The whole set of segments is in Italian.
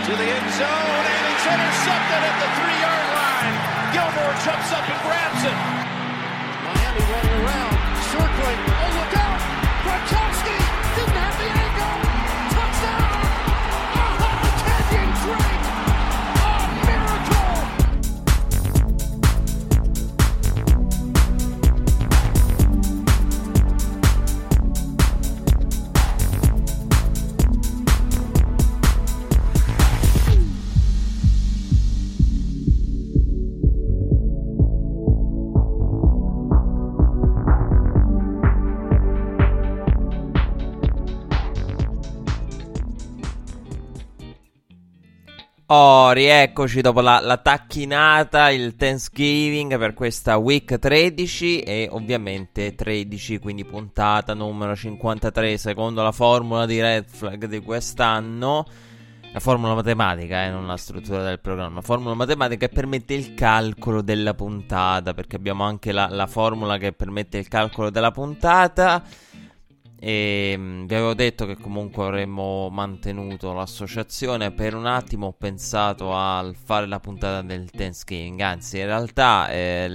to the end zone, and it's intercepted at the 3-yard line. Gilmore jumps up and grabs it. Miami running around, circling. Oh, look out! Gronkowski didn't have the angle. Touchdown! Oh, Kenyon Drake! A miracle! Oh, rieccoci dopo la tacchinata, il Thanksgiving per questa week 13 e ovviamente 13, quindi puntata numero 53 secondo la formula di Red Flag di quest'anno. La formula matematica, non la struttura del programma. Formula matematica che permette il calcolo della puntata, perché abbiamo anche la formula che permette il calcolo della puntata. E vi avevo detto che comunque avremmo mantenuto l'associazione. Per un attimo ho pensato al fare la puntata del Thanksgiving, anzi in realtà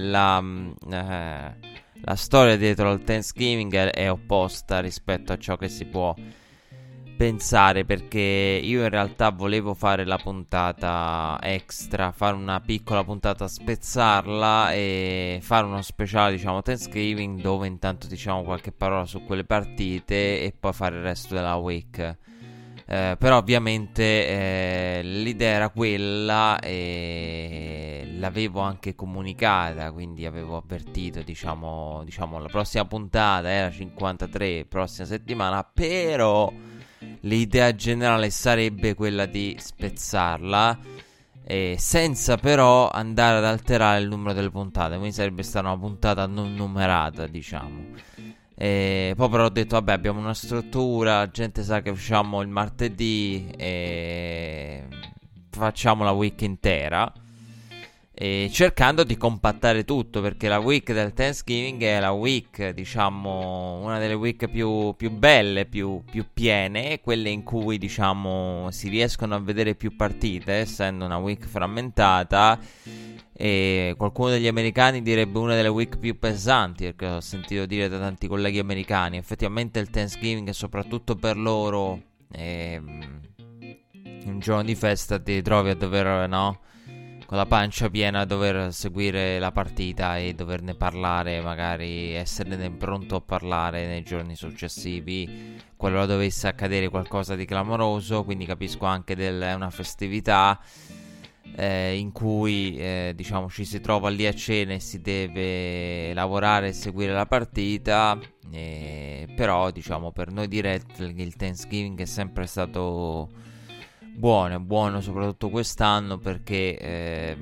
la storia dietro al Thanksgiving è opposta rispetto a ciò che si può pensare, perché io in realtà volevo fare la puntata extra, fare una piccola puntata, spezzarla e fare uno speciale, diciamo, Thanksgiving, dove intanto diciamo qualche parola su quelle partite e poi fare il resto della week. Però ovviamente l'idea era quella e l'avevo anche comunicata, quindi avevo avvertito, diciamo la prossima puntata era 53, prossima settimana, però l'idea generale sarebbe quella di spezzarla, senza però andare ad alterare il numero delle puntate, quindi sarebbe stata una puntata non numerata, diciamo. Poi però ho detto vabbè, abbiamo una struttura, la gente sa che usciamo il martedì e facciamo la week intera, cercando di compattare tutto, perché la week del Thanksgiving è la week, diciamo, una delle week più belle, più piene, quelle in cui, diciamo, si riescono a vedere più partite, essendo una week frammentata. E qualcuno degli americani direbbe una delle week più pesanti, perché ho sentito dire da tanti colleghi americani. Effettivamente il Thanksgiving, soprattutto per loro, un giorno di festa, ti trovi a dover, no, con la pancia piena, a dover seguire la partita e doverne parlare, magari esserne pronto a parlare nei giorni successivi qualora dovesse accadere qualcosa di clamoroso. Quindi capisco anche è una festività in cui diciamo ci si trova lì a cena e si deve lavorare e seguire la partita, però diciamo per noi di Red Flag il Thanksgiving è sempre stato buono soprattutto quest'anno, perché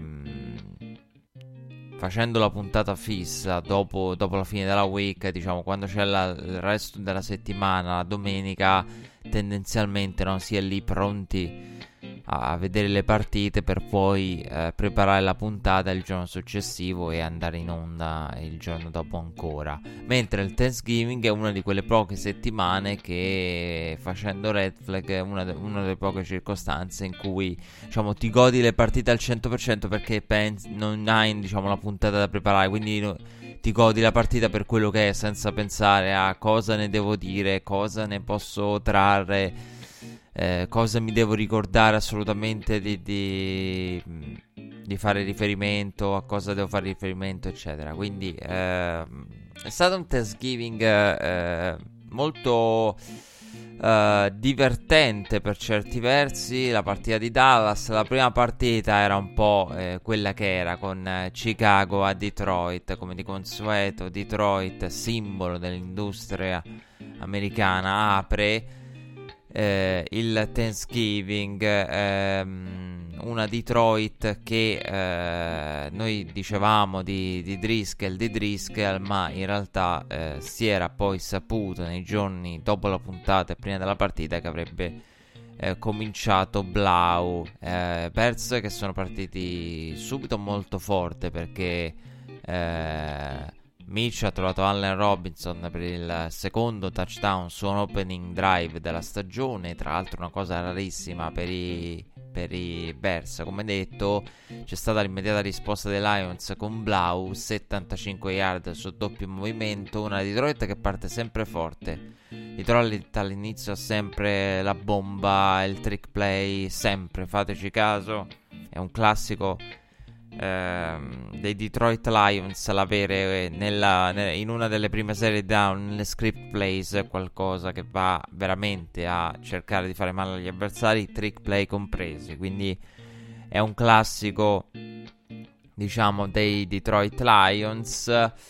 facendo la puntata fissa dopo la fine della week, diciamo quando c'è il resto della settimana, la domenica tendenzialmente non si è lì pronti a vedere le partite per poi preparare la puntata il giorno successivo e andare in onda il giorno dopo ancora. Mentre il Thanksgiving è una di quelle poche settimane che, facendo Red Flag, è una delle poche circostanze in cui, diciamo, ti godi le partite al 100%, perché non hai, diciamo, la puntata da preparare, quindi ti godi la partita per quello che è, senza pensare a cosa ne devo dire, cosa ne posso trarre, cosa mi devo ricordare assolutamente di fare riferimento, a cosa devo fare riferimento, eccetera. Quindi è stato un Thanksgiving molto divertente per certi versi. La partita di Dallas, la prima partita era un po' quella che era, con Chicago a Detroit, come di consueto. Detroit, simbolo dell'industria americana, apre il Thanksgiving, una Detroit che noi dicevamo di Driscoll, ma in realtà si era poi saputo nei giorni dopo la puntata e prima della partita che avrebbe cominciato Blau. Bears che sono partiti subito molto forte, perché Mitch ha trovato Allen Robinson per il secondo touchdown su un opening drive della stagione, tra l'altro una cosa rarissima per i per i Bears. Come detto, c'è stata l'immediata risposta dei Lions con Blau, 75 yard su doppio movimento, una Detroit che parte sempre forte. Detroit all'inizio ha sempre la bomba, il trick play, sempre, fateci caso, è un classico dei Detroit Lions l'avere in una delle prime serie down nelle script plays qualcosa che va veramente a cercare di fare male agli avversari, trick play compresi, quindi è un classico, diciamo, dei Detroit Lions,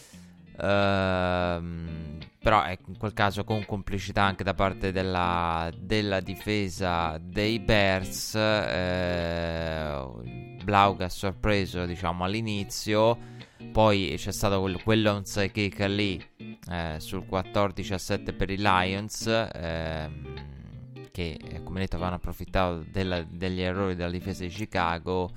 però in quel caso con complicità anche da parte della difesa dei Bears. Blau che ha sorpreso, diciamo, all'inizio, poi c'è stato quell'onside kick lì sul 14-7 per i Lions, che come detto avevano approfittato degli errori della difesa di Chicago,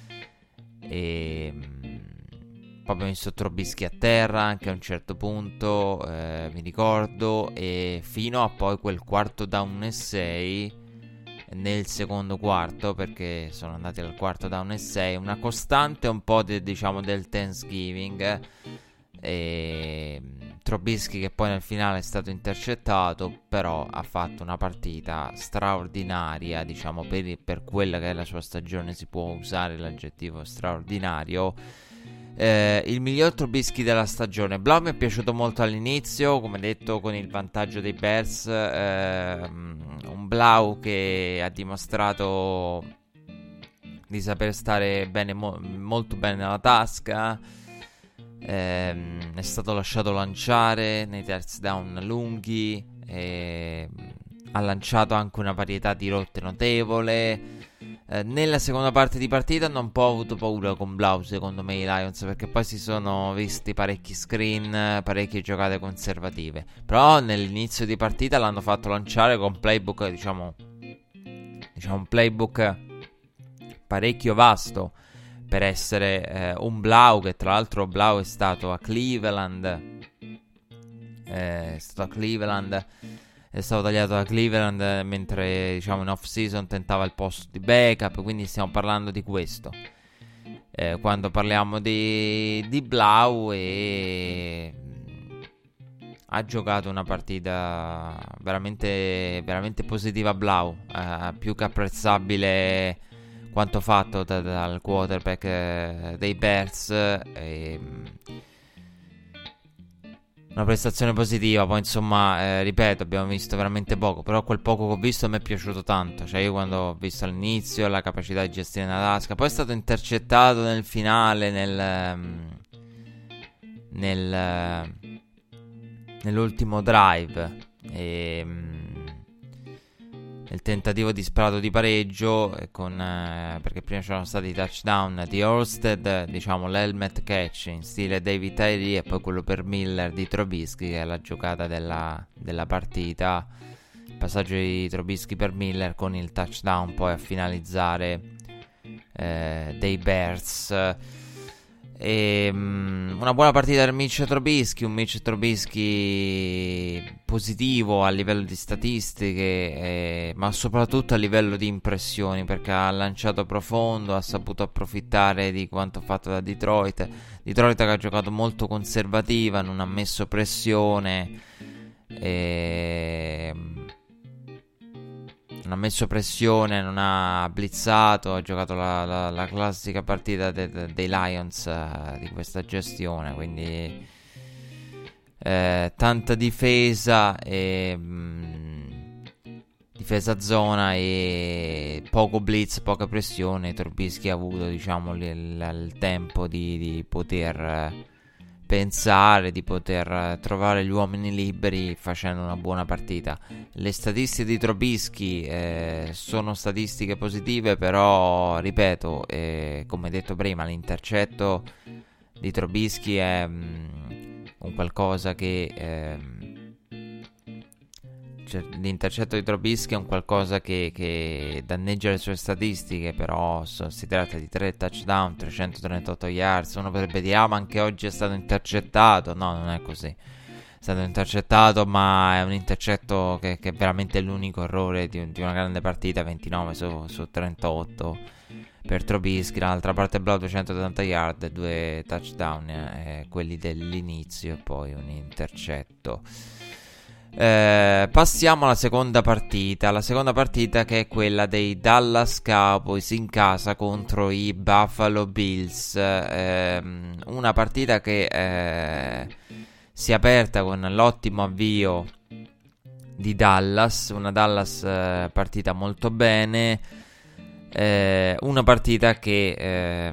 e poi abbiamo visto Trubisky a terra anche a un certo punto, mi ricordo, e fino a poi quel quarto down e 6 nel secondo quarto, perché sono andati al quarto down e 6, una costante un po' diciamo del Thanksgiving, e Trubisky che poi nel finale è stato intercettato, però ha fatto una partita straordinaria, diciamo, per quella che è la sua stagione, si può usare l'aggettivo straordinario. Il miglior Trubisky della stagione. Blau mi è piaciuto molto all'inizio, come detto, con il vantaggio dei Bears, un Blau che ha dimostrato di saper stare bene, molto bene nella tasca, è stato lasciato lanciare nei terzi down lunghi, ha lanciato anche una varietà di rotte notevole. Nella seconda parte di partita hanno un po' avuto paura con Blau, secondo me, i Lions, perché poi si sono visti parecchi screen, parecchie giocate conservative, però nell'inizio di partita l'hanno fatto lanciare con playbook, diciamo un playbook parecchio vasto per essere un Blau, che tra l'altro Blau è stato a Cleveland, è stato tagliato da Cleveland mentre, diciamo, in off season tentava il posto di backup, quindi stiamo parlando di questo quando parliamo di Blau, e ha giocato una partita veramente, veramente positiva Blau, più che apprezzabile quanto fatto dal quarterback dei Bears, una prestazione positiva. Poi insomma, ripeto, abbiamo visto veramente poco, però quel poco che ho visto mi è piaciuto tanto. Cioè, io quando ho visto all'inizio la capacità di gestire la tasca, poi è stato intercettato nel finale, nell'ultimo drive, il tentativo disperato di pareggio, perché prima c'erano stati i touchdown di Orsted, diciamo l'helmet catch in stile David Tyree, e poi quello per Miller di Trubisky, che è la giocata della partita, il passaggio di Trubisky per Miller con il touchdown poi a finalizzare dei Bears. Una buona partita per Mitch Trubisky, un Mitch Trubisky positivo a livello di statistiche, ma soprattutto a livello di impressioni, perché ha lanciato profondo, ha saputo approfittare di quanto fatto da Detroit che ha giocato molto conservativa, non ha messo pressione, non ha blitzato, ha giocato la classica partita dei Lions di questa gestione, quindi tanta difesa e difesa zona e poco blitz, poca pressione. Trubisky ha avuto, diciamo, il tempo di poter pensare, di poter trovare gli uomini liberi facendo una buona partita. Le statistiche di Trubisky sono statistiche positive, però ripeto, come detto prima, l'intercetto di Trubisky è un qualcosa che l'intercetto di Trubisky è un qualcosa che danneggia le sue statistiche, però si tratta di 3 touchdown, 338 yards. Uno potrebbe dire, ma anche oggi è stato intercettato. No, non è così. stato intercettato, ma è un intercetto che è veramente l'unico errore di una grande partita. 29 su 38 per Trubisky. Dall'altra parte Blau 280 yard, 2 touchdown, quelli dell'inizio e poi un intercetto. Passiamo alla seconda partita. La seconda partita, che è quella dei Dallas Cowboys in casa contro i Buffalo Bills. Una partita che si è aperta con l'ottimo avvio di Dallas. Una Dallas partita molto bene. Una partita che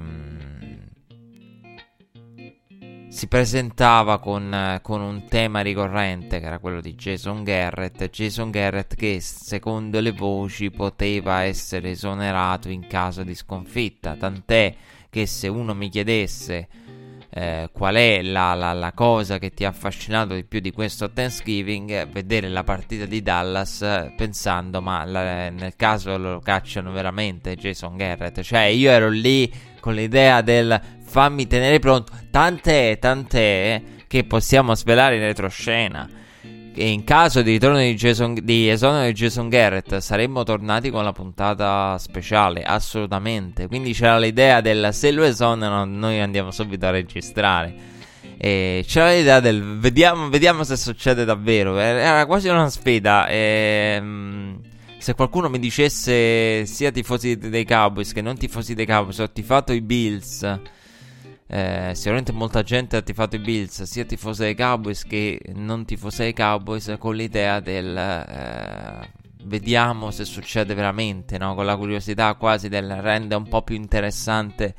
si presentava con un tema ricorrente, che era quello di Jason Garrett. Jason Garrett, che secondo le voci poteva essere esonerato in caso di sconfitta, tant'è che se uno mi chiedesse qual è la cosa che ti ha affascinato di più di questo Thanksgiving, vedere la partita di Dallas, pensando ma nel caso lo cacciano veramente Jason Garrett. Cioè io ero lì con l'idea del fammi tenere pronto, tant'è che possiamo svelare in retroscena che in caso di ritorno di esonero di Jason Garrett saremmo tornati con la puntata speciale, assolutamente. Quindi c'era l'idea del se lo esonerano noi andiamo subito a registrare, e c'era l'idea del vediamo se succede davvero. Era quasi una sfida. Se qualcuno mi dicesse, sia tifosi dei Cowboys che non tifosi dei Cowboys, ho tifato i Bills, sicuramente molta gente ha tifato i Bills, sia tifosi dei Cowboys che non tifosi dei Cowboys, con l'idea del vediamo se succede veramente, no? Con la curiosità quasi del rende un po' più interessante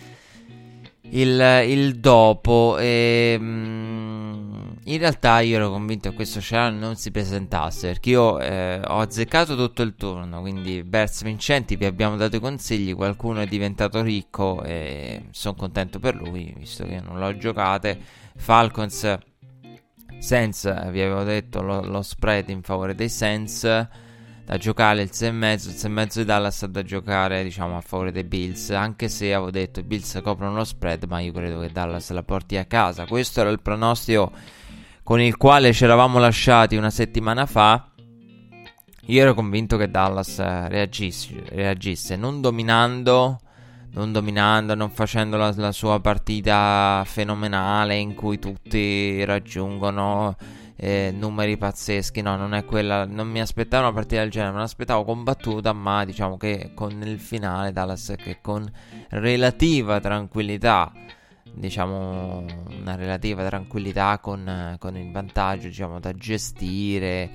il dopo. In realtà io ero convinto che questo scenario non si presentasse, perché io ho azzeccato tutto il turno, quindi Bears vincenti, vi abbiamo dato i consigli, qualcuno è diventato ricco e sono contento per lui, visto che non l'ho giocate. Falcons Saints, vi avevo detto lo spread in favore dei Saints da giocare, il 6,5 di Dallas da giocare, diciamo, a favore dei Bills, anche se avevo detto i Bills coprono lo spread, ma io credo che Dallas la porti a casa. Questo era il pronostico con il quale ci eravamo lasciati una settimana fa. Io ero convinto che Dallas reagisse non dominando, non facendo la sua partita fenomenale in cui tutti raggiungono numeri pazzeschi. No, non è quella. Non mi aspettavo una partita del genere, me l'aspettavo combattuta, ma diciamo che con il finale Dallas che con relativa tranquillità, diciamo una relativa tranquillità con il vantaggio, diciamo, da gestire,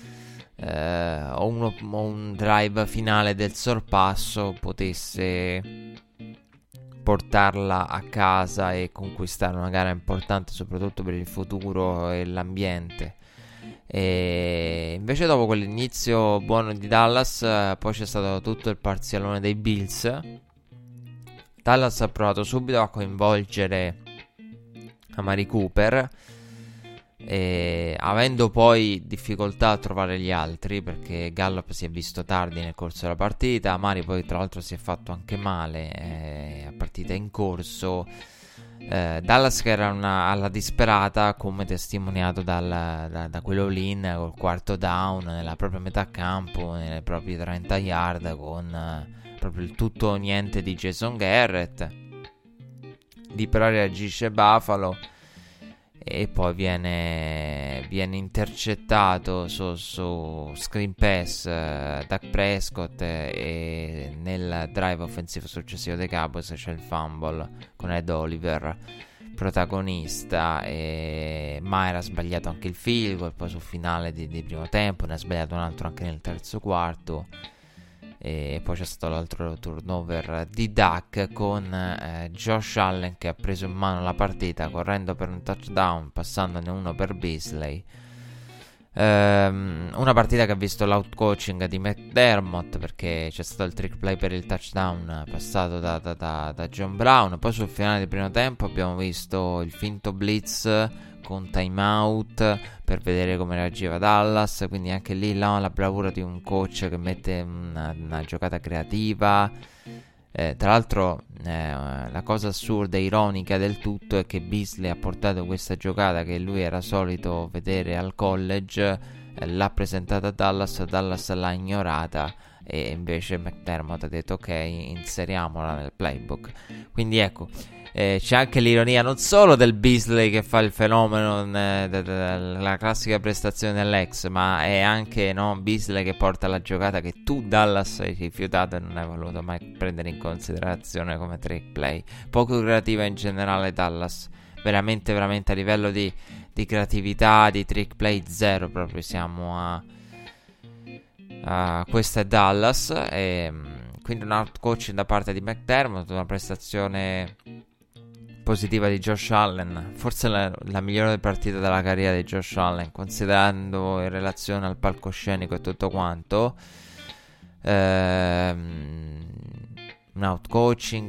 o un drive finale del sorpasso potesse portarla a casa e conquistare una gara importante soprattutto per il futuro e l'ambiente. E invece dopo quell'inizio buono di Dallas, poi c'è stato tutto il parzialone dei Bills. Dallas ha provato subito a coinvolgere Amari Cooper, avendo poi difficoltà a trovare gli altri, perché Gallup si è visto tardi nel corso della partita. Amari poi tra l'altro si è fatto anche male a partita in corso. Dallas che era alla disperata, come testimoniato da quello all-in col quarto down nella propria metà campo, nelle proprie 30 yard, con proprio il tutto o niente di Jason Garrett. Di però reagisce Buffalo e poi viene intercettato su screen pass Dak Prescott, e nel drive offensivo successivo dei Cowboys c'è il fumble con Ed Oliver protagonista, ma era sbagliato anche il field goal poi sul finale di primo tempo, ne ha sbagliato un altro anche nel terzo quarto. E poi c'è stato l'altro turnover di Dak con Josh Allen che ha preso in mano la partita correndo per un touchdown, passandone uno per Beasley. Una partita che ha visto l'outcoaching di McDermott, perché c'è stato il trick play per il touchdown passato da John Brown. Poi sul finale del primo tempo abbiamo visto il finto blitz con timeout per vedere come reagiva Dallas, quindi anche lì la bravura di un coach che mette una giocata creativa. Tra l'altro la cosa assurda e ironica del tutto è che Beasley ha portato questa giocata che lui era solito vedere al college, l'ha presentata a Dallas l'ha ignorata, e invece McDermott ha detto ok, inseriamola nel playbook. Quindi ecco, c'è anche l'ironia non solo del Beasley che fa il fenomeno, la classica prestazione dell'ex, ma è anche, no, Beasley che porta la giocata che tu Dallas hai rifiutato e non hai voluto mai prendere in considerazione come trick play. Poco creativa in generale Dallas, veramente veramente a livello di creatività, di trick play zero, proprio siamo a questa è Dallas, e quindi un outcoaching da parte di McDermott, una prestazione positiva di Josh Allen, forse la migliore partita della carriera di Josh Allen, considerando in relazione al palcoscenico e tutto quanto. Un outcoaching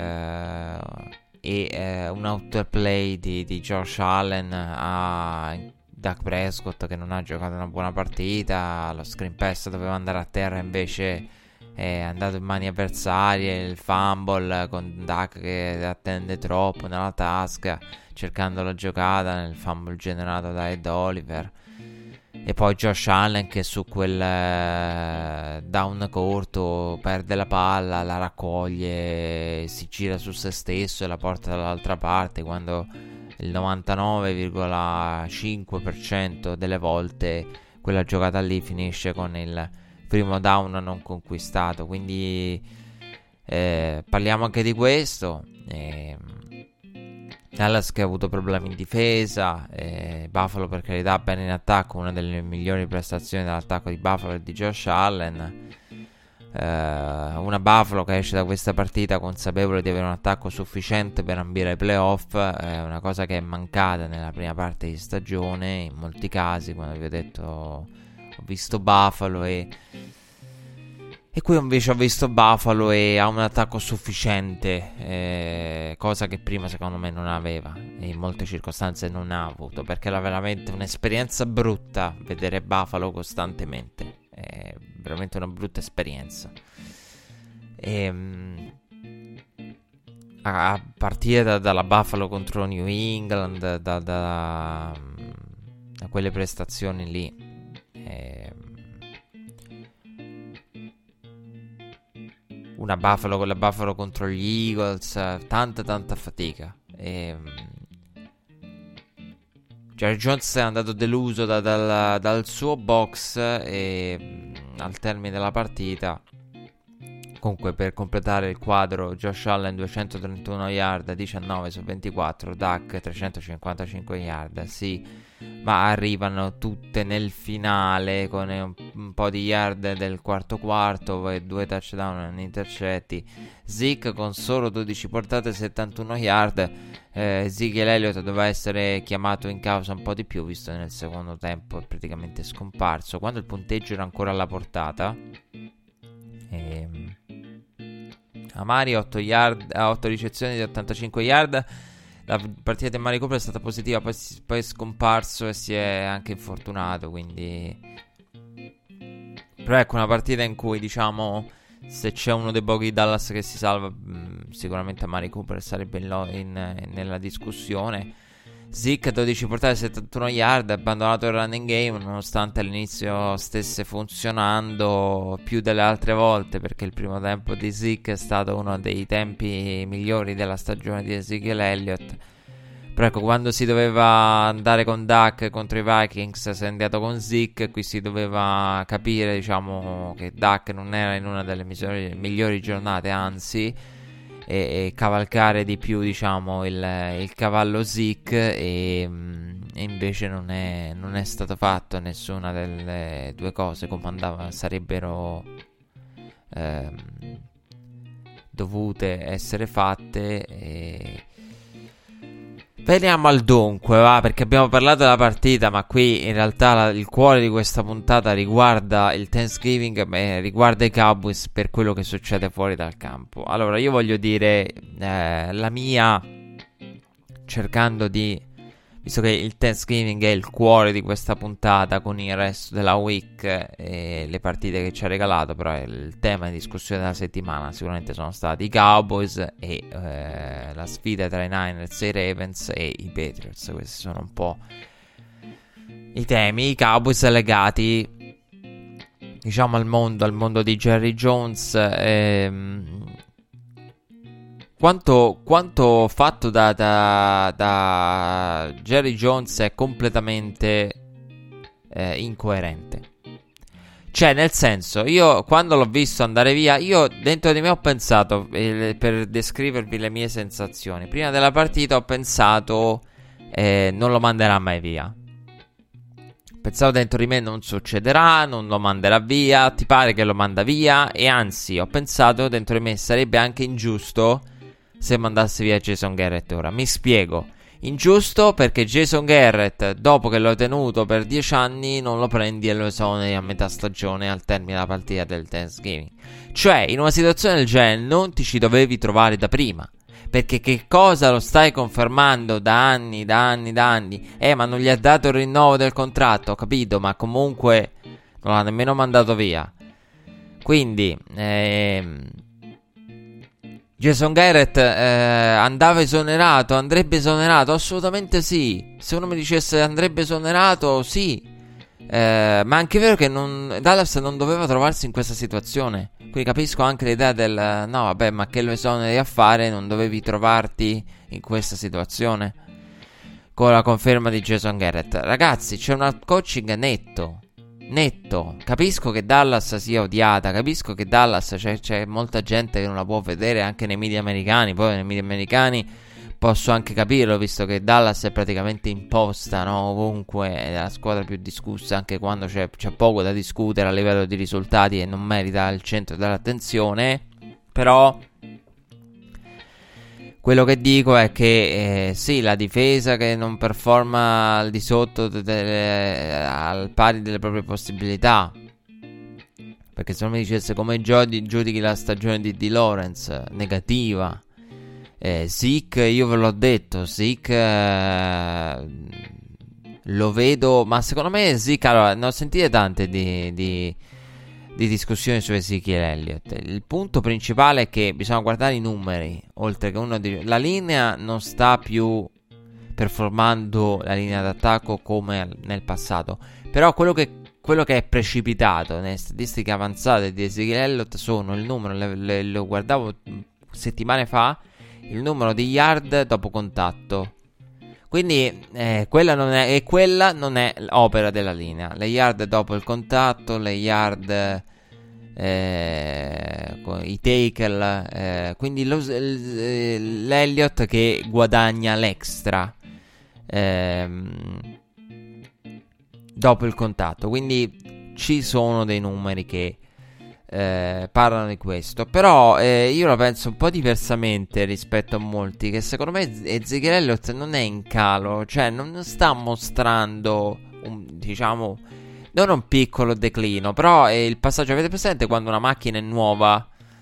e un outplay di Josh Allen a Dak Prescott, che non ha giocato una buona partita. Lo screen pass doveva andare a terra, invece è andato in mani avversarie. Il fumble con Dak che attende troppo nella tasca cercando la giocata, nel fumble generato da Ed Oliver. E poi Josh Allen che su quel down corto perde la palla, la raccoglie, si gira su se stesso e la porta dall'altra parte, quando il 99,5% delle volte quella giocata lì finisce con il primo down non conquistato. Quindi parliamo anche di questo. Dallas che ha avuto problemi in difesa, Buffalo per carità bene in attacco. Una delle migliori prestazioni dell'attacco di Buffalo e di Josh Allen. Una Buffalo che esce da questa partita consapevole di avere un attacco sufficiente per ambire ai playoff, una cosa che è mancata nella prima parte di stagione in molti casi. Quando vi ho detto ho visto Buffalo e qui invece ho visto Buffalo e ha un attacco sufficiente, cosa che prima secondo me non aveva e in molte circostanze non ha avuto, perché era veramente un'esperienza brutta vedere Buffalo costantemente. È veramente una brutta esperienza. A partire dalla Buffalo contro New England, da quelle prestazioni lì, una Buffalo con la Buffalo contro gli Eagles, tanta fatica. Jerry Jones è andato deluso dal suo box e al termine della partita. Comunque, per completare il quadro, Josh Allen 231 yard, 19 su 24, Dak 355 yard, sì, ma arrivano tutte nel finale con un po' di yard del quarto, poi 2 touchdown e intercetti. Zeke con solo 12 portate, 71 yard. Ezekiel Elliott doveva essere chiamato in causa un po' di più, visto che nel secondo tempo è praticamente scomparso, quando il punteggio era ancora alla portata. Amari 8 ricezioni di 85 yard. La partita di Mari Cooper è stata positiva, poi è scomparso e si è anche infortunato, quindi però ecco, una partita in cui, diciamo, se c'è uno dei pochi Dallas che si salva, sicuramente Amari Cooper sarebbe nella discussione. Zeke 12 portate, 71 yard, abbandonato il running game nonostante all'inizio stesse funzionando più delle altre volte, perché il primo tempo di Zeke è stato uno dei tempi migliori della stagione di Ezekiel Elliott. Però ecco, quando si doveva andare con Dak contro i Vikings si è andato con Zeke. Qui si doveva capire, diciamo, che Dak non era in una delle migliori giornate, anzi, e cavalcare di più, diciamo, il cavallo Zeke, e invece non è stato fatto nessuna delle due cose come sarebbero dovute essere fatte. Veniamo al dunque, va, perché abbiamo parlato della partita, ma qui in realtà il cuore di questa puntata riguarda il Thanksgiving, riguarda i Cowboys per quello che succede fuori dal campo. Allora, io voglio dire la mia, cercando di visto che il Thanksgiving è il cuore di questa puntata con il resto della week e le partite che ci ha regalato, però il tema di discussione della settimana sicuramente sono stati i Cowboys e la sfida tra i Niners e i Ravens e i Patriots. Questi sono un po' i temi. I Cowboys legati, diciamo, al mondo di Jerry Jones. Quanto fatto da Jerry Jones è completamente incoerente. Cioè, nel senso, io quando l'ho visto andare via, io dentro di me ho pensato, per descrivervi le mie sensazioni, prima della partita ho pensato non lo manderà mai via. Pensavo dentro di me non succederà, non lo manderà via, ti pare che lo manda via? E anzi, ho pensato dentro di me sarebbe anche ingiusto se mandasse via Jason Garrett ora. Mi spiego. Ingiusto perché Jason Garrett, dopo che l'ho tenuto per 10 anni, non lo prendi e lo esoneri a metà stagione al termine della partita del Thanksgiving. Cioè, in una situazione del genere non ti ci dovevi trovare da prima. Perché che cosa lo stai confermando da anni? Ma non gli ha dato il rinnovo del contratto, ho capito, ma comunque non l'ha nemmeno mandato via. Quindi Jason Garrett andrebbe esonerato? Assolutamente sì. Se uno mi dicesse andrebbe esonerato, sì. Ma è anche vero che Dallas non doveva trovarsi in questa situazione. Quindi capisco anche l'idea del no vabbè, ma che lo esoneri a fare? Non dovevi trovarti in questa situazione. Con la conferma di Jason Garrett, ragazzi, c'è un coaching netto. Capisco che Dallas sia odiata, capisco che Dallas c'è molta gente che non la può vedere anche nei media americani. Poi nei media americani posso anche capirlo, visto che Dallas è praticamente imposta, no? Ovunque è la squadra più discussa, anche quando c'è poco da discutere a livello di risultati e non merita il centro dell'attenzione. Però quello che dico è che sì, la difesa che non performa al di sotto al pari delle proprie possibilità. Perché se non mi dicesse come giudichi la stagione di Lawrence, negativa. Zeke, io ve l'ho detto, Zeke lo vedo, ma secondo me Zeke, allora, ne ho sentite tante di discussioni su Ezekiel Elliott. Il punto principale è che bisogna guardare i numeri, oltre che la linea non sta più performando, la linea d'attacco, come nel passato, però quello che è precipitato nelle statistiche avanzate di Ezekiel Elliott sono il numero, lo guardavo settimane fa, il numero di yard dopo contatto. Quindi quella non è opera della linea. Le yard dopo il contatto, le yard i tackle, quindi l'Elliott che guadagna l'extra dopo il contatto. Quindi ci sono dei numeri che parlano di questo. Però io la penso un po' diversamente rispetto a molti, che secondo me Ezekiel Elliott non è in calo, cioè non sta mostrando diciamo non un piccolo declino, però è il passaggio. Avete presente quando una macchina è nuova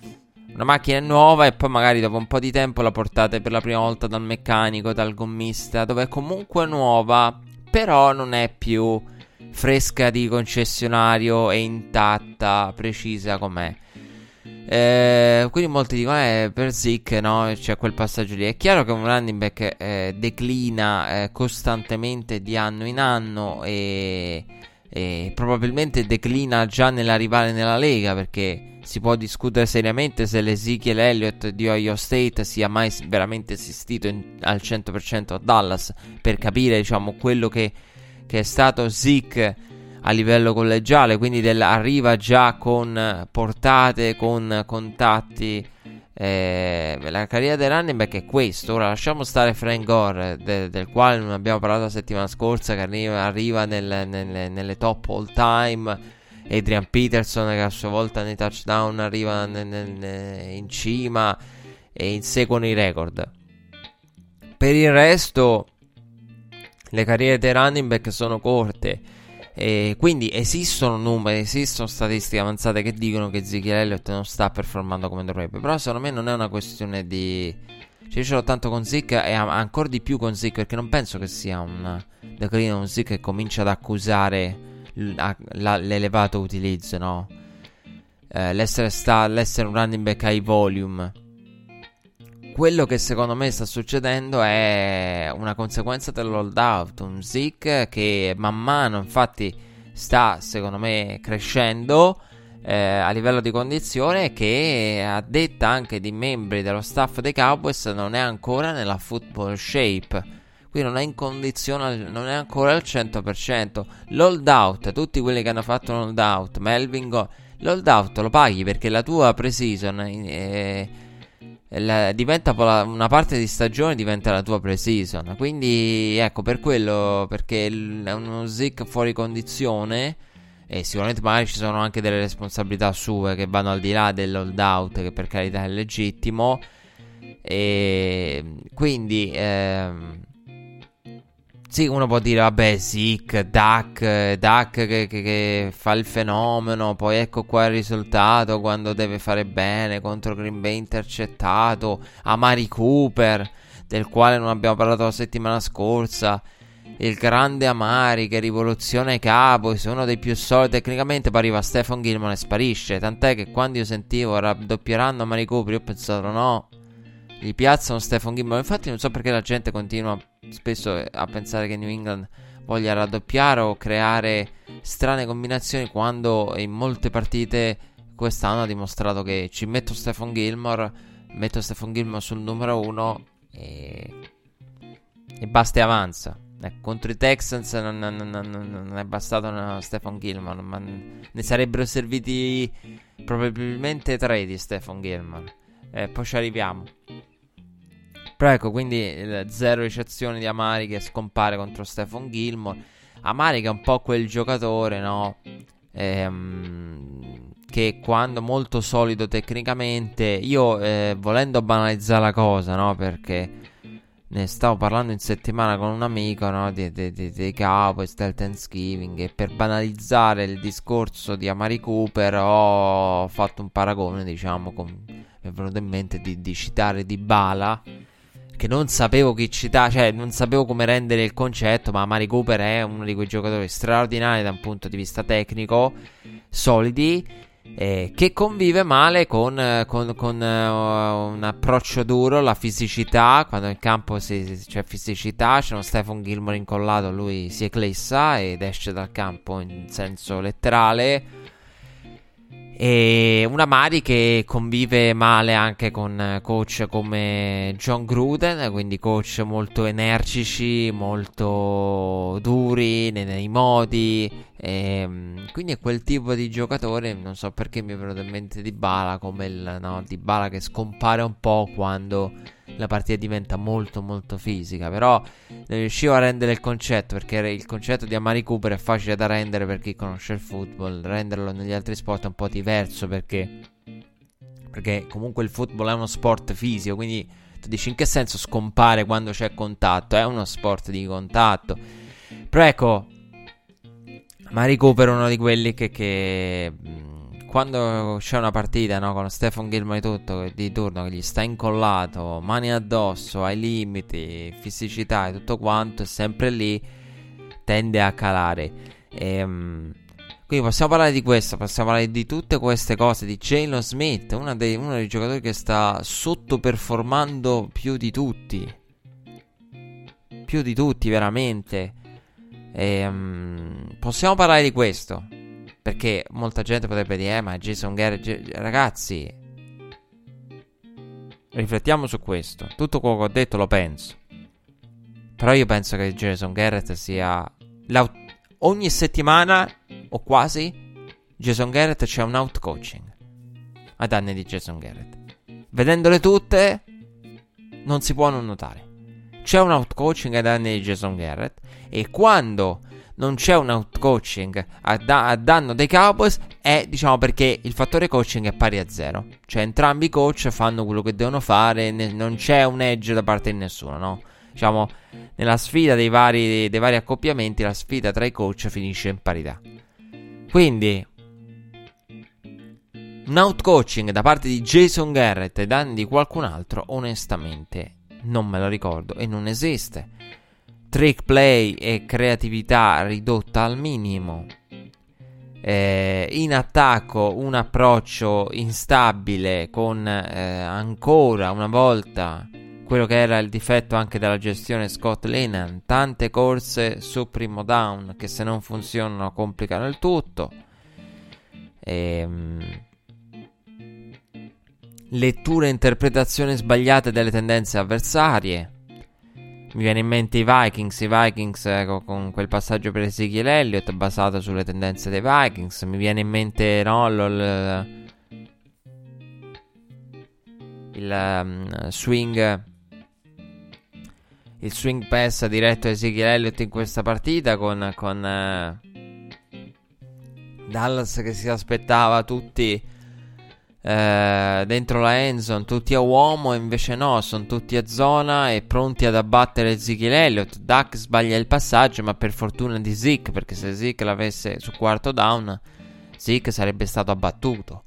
e poi magari dopo un po' di tempo la portate per la prima volta dal meccanico, dal gommista, dove è comunque nuova, però non è più fresca di concessionario e intatta, precisa com'è. Quindi molti dicono per Zeke, no, c'è quel passaggio lì. È chiaro che un running back declina costantemente di anno in anno e probabilmente declina già nell'arrivare nella Lega, perché si può discutere seriamente se l'Ezekiel Elliott di Ohio State sia mai veramente assistito al 100% a Dallas, per capire, diciamo, quello che è stato Zeke a livello collegiale. Quindi arriva già con portate, con contatti. La carriera del running back è questo. Ora lasciamo stare Frank Gore, del quale non abbiamo parlato la settimana scorsa, che arriva nelle top all time. Adrian Peterson, che a sua volta nei touchdown arriva in cima e inseguono i record. Per il resto le carriere dei running back sono corte, e quindi esistono numeri, esistono statistiche avanzate che dicono che Ezekiel Elliott non sta performando come dovrebbe. Però secondo me non è una questione di Cioè io ce l'ho tanto con Zeke e ancora di più con Zeke, perché non penso che sia un declino, un Zeke che comincia ad accusare l'elevato utilizzo, no? L'essere un running back high volume. Quello che secondo me sta succedendo è una conseguenza dell'hold out. Un Zeke che man mano infatti sta secondo me crescendo a livello di condizione, che a detta anche di membri dello staff dei Cowboys non è ancora nella football shape, quindi non è in condizione, non è ancora al 100%. L'hold out, tutti quelli che hanno fatto un hold out, Melvin l'hold out lo paghi perché la tua pre-season diventa una parte di stagione, diventa la tua pre-season. Quindi ecco, per quello, perché è uno Zeke fuori condizione. E sicuramente magari ci sono anche delle responsabilità sue che vanno al di là dell'hold out, che per carità è legittimo. E quindi sì, uno può dire vabbè, Zeke, Dak che fa il fenomeno, poi ecco qua il risultato quando deve fare bene, contro Green Bay intercettato, Amari Cooper, del quale non abbiamo parlato la settimana scorsa, il grande Amari che rivoluziona i Cowboys, uno dei più solidi tecnicamente. Poi arriva Stephon Gilmore e sparisce, tant'è che quando io sentivo raddoppieranno Amari Cooper, io ho pensato no, gli piazzano Stephon Gilmore. Infatti non so perché la gente continua spesso a pensare che New England voglia raddoppiare o creare strane combinazioni, quando in molte partite quest'anno ha dimostrato che ci metto Stephon Gilmore sul numero 1 e basta e avanza. Contro i Texans non è bastato Stephon Gilmore, ma ne sarebbero serviti probabilmente 3 di Stephon Gilmore. Poi ci arriviamo. Però ecco, quindi 0 ricezioni di Amari che scompare contro Stephon Gilmore. Amari che è un po' quel giocatore, no? Che quando molto solido tecnicamente, io volendo banalizzare la cosa, no? Perché ne stavo parlando in settimana con un amico, no? Dei Cowboys, del Thanksgiving, e per banalizzare il discorso di Amari Cooper ho fatto un paragone, diciamo, mi è venuto in mente di citare Dybala, che non sapevo chi citare, cioè non sapevo come rendere il concetto, ma Amari Cooper è uno di quei giocatori straordinari da un punto di vista tecnico, solidi, che convive male con un approccio duro, la fisicità. Quando in campo c'è fisicità, c'è uno Stephon Gilmore incollato, lui si eclissa ed esce dal campo in senso letterale. E una Mari che convive male anche con coach come John Gruden, quindi coach molto energici, molto duri nei modi, quindi è quel tipo di giocatore. Non so perché mi è venuto in mente Dybala, come Dybala che scompare un po' quando la partita diventa molto molto fisica. Però non riuscivo a rendere il concetto, perché il concetto di Amari Cooper è facile da rendere per chi conosce il football. Renderlo negli altri sport è un po' diverso, perché comunque il football è uno sport fisico, quindi tu dici in che senso scompare quando c'è contatto? È uno sport di contatto. Però ecco, Amari Cooper è uno di quelli che quando c'è una partita, no, con Stephon Gilmore di turno che gli sta incollato, mani addosso, ai limiti, fisicità e tutto quanto, è sempre lì, tende a calare. Quindi possiamo parlare di questo, possiamo parlare di tutte queste cose, di Jalen Smith, uno dei giocatori che sta sottoperformando più di tutti veramente. Possiamo parlare di questo, perché molta gente potrebbe dire ma Jason Garrett, ragazzi, riflettiamo su questo. Tutto quello che ho detto lo penso, però io penso che Jason Garrett sia ogni settimana o quasi Jason Garrett c'è un out coaching a danni di Jason Garrett. Vedendole tutte non si può non notare, c'è un out coaching a danni di Jason Garrett. E quando non c'è un out coaching a danno dei Cowboys è, diciamo, perché il fattore coaching è pari a 0. Cioè entrambi i coach fanno quello che devono fare, non c'è un edge da parte di nessuno, no? Diciamo, nella sfida dei vari accoppiamenti, la sfida tra i coach finisce in parità. Quindi Un outcoaching da parte di Jason Garrett ai danni di qualcun altro, onestamente non me lo ricordo e non esiste. Trick play e creatività ridotta al minimo. In attacco un approccio instabile con ancora una volta quello che era il difetto anche della gestione Scott Linehan, tante corse su primo down che se non funzionano complicano il tutto. Lettura e interpretazione sbagliate delle tendenze avversarie. Mi viene in mente i Vikings con quel passaggio per Ezekiel Elliott basato sulle tendenze dei Vikings. Mi viene in mente il swing pass diretto a Ezekiel Elliott in questa partita con Dallas che si aspettava tutti dentro la endzone, tutti a uomo, e invece no, sono tutti a zona e pronti ad abbattere Ezekiel Elliott. Dak sbaglia il passaggio, ma per fortuna di Zeke, perché se Zeke l'avesse su quarto down, Zeke sarebbe stato abbattuto.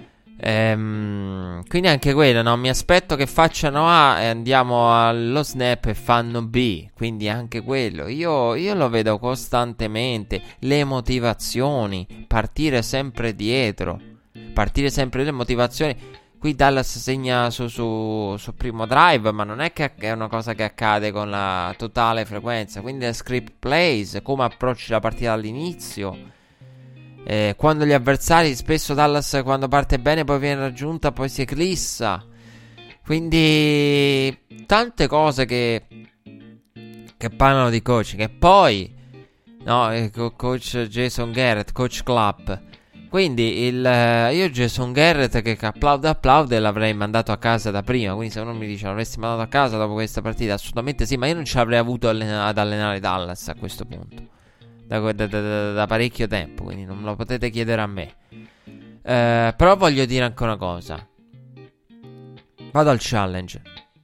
Quindi anche quello, no? Mi aspetto che facciano A e andiamo allo snap e fanno B. Quindi anche quello io lo vedo costantemente. Le motivazioni, partire sempre dietro, le motivazioni. Qui Dallas segna su primo drive, ma non è che è una cosa che accade con la totale frequenza. Quindi le script plays, come approcci la partita all'inizio. Quando gli avversari, spesso Dallas quando parte bene poi viene raggiunta, poi si eclissa. Quindi tante cose che parlano di coaching. E poi coach Jason Garrett, coach Clapp. Quindi io Jason Garrett che applaude l'avrei mandato a casa da prima. Quindi se uno mi dice l'avresti mandato a casa dopo questa partita, assolutamente sì. Ma io non ci avrei avuto ad allenare Dallas a questo punto da parecchio tempo, quindi non me lo potete chiedere a me. Però voglio dire anche una cosa. Vado al challenge.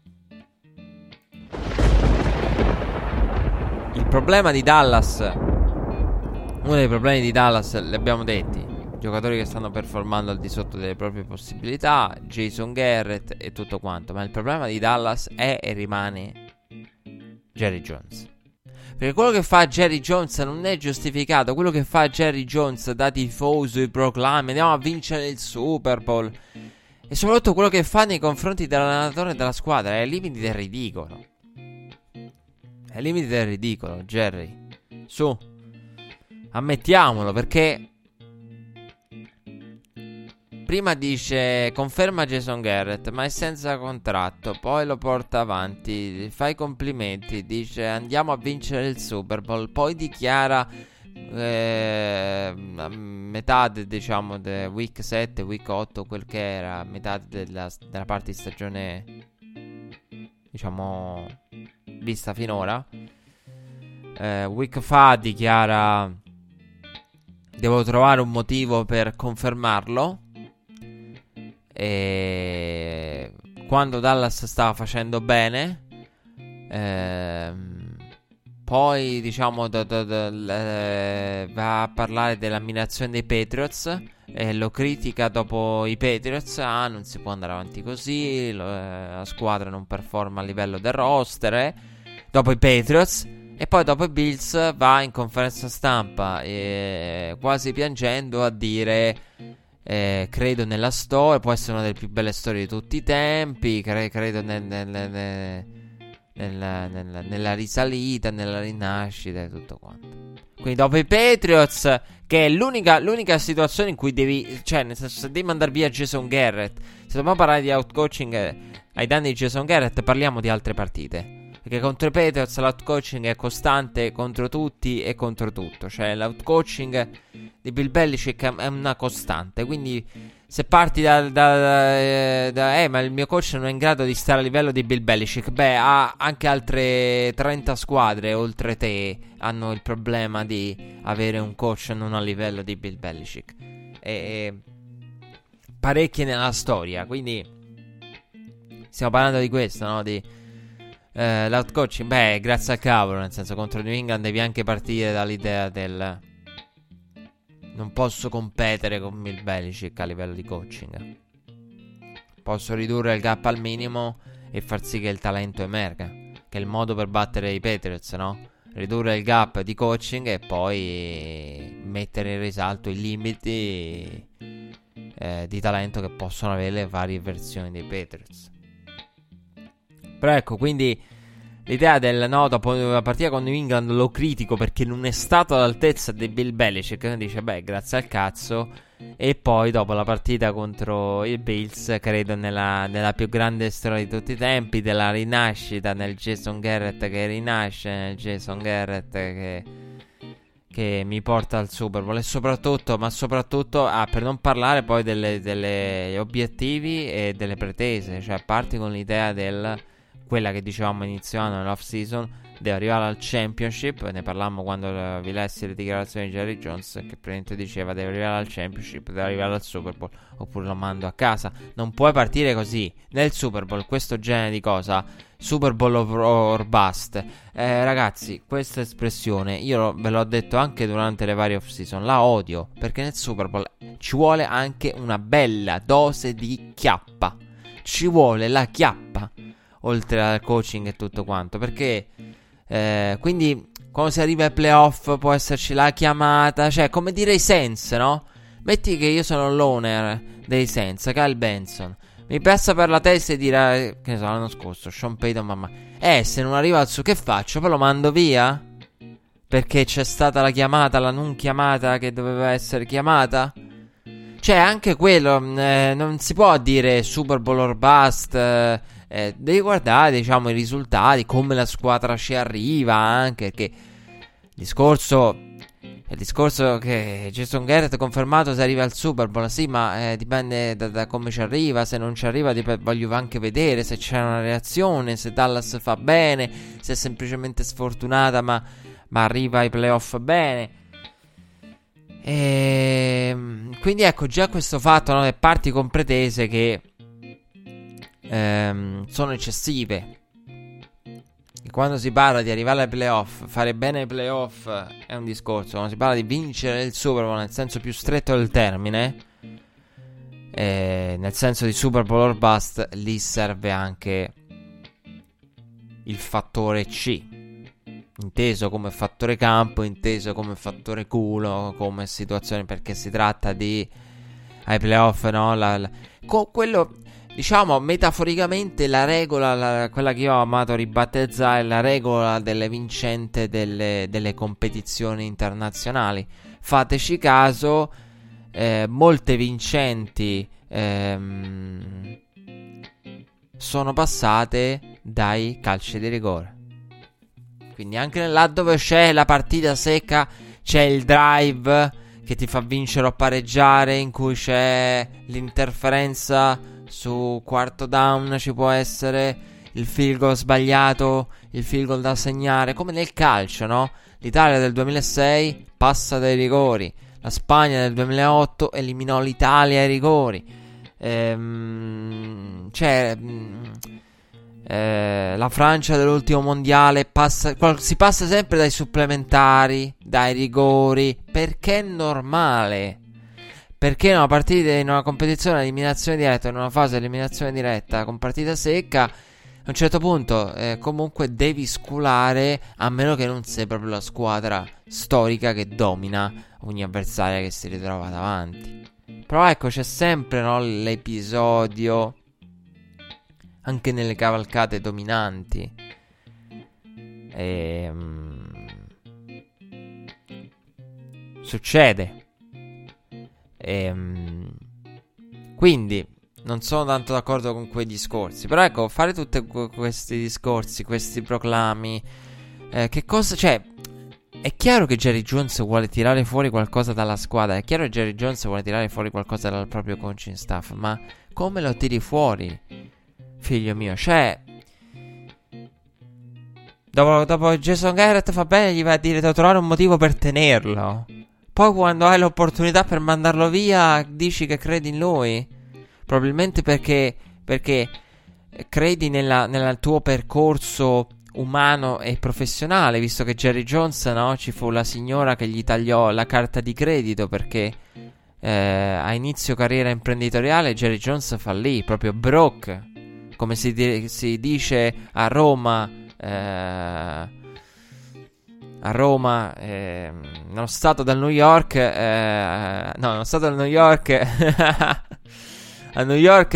Il problema di Dallas, uno dei problemi di Dallas, li abbiamo detti: giocatori che stanno performando al di sotto delle proprie possibilità, Jason Garrett e tutto quanto. Ma il problema di Dallas è e rimane Jerry Jones. Perché quello che fa Jerry Jones non è giustificato. Quello che fa Jerry Jones da tifoso, i proclami, andiamo a vincere il Super Bowl, e soprattutto quello che fa nei confronti dell'allenatore della squadra, è ai limiti del ridicolo. È ai limiti del ridicolo, Jerry. Su, ammettiamolo, perché prima dice conferma Jason Garrett, ma è senza contratto. Poi lo porta avanti, fa i complimenti, dice andiamo a vincere il Super Bowl. Poi dichiara a metà diciamo week 7, week 8, quel che era, metà della parte di stagione, diciamo, vista finora. Week fa dichiara devo trovare un motivo per confermarlo. E quando Dallas stava facendo bene, poi diciamo va a parlare dell'amminazione dei Patriots e lo critica dopo i Patriots. Non si può andare avanti così, la squadra non performa a livello del roster, dopo i Patriots. E poi dopo i Bills va in conferenza stampa quasi piangendo a dire credo nella storia, può essere una delle più belle storie di tutti i tempi, credo nella risalita, nella rinascita e tutto quanto. Quindi dopo i Patriots, che è l'unica situazione in cui devi, cioè nel senso, se devi mandare via Jason Garrett, se dobbiamo parlare di outcoaching ai danni di Jason Garrett, parliamo di altre partite. Perché contro i Patriots l'outcoaching è costante contro tutti e contro tutto. Cioè l'outcoaching di Bill Belichick è una costante. Quindi se parti ma il mio coach non è in grado di stare a livello di Bill Belichick, ha anche altre 30 squadre oltre te hanno il problema di avere un coach non a livello di Bill Belichick, e parecchie nella storia. Quindi stiamo parlando di questo, no? Di l'outcoaching, grazie al cavolo, nel senso, contro New England devi anche partire dall'idea del non posso competere con Bill Belichick a livello di coaching. Posso ridurre il gap al minimo e far sì che il talento emerga, che è il modo per battere i Patriots, no? Ridurre il gap di coaching e poi mettere in risalto i limiti di talento che possono avere le varie versioni dei Patriots. Però ecco, quindi l'idea del no, dopo la partita con New England lo critico perché non è stato all'altezza di Bill Belichick, dice beh, grazie al cazzo. E poi dopo la partita contro i Bills credo nella più grande storia di tutti i tempi, della rinascita, nel Jason Garrett che rinasce, nel Jason Garrett che mi porta al Super Bowl. E soprattutto per non parlare poi delle obiettivi e delle pretese, cioè parti con l'idea quella che dicevamo inizio anno nell'off season, deve arrivare al championship. Ne parlammo quando vi lessi le dichiarazioni di Jerry Jones, che praticamente diceva deve arrivare al championship, deve arrivare al Super Bowl, oppure lo mando a casa. Non puoi partire così nel Super Bowl, questo genere di cosa, Super Bowl or bust. Ragazzi, questa espressione io ve l'ho detto anche durante le varie off season, la odio, perché nel Super Bowl ci vuole anche una bella dose di chiappa, ci vuole la chiappa oltre al coaching e tutto quanto, perché quindi quando si arriva ai playoff può esserci la chiamata, cioè come dire i Saints, no? Metti che io sono l'owner dei Saints, Kyle Benson, mi passa per la testa e dire, che ne so, l'anno scorso Sean Payton, mamma, se non arriva al su, che faccio? Poi lo mando via? Perché c'è stata la chiamata, la non chiamata che doveva essere chiamata? Cioè anche quello, non si può dire Super Bowl or bust. Devi guardare, diciamo, i risultati, come la squadra ci arriva, anche che il discorso che Jason Garrett ha confermato se arriva al Super Bowl, sì, ma dipende da come ci arriva. Se non ci arriva voglio anche vedere se c'è una reazione, se Dallas fa bene, se è semplicemente sfortunata ma arriva ai playoff bene. Quindi ecco, già questo fatto, no, che parti con pretese che sono eccessive. E quando si parla di arrivare ai playoff, fare bene ai playoff è un discorso. Quando si parla di vincere il Super Bowl nel senso più stretto del termine, nel senso di Super Bowl or bust, lì serve anche il fattore C, inteso come fattore campo, inteso come fattore culo, come situazione, perché si tratta di ai playoff, no? Quello, diciamo, metaforicamente la regola, quella che io ho amato ribattezzare, la regola delle vincente delle competizioni internazionali. Fateci caso, molte vincenti sono passate dai calci di rigore. Quindi anche là dove c'è la partita secca, c'è il drive che ti fa vincere o pareggiare, in cui c'è l'interferenza su quarto down, ci può essere il field goal sbagliato, il field goal da segnare, come nel calcio, no? L'Italia del 2006 passa dai rigori, la Spagna del 2008 eliminò l'Italia ai rigori, la Francia dell'ultimo mondiale si passa sempre dai supplementari, dai rigori, perché è normale. Perché in una partita, in una competizione a eliminazione diretta, in una fase di eliminazione diretta con partita secca, a un certo punto comunque devi sculare, a meno che non sei proprio la squadra storica che domina ogni avversaria che si ritrova davanti. Però ecco, c'è sempre, no, l'episodio, anche nelle cavalcate dominanti, succede. Quindi non sono tanto d'accordo con quei discorsi. Però ecco, fare tutti questi discorsi, questi proclami, che cosa, cioè, è chiaro che Jerry Jones vuole tirare fuori qualcosa dalla squadra, è chiaro che Jerry Jones vuole tirare fuori qualcosa dal proprio coaching staff, ma come lo tiri fuori, figlio mio? Cioè, dopo Jason Garrett fa bene, gli vai a dire, devo trovare un motivo per tenerlo. Poi quando hai l'opportunità per mandarlo via, dici che credi in lui? Probabilmente perché credi nel tuo percorso umano e professionale, visto che Jerry Jones, no, ci fu la signora che gli tagliò la carta di credito perché a inizio carriera imprenditoriale Jerry Jones fallì, proprio broke, come si dice a Roma, nello stato del New York, no, nello stato del New York a New York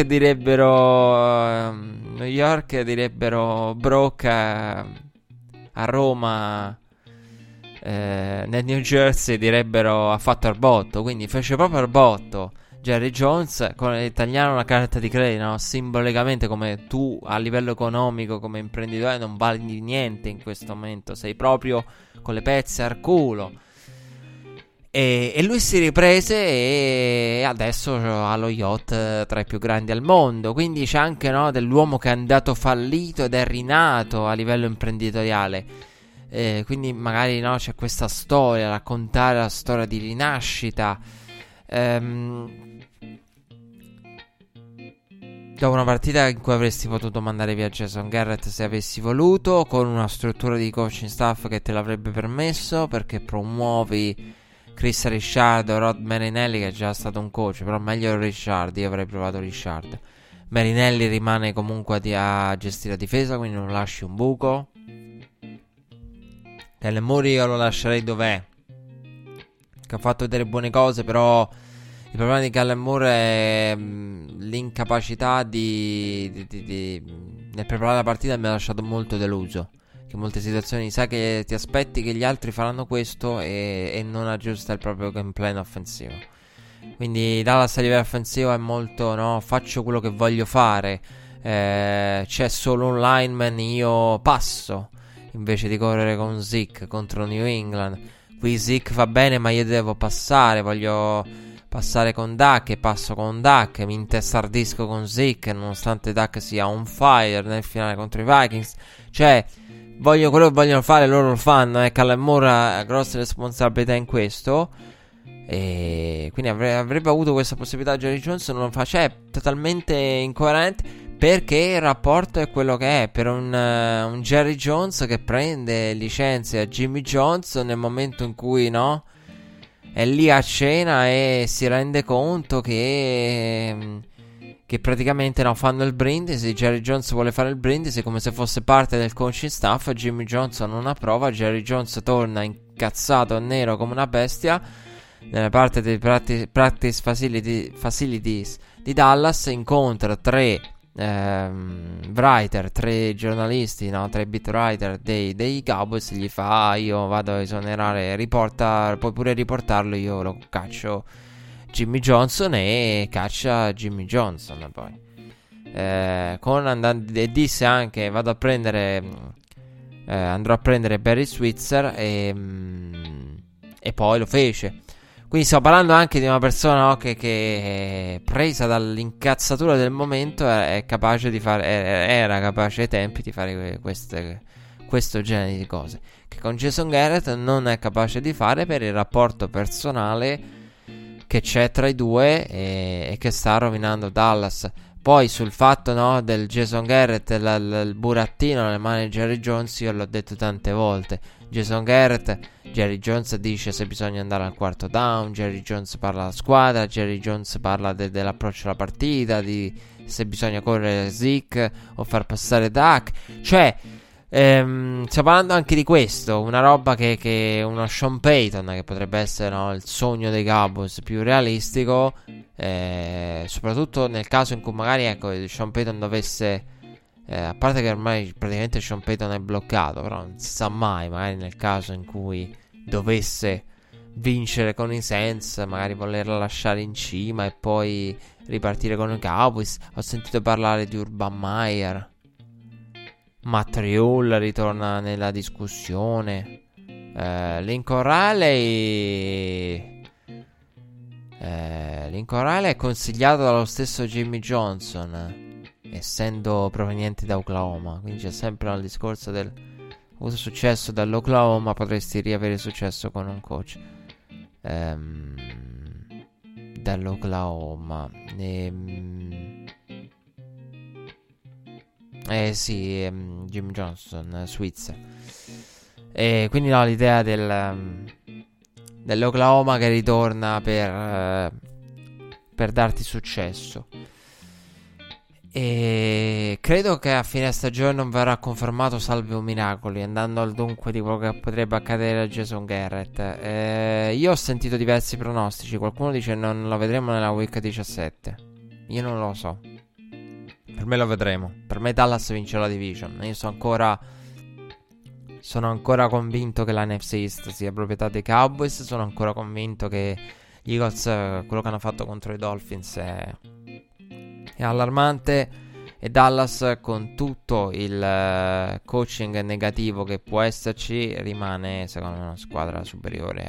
direbbero broke, a Roma, nel New Jersey direbbero ha fatto il botto. Quindi fece proprio il botto Jerry Jones, tagliarono una carta di credito, no? Simbolicamente, come tu a livello economico come imprenditore non vali niente in questo momento, sei proprio con le pezze al culo. E lui si riprese e adesso ha lo yacht tra i più grandi al mondo. Quindi c'è anche, no, dell'uomo che è andato fallito ed è rinato a livello imprenditoriale. Quindi magari, no, c'è questa storia, raccontare la storia di rinascita. Dopo una partita in cui avresti potuto mandare via Jason Garrett se avessi voluto, con una struttura di coaching staff che te l'avrebbe permesso, perché promuovi Chris Richard o Rod Marinelli, che è già stato un coach, però meglio Richard. Io avrei provato Richard. Marinelli rimane comunque a gestire la difesa, quindi non lasci un buco. Kellen Moore io lo lascerei dov'è, che ha fatto delle buone cose, però il problema di Kellen Moore è l'incapacità nel preparare la partita. Mi ha lasciato molto deluso, che in molte situazioni sai che ti aspetti che gli altri faranno questo e non aggiusta il proprio game plan offensivo. Quindi Dallas a livello offensivo è molto, no, faccio quello che voglio fare, c'è solo un lineman, io passo invece di correre con Zeke contro New England. Qui Zeke va bene, ma io devo passare, voglio passare con Dak e passo con Dak, mi intestardisco con Zeke nonostante Dak sia on fire nel finale contro i Vikings. Cioè, voglio quello che vogliono fare, loro lo fanno. Kellen Moore ha grosse responsabilità in questo, e quindi avrebbe avuto questa possibilità. Jerry Jones non lo fa, cioè è totalmente incoerente, perché il rapporto è quello che è per un Jerry Jones che prende licenzia Jimmy Jones nel momento in cui, no, è lì a cena e si rende conto che praticamente, no, fanno il brindisi. Jerry Jones vuole fare il brindisi come se fosse parte del coaching staff. Jimmy Johnson non approva. Jerry Jones torna incazzato nero come una bestia nella parte dei practice facilities di Dallas. Incontra tre writer, tre giornalisti, no, tre beat writer dei Cowboys. Gli fa: io vado a esonerare, puoi pure riportarlo, io lo caccio Jimmy Johnson, e caccia Jimmy Johnson. Poi e disse anche: andrò a prendere Barry Switzer, e poi lo fece. Quindi stiamo parlando anche di una persona, no, che presa dall'incazzatura del momento è capace di fare, era capace ai tempi di fare questo genere di cose, che con Jason Garrett non è capace di fare per il rapporto personale che c'è tra i due e che sta rovinando Dallas. Poi sul fatto, no, del Jason Garrett, il burattino nelle mani di Jerry Jones, io l'ho detto tante volte. Jason Garrett, Jerry Jones dice se bisogna andare al quarto down, Jerry Jones parla alla squadra, Jerry Jones parla dell'approccio alla partita, di se bisogna correre Zeke o far passare Dak. Cioè stiamo parlando anche di questo, una roba che uno Sean Payton, che potrebbe essere, no, il sogno dei Cowboys più realistico, soprattutto nel caso in cui magari, ecco, Sean Payton dovesse, a parte che ormai praticamente Sean Payton è bloccato, però non si sa mai, magari nel caso in cui dovesse vincere con i Saints, magari volerla lasciare in cima e poi ripartire con i Cowboys. Ho sentito parlare di Urban Meyer, Matt Rhule ritorna nella discussione, Lincoln Riley è consigliato dallo stesso Jimmy Johnson, essendo proveniente da Oklahoma. Quindi c'è sempre il discorso del avuto successo dall'Oklahoma, potresti riavere successo con un coach dall'Oklahoma. Sì, Jim Johnson, Switzer. E quindi no, l'idea dell'Oklahoma che ritorna per darti successo. E credo che a fine stagione non verrà confermato salvo miracoli, andando al dunque di quello che potrebbe accadere a Jason Garrett. Io ho sentito diversi pronostici. Qualcuno dice non lo vedremo nella week 17. Io non lo so. Per me lo vedremo. Per me Dallas vince la division. Io sono ancora convinto che la NFC East sia proprietà dei Cowboys. Sono ancora convinto che gli Eagles, quello che hanno fatto contro i Dolphins è allarmante. E Dallas, con tutto il coaching negativo che può esserci, rimane secondo me una squadra superiore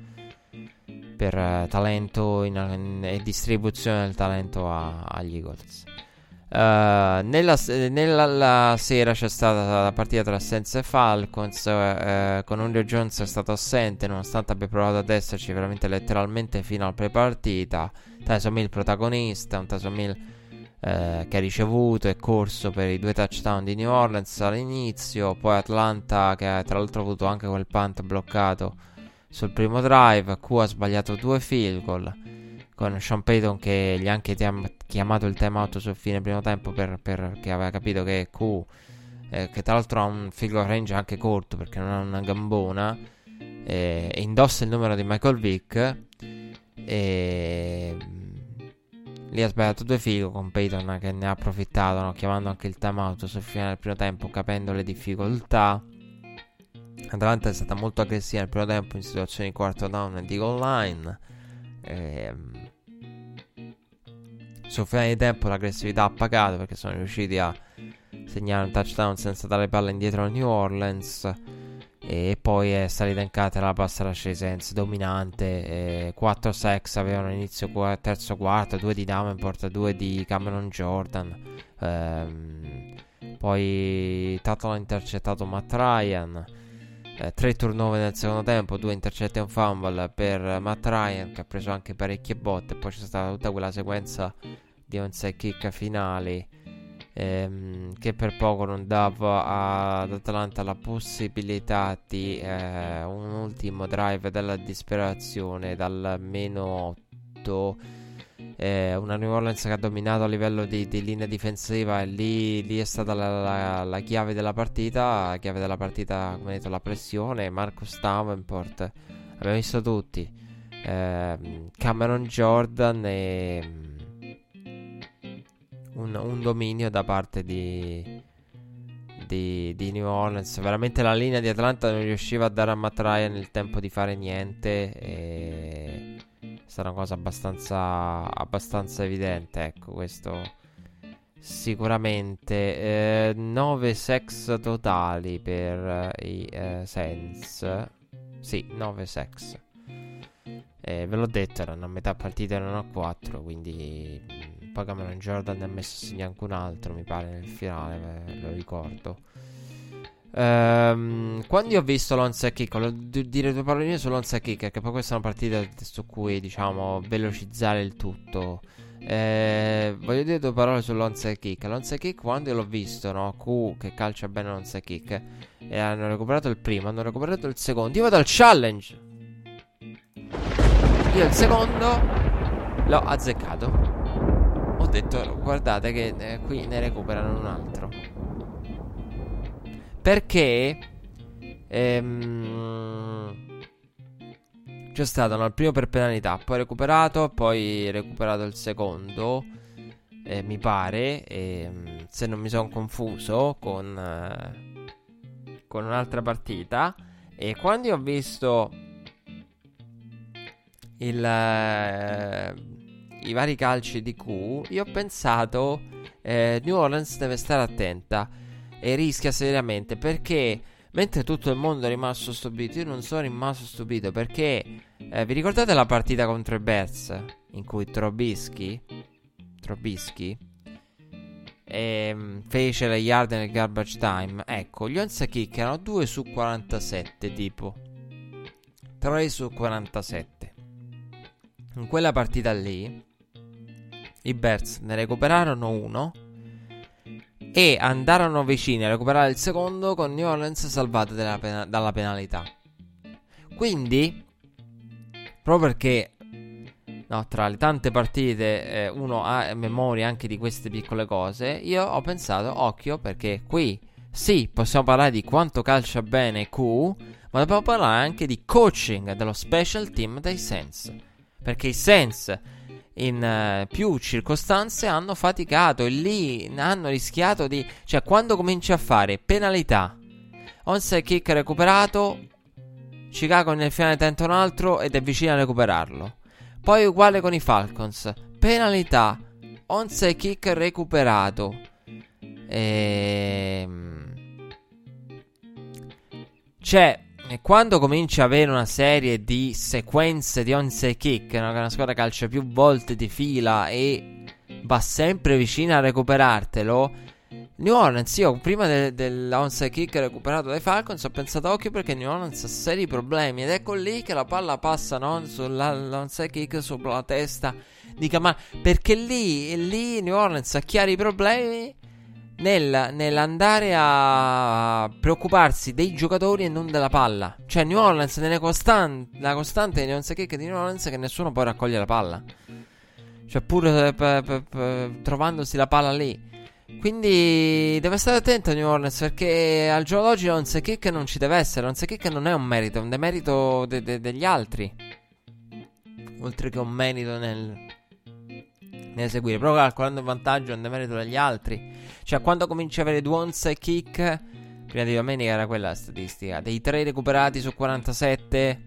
per talento e distribuzione del talento agli Eagles. Nella sera c'è stata la partita tra Saints e Falcons, con Julio Jones è stato assente nonostante abbia provato ad esserci veramente letteralmente fino al pre-partita. Taysom Hill protagonista, un Taysom Hill che ha ricevuto e corso per i 2 touchdown di New Orleans all'inizio. Poi Atlanta, che ha tra l'altro avuto anche quel punt bloccato sul primo drive. Q ha sbagliato 2 field goal, con Sean Payton che gli ha anche chiamato il timeout sul fine primo tempo perché aveva capito che Q, che tra l'altro ha un field goal range anche corto perché non ha una gambona, e indossa il numero di Michael Vick, e lì ha sbagliato 2 field goal, con Payton che ne ha approfittato, no? Chiamando anche il timeout sul fine del primo tempo, capendo le difficoltà. Atlanta è stata molto aggressiva nel primo tempo in situazioni di quarto down e di goal line. Sul finale di tempo l'aggressività ha pagato perché sono riusciti a segnare un touchdown senza dare palla indietro al New Orleans, e poi è salita in causa la pass rush dei Saints dominante. 4 sacks avevano all'inizio terzo quarto, 2 di Davenport, 2 di Cameron Jordan. Poi Tuttle ha intercettato Matt Ryan. 3 turnover nel secondo tempo, 2 intercetti e un fumble per Matt Ryan, che ha preso anche parecchie botte. Poi c'è stata tutta quella sequenza di onside kick finali, che per poco non dava ad Atlanta la possibilità di un ultimo drive della disperazione dal meno 8. Una New Orleans che ha dominato a livello di linea difensiva, e lì è stata la chiave della partita. La chiave della partita, come detto, la pressione. Marcus Davenport, abbiamo visto tutti, Cameron Jordan, e un dominio da parte di New Orleans. Veramente la linea di Atlanta non riusciva a dare a Matt Ryan il tempo di fare niente, e è stata una cosa abbastanza evidente, ecco, questo sicuramente. 9 sacks totali per i Saints. Sì, 9 sacks. Ve l'ho detto, erano a metà partita, erano a 4, quindi poi Cameron Jordan ne ha messo segno anche un altro, mi pare, nel finale, lo ricordo. Quando io ho visto l'onside kick, voglio dire 2 parole sull'onside kick, perché poi questa è una partita su cui, diciamo, velocizzare il tutto. Voglio dire 2 parole sull'onside kick. L'onside kick, quando io l'ho visto, no, Q che calcia bene l'onside kick, e hanno recuperato il primo, hanno recuperato il secondo, io vado al challenge. Io il secondo l'ho azzeccato. Ho detto, guardate che qui ne recuperano un altro, perché c'è stato il primo per penalità, poi recuperato il secondo, mi pare, se non mi sono confuso con un'altra partita. E quando io ho visto i vari calci di Q, io ho pensato, New Orleans deve stare attenta e rischia seriamente, perché mentre tutto il mondo è rimasto stupito, io non sono rimasto stupito, perché vi ricordate la partita contro i Bears in cui Trubisky fece le yard nel garbage time? Ecco, gli onside kick erano 2 su 47, tipo 3 su 47. In quella partita lì i Bears ne recuperarono uno e andarono vicini a recuperare il secondo, con New Orleans salvato dalla penalità. Quindi, proprio perché tra le tante partite uno ha memoria anche di queste piccole cose, io ho pensato, occhio, perché qui sì, possiamo parlare di quanto calcia bene Q, ma dobbiamo parlare anche di coaching dello special team dei Saints, perché i Saints in più circostanze hanno faticato e lì hanno rischiato di... Cioè, quando cominci a fare penalità, onside kick recuperato, Chicago nel finale tenta un altro ed è vicino a recuperarlo. Poi uguale con i Falcons, penalità, onside kick recuperato. Cioè, quando cominci a avere una serie di sequenze di onside kick, no? Che una squadra calcia più volte di fila e va sempre vicina a recuperartelo, New Orleans, io prima dell'onside kick recuperato dai Falcons ho pensato, occhio, perché New Orleans ha seri problemi, ed ecco lì che la palla passa, no? Sull'onside kick sopra la testa di Kamara, perché lì New Orleans ha chiari problemi nell'andare a preoccuparsi dei giocatori e non della palla. Cioè New Orleans la costante di onside kick di New Orleans è che nessuno può raccogliere la palla, cioè pur trovandosi la palla lì. Quindi deve stare attento a New Orleans, perché al giorno d'oggi l'onside kick non ci deve essere. L'onside kick non è un merito, è un demerito degli altri, oltre che un merito nel seguire. Però calcolando il vantaggio è un demerito degli altri. Cioè quando cominci a avere 2 onside kick, prima di domenica era quella la statistica, dei 3 recuperati su 47,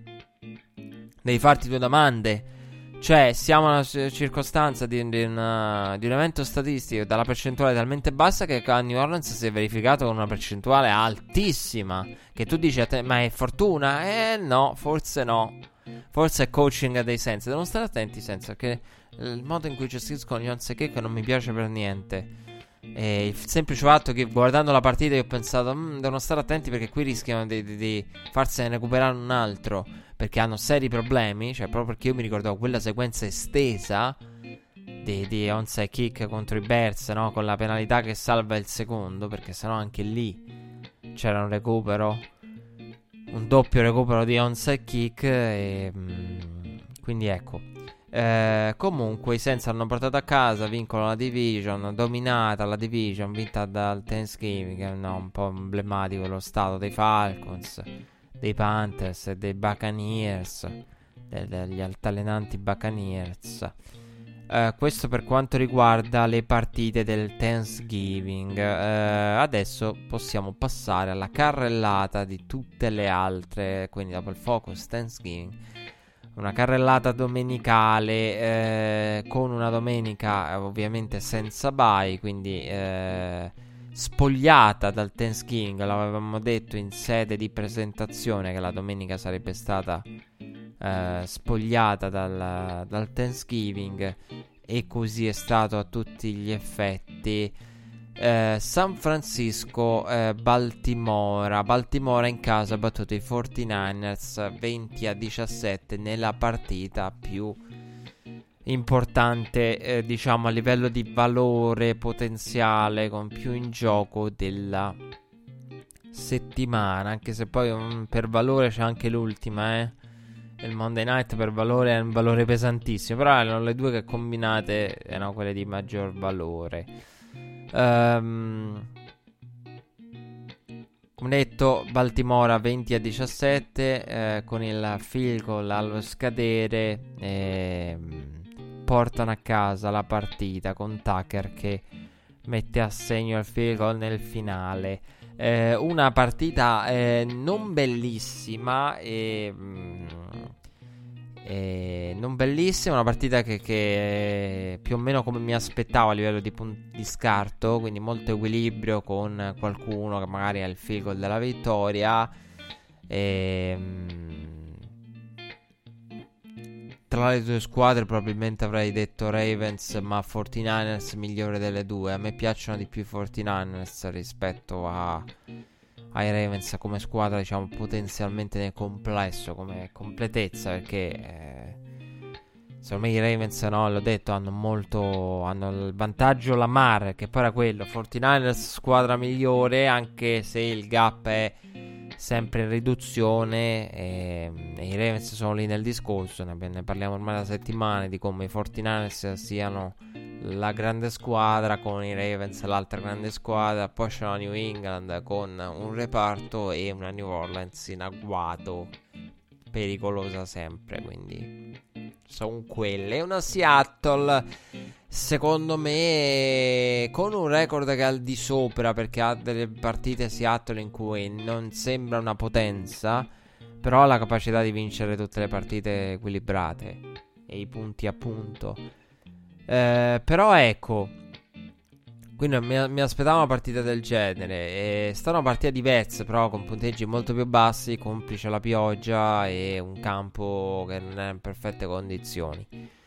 devi farti 2 domande. Cioè siamo in una circostanza di un evento statistico dalla percentuale talmente bassa che a New Orleans si è verificato con una percentuale altissima, che tu dici a te, ma è fortuna? No, forse no. Forse è coaching dei Saints. Devono stare attenti i Saints, perché il modo in cui gestiscono gli onside kick non mi piace per niente. E il semplice fatto che guardando la partita io ho pensato, devono stare attenti, perché qui rischiano di farsene recuperare un altro, perché hanno seri problemi. Cioè proprio perché io mi ricordavo quella sequenza estesa di onside kick contro i Bears, no? Con la penalità che salva il secondo, perché sennò anche lì c'era un recupero, un doppio recupero di onside kick e quindi ecco. Comunque i Saints hanno portato a casa, vincono la division, dominata la division, vinta dal Thanksgiving, che è un po' emblematico lo stato dei Falcons, dei Panthers e dei Buccaneers, degli altalenanti Buccaneers. Questo per quanto riguarda le partite del Thanksgiving. Adesso possiamo passare alla carrellata di tutte le altre, quindi dopo il focus Thanksgiving, una carrellata domenicale, con una domenica ovviamente senza bye, quindi spogliata dal Thanksgiving. L'avevamo detto in sede di presentazione che la domenica sarebbe stata spogliata dal Thanksgiving, e così è stato a tutti gli effetti. San Francisco, Baltimora in casa ha battuto i 49ers 20-17 nella partita più importante, diciamo a livello di valore potenziale, con più in gioco della settimana, anche se poi per valore c'è anche l'ultima, il Monday Night per valore è un valore pesantissimo, però erano le due che combinate erano quelle di maggior valore. Come detto, Baltimora 20-17, con il field goal allo scadere, portano a casa la partita con Tucker che mette a segno il field goal nel finale. Una partita non bellissima, non bellissima, una partita che più o meno come mi aspettavo a livello di punti di scarto, quindi molto equilibrio, con qualcuno che magari ha il field goal della vittoria. Tra le due squadre probabilmente avrei detto Ravens, ma 49ers migliore delle due. A me piacciono di più i 49ers rispetto ai Ravens come squadra, diciamo, potenzialmente nel complesso, come completezza, perché Secondo me i Ravens, no, l'ho detto, hanno il vantaggio Lamar, che poi era quello. 49ers squadra migliore, anche se il gap è sempre in riduzione, e i Ravens sono lì nel discorso. Ne parliamo ormai da settimane di come i 49ers siano la grande squadra, con i Ravens l'altra grande squadra. Poi c'è la New England con un reparto e una New Orleans in agguato, pericolosa sempre, quindi sono quelle. Una Seattle, secondo me, con un record che è al di sopra, perché ha delle partite Seattle in cui non sembra una potenza, però ha la capacità di vincere tutte le partite equilibrate e i punti a punto. Però ecco, quindi mi aspettavo una partita del genere. Sta una partita diversa, però con punteggi molto più bassi, complice la pioggia e un campo che non è in perfette condizioni.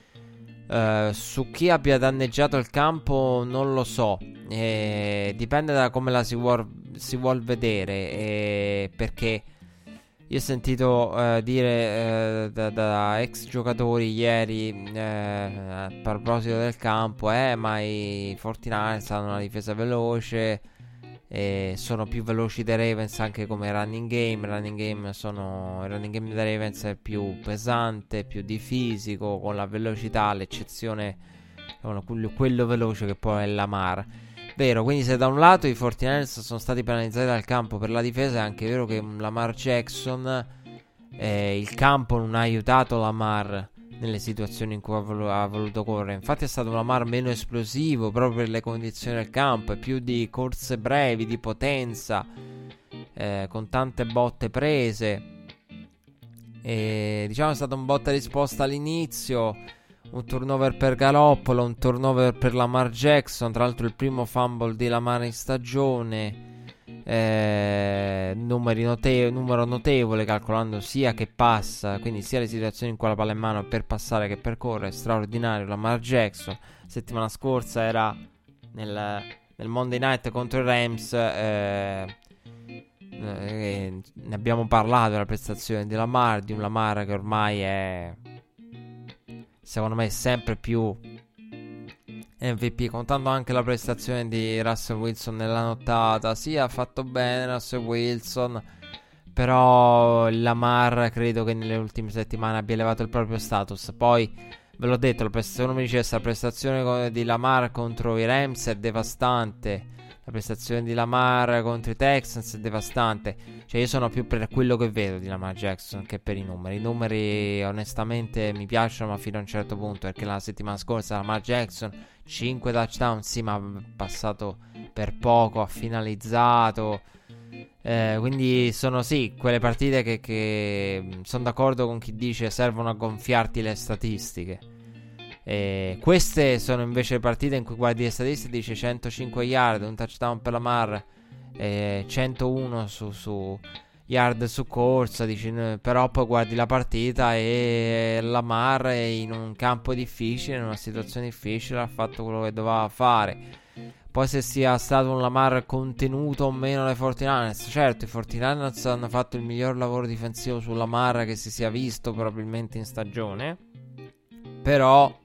Su chi abbia danneggiato il campo non lo so, dipende da come la si vuol vedere, perché io ho sentito dire da ex giocatori ieri, a proposito del campo, ma i 49ers hanno una difesa veloce, sono più veloci dei Ravens anche come running game. Il running game dei Ravens è più pesante, più di fisico, con la velocità, l'eccezione, quello veloce che poi è Lamar. Vero, quindi se da un lato i 49ers sono stati penalizzati dal campo per la difesa, è anche vero che Lamar Jackson, il campo non ha aiutato Lamar nelle situazioni in cui ha voluto correre. Infatti è stato un Lamar meno esplosivo proprio per le condizioni del campo, è più di corse brevi, di potenza, con tante botte prese. Diciamo è stata un botta risposta all'inizio. Un turnover per Garoppolo, un turnover per Lamar Jackson. Tra l'altro il primo fumble di Lamar in stagione. Numero notevole, calcolando sia che passa, quindi sia le situazioni in cui la palla è in mano per passare che per correre. Straordinario Lamar Jackson. Settimana scorsa era nel Monday Night contro i Rams, ne abbiamo parlato della prestazione di Lamar, di un Lamar che ormai è, secondo me, sempre più MVP, contando anche la prestazione di Russell Wilson nella nottata. Sì, ha fatto bene Russell Wilson, però Lamar credo che nelle ultime settimane abbia elevato il proprio status. Poi ve l'ho detto, se uno mi dicesse la prestazione di Lamar contro i Rams è devastante, la prestazione di Lamar contro i Texans è devastante. Cioè io sono più per quello che vedo di Lamar Jackson che per i numeri. I numeri onestamente mi piacciono, ma fino a un certo punto, perché la settimana scorsa Lamar Jackson 5 touchdown, sì, ma ha passato per poco, ha finalizzato, quindi sono sì quelle partite che sono d'accordo con chi dice servono a gonfiarti le statistiche. Queste sono invece partite in cui guardi le statistiche e dice 105 yard, un touchdown per Lamar, 101 su yard su corsa, dici, però poi guardi la partita e Lamar è in un campo difficile, in una situazione difficile, ha fatto quello che doveva fare. Poi se sia stato un Lamar contenuto o meno dai 49ers, certo i 49ers hanno fatto il miglior lavoro difensivo su Lamar che si sia visto probabilmente in stagione, però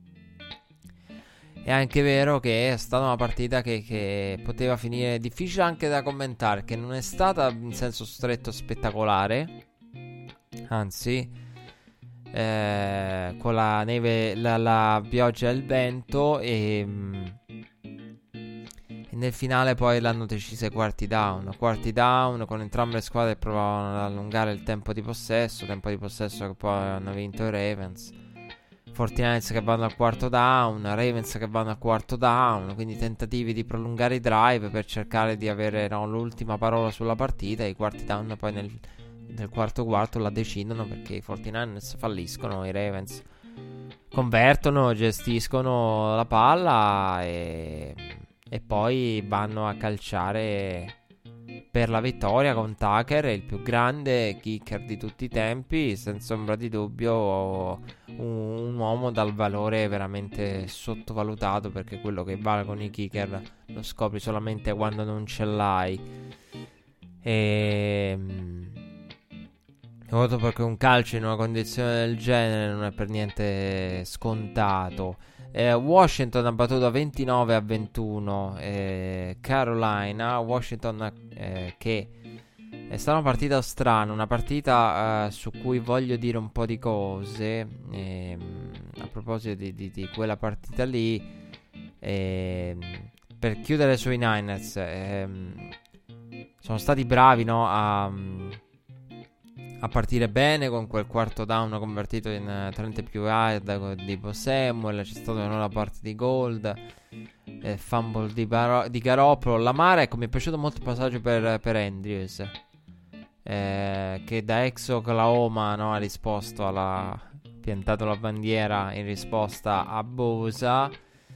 è anche vero che è stata una partita che poteva finire difficile anche da commentare, che non è stata in senso stretto spettacolare, anzi, con la neve, la pioggia e il vento, e nel finale poi l'hanno decisa i quarti down, con entrambe le squadre che provavano ad allungare il tempo di possesso che poi hanno vinto i Ravens. 49ers che vanno al quarto down, Ravens che vanno al quarto down, quindi tentativi di prolungare i drive per cercare di avere l'ultima parola sulla partita. I quarti down poi nel quarto la decidono, perché i 49ers falliscono, i Ravens convertono, gestiscono la palla e poi vanno a calciare per la vittoria con Tucker, il più grande kicker di tutti i tempi, senza ombra di dubbio, un uomo dal valore veramente sottovalutato, perché quello che vale con i kicker lo scopri solamente quando non ce l'hai. Voto perché un calcio in una condizione del genere non è per niente scontato. Washington ha battuto 29-21 Carolina. Washington che è stata una partita strana, una partita su cui voglio dire un po' di cose. A proposito di quella partita lì, per chiudere sui Niners, sono stati bravi, no, a partire bene con quel quarto down convertito in 30 più yard di Bo Samuel. C'è stata una parte di Gold, fumble di Garoppolo. Lamar, ecco, mi è piaciuto molto il passaggio per Andrews, che da ex Oklahoma, no, ha risposto piantato la bandiera in risposta a Bosa.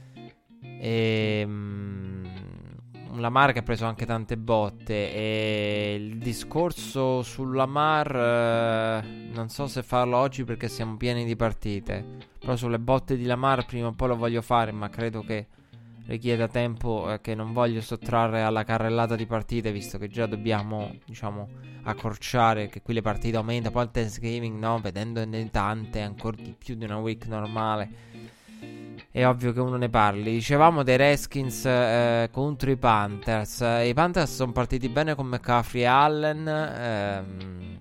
Un Lamar che ha preso anche tante botte. E il discorso sul Lamar, non so se farlo oggi perché siamo pieni di partite, però sulle botte di Lamar prima o poi lo voglio fare, ma credo che richieda tempo, che non voglio sottrarre alla carrellata di partite, visto che già dobbiamo, diciamo, accorciare, che qui le partite aumentano. Poi il Thanksgiving, no, vedendone tante ancora di più di una week normale, è ovvio che uno ne parli. Dicevamo dei Redskins contro i Panthers. I Panthers sono partiti bene con McCaffrey e Allen,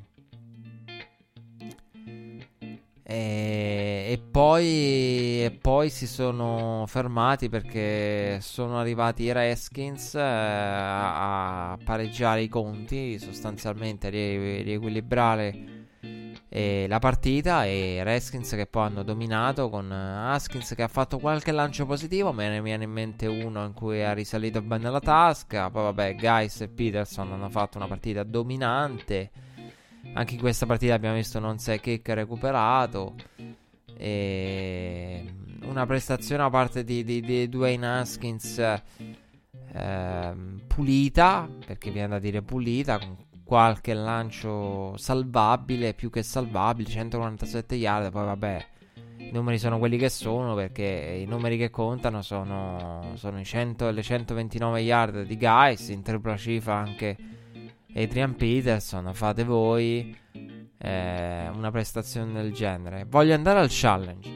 e poi si sono fermati perché sono arrivati i Redskins a pareggiare i conti, sostanzialmente riequilibrare la partita. E Redskins che poi hanno dominato, con Haskins che ha fatto qualche lancio positivo. Me ne viene in mente uno in cui ha risalito bene la tasca. Poi vabbè, Guys e Peterson hanno fatto una partita dominante. Anche in questa partita abbiamo visto non sei kick recuperato, e una prestazione a parte di Dwayne Haskins pulita, perché viene da dire pulita, con qualche lancio salvabile, più che salvabile, 147 yard. Poi vabbè, i numeri sono quelli che sono, perché i numeri che contano sono i 100 e le 129 yard di Guys, in tripla cifra anche Adrian Peterson. Fate voi una prestazione del genere. Voglio andare al challenge.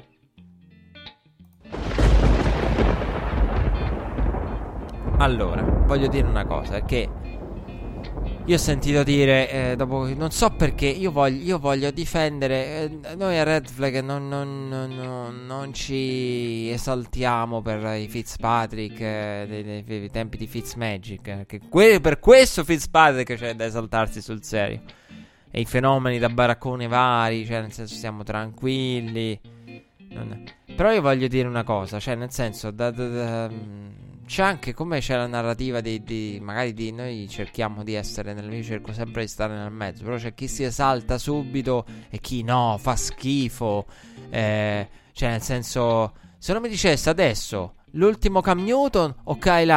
Allora, voglio dire una cosa, che io ho sentito dire, dopo, non so perché, io voglio difendere, noi a Red Flag non ci esaltiamo per i Fitzpatrick dei tempi di Fitzmagic, che per questo Fitzpatrick c'è da esaltarsi sul serio, e i fenomeni da baraccone vari, cioè nel senso siamo tranquilli, però io voglio dire una cosa, cioè nel senso c'è anche, come c'è la narrativa magari di noi cerchiamo di essere io cerco sempre di stare nel mezzo, però c'è chi si esalta subito e chi no, fa schifo, cioè nel senso, se non mi dicesse adesso l'ultimo Cam Newton o Kyle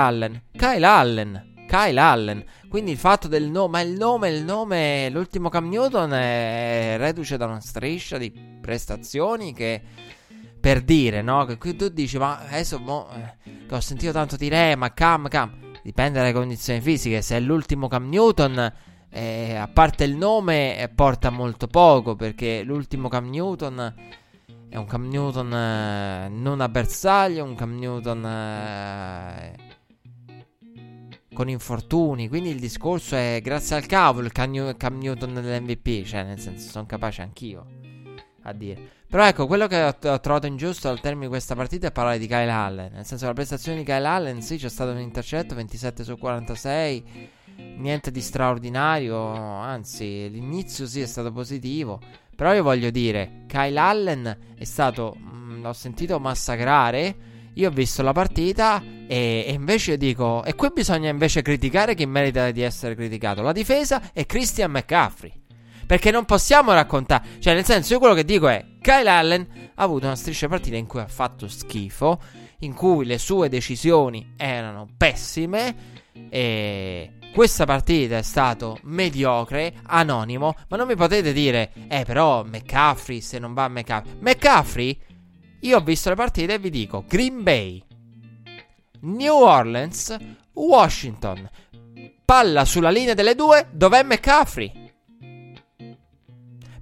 Allen, quindi il fatto del nome, il nome, l'ultimo Cam Newton è reduce da una striscia di prestazioni che, per dire, no, che qui tu dici, ma adesso che ho sentito tanto dire, ma Cam, dipende dalle condizioni fisiche. Se è l'ultimo Cam Newton, a parte il nome, porta molto poco, perché l'ultimo Cam Newton è un Cam Newton non a bersaglio, un Cam Newton con infortuni. Quindi il discorso è, grazie al cavolo, il Cam Newton dell'MVP, cioè nel senso, sono capace anch'io a dire. Però ecco, quello che ho trovato ingiusto al termine di questa partita è parlare di Kyle Allen. Nel senso, la prestazione di Kyle Allen, sì, c'è stato un intercetto, 27 su 46, niente di straordinario, anzi l'inizio sì è stato positivo. Però io voglio dire, Kyle Allen è stato, l'ho sentito massacrare. Io ho visto la partita e invece dico, e qui bisogna invece criticare chi merita di essere criticato, la difesa e Christian McCaffrey. Perché non possiamo raccontare, cioè nel senso, io quello che dico è, Kyle Allen ha avuto una striscia di partita in cui ha fatto schifo, in cui le sue decisioni erano pessime, e questa partita è stato mediocre, anonimo. Ma non mi potete dire, però McCaffrey, se non va McCaffrey, io ho visto le partite e vi dico, Green Bay, New Orleans, Washington, palla sulla linea delle due, dov'è McCaffrey?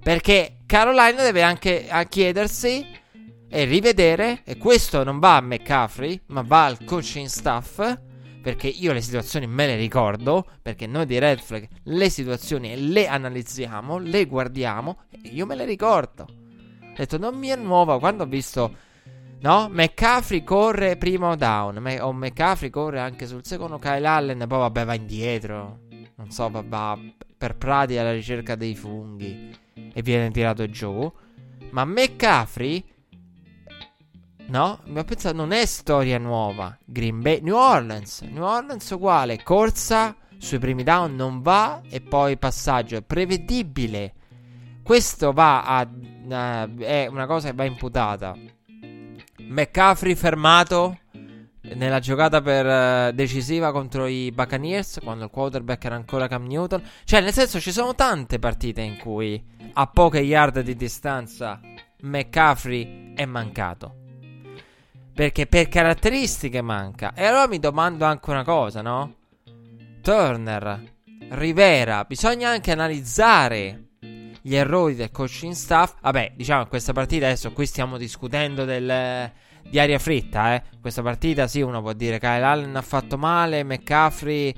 Perché Carolina deve anche chiedersi e rivedere, e questo non va a McCaffrey, ma va al coaching staff, perché io le situazioni me le ricordo, perché noi di Red Flag le situazioni le analizziamo, le guardiamo, e io me le ricordo. Ho detto, non mi è nuova. Quando ho visto, no, McCaffrey corre primo down, o McCaffrey corre anche sul secondo, Kyle Allen poi vabbè va indietro, non so, va per prati alla ricerca dei funghi e viene tirato giù. Ma McCaffrey, no, mi ho pensato, non è storia nuova. Green Bay, New Orleans uguale, corsa sui primi down non va, e poi passaggio è prevedibile. Questo va è una cosa che va imputata. McCaffrey fermato nella giocata decisiva contro i Buccaneers, quando il quarterback era ancora Cam Newton. Cioè, nel senso, ci sono tante partite in cui a poche yard di distanza McCaffrey è mancato, perché per caratteristiche manca. E allora mi domando anche una cosa, no? Turner, Rivera, bisogna anche analizzare gli errori del coaching staff. Vabbè, diciamo che questa partita, adesso qui stiamo discutendo di aria fritta, Questa partita sì, uno può dire Kyle Allen ha fatto male, McCaffrey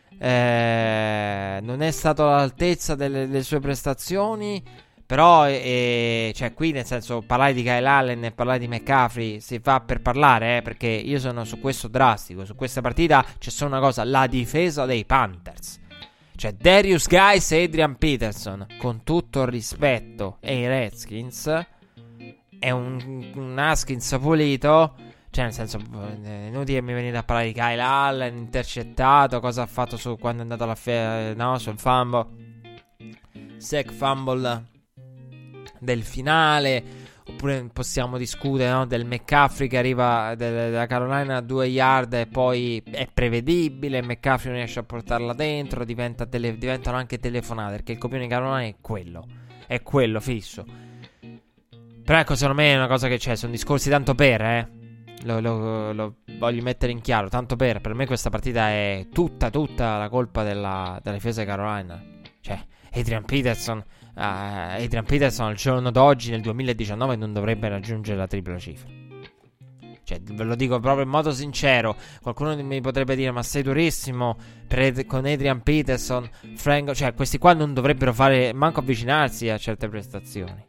non è stato all'altezza delle sue prestazioni. Però cioè qui nel senso, parlare di Kyle Allen e parlare di McCaffrey si fa per parlare, perché io sono su questo drastico. Su questa partita c'è solo una cosa: la difesa dei Panthers. Cioè Darius Guice e Adrian Peterson, con tutto il rispetto, e i Redskins è un Haskins pulito. Cioè nel senso, è inutile che mi venite a parlare di Kyle Allen intercettato, cosa ha fatto quando è andato sul fumble, sack fumble del finale. Oppure possiamo discutere, no, del McCaffrey che arriva della Carolina a 2 yard e poi è prevedibile, McCaffrey non riesce a portarla dentro, diventano anche telefonate, perché il copione di Carolina è quello fisso. Però ecco, secondo me è una cosa che c'è, sono discorsi tanto per lo voglio mettere in chiaro, tanto per me questa partita è tutta la colpa della difesa di Carolina. Cioè Adrian Peterson al giorno d'oggi nel 2019 non dovrebbe raggiungere la tripla cifra. Cioè, ve lo dico proprio in modo sincero. Qualcuno mi potrebbe dire: ma sei durissimo con Adrian Peterson, Frank. Cioè, questi qua non dovrebbero fare manco avvicinarsi a certe prestazioni.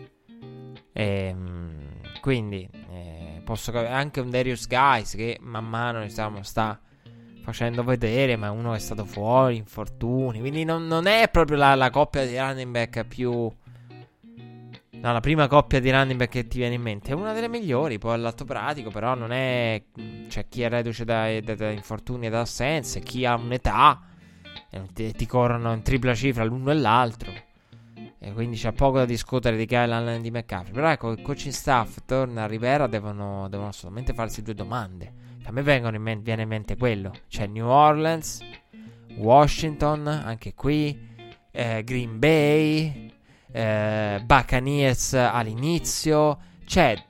Quindi posso capire anche un Darius Guice che man mano, diciamo, sta facendo vedere, ma è uno che è stato fuori, infortuni. Quindi non è proprio la coppia di running back più... No, la prima coppia di running back che ti viene in mente. È una delle migliori, poi all'atto pratico, però non è... Cioè, chi è reduce da infortuni e da assenze, chi ha un'età, ti corrono in tripla cifra l'uno e l'altro. E quindi c'è poco da discutere di Kyle Allen e di McCaffrey. Però ecco, il coaching staff, Turner, Rivera devono assolutamente farsi 2 domande. A me viene in mente quello. Cioè New Orleans, Washington, anche qui, Green Bay, Buccaneers all'inizio. Cioè,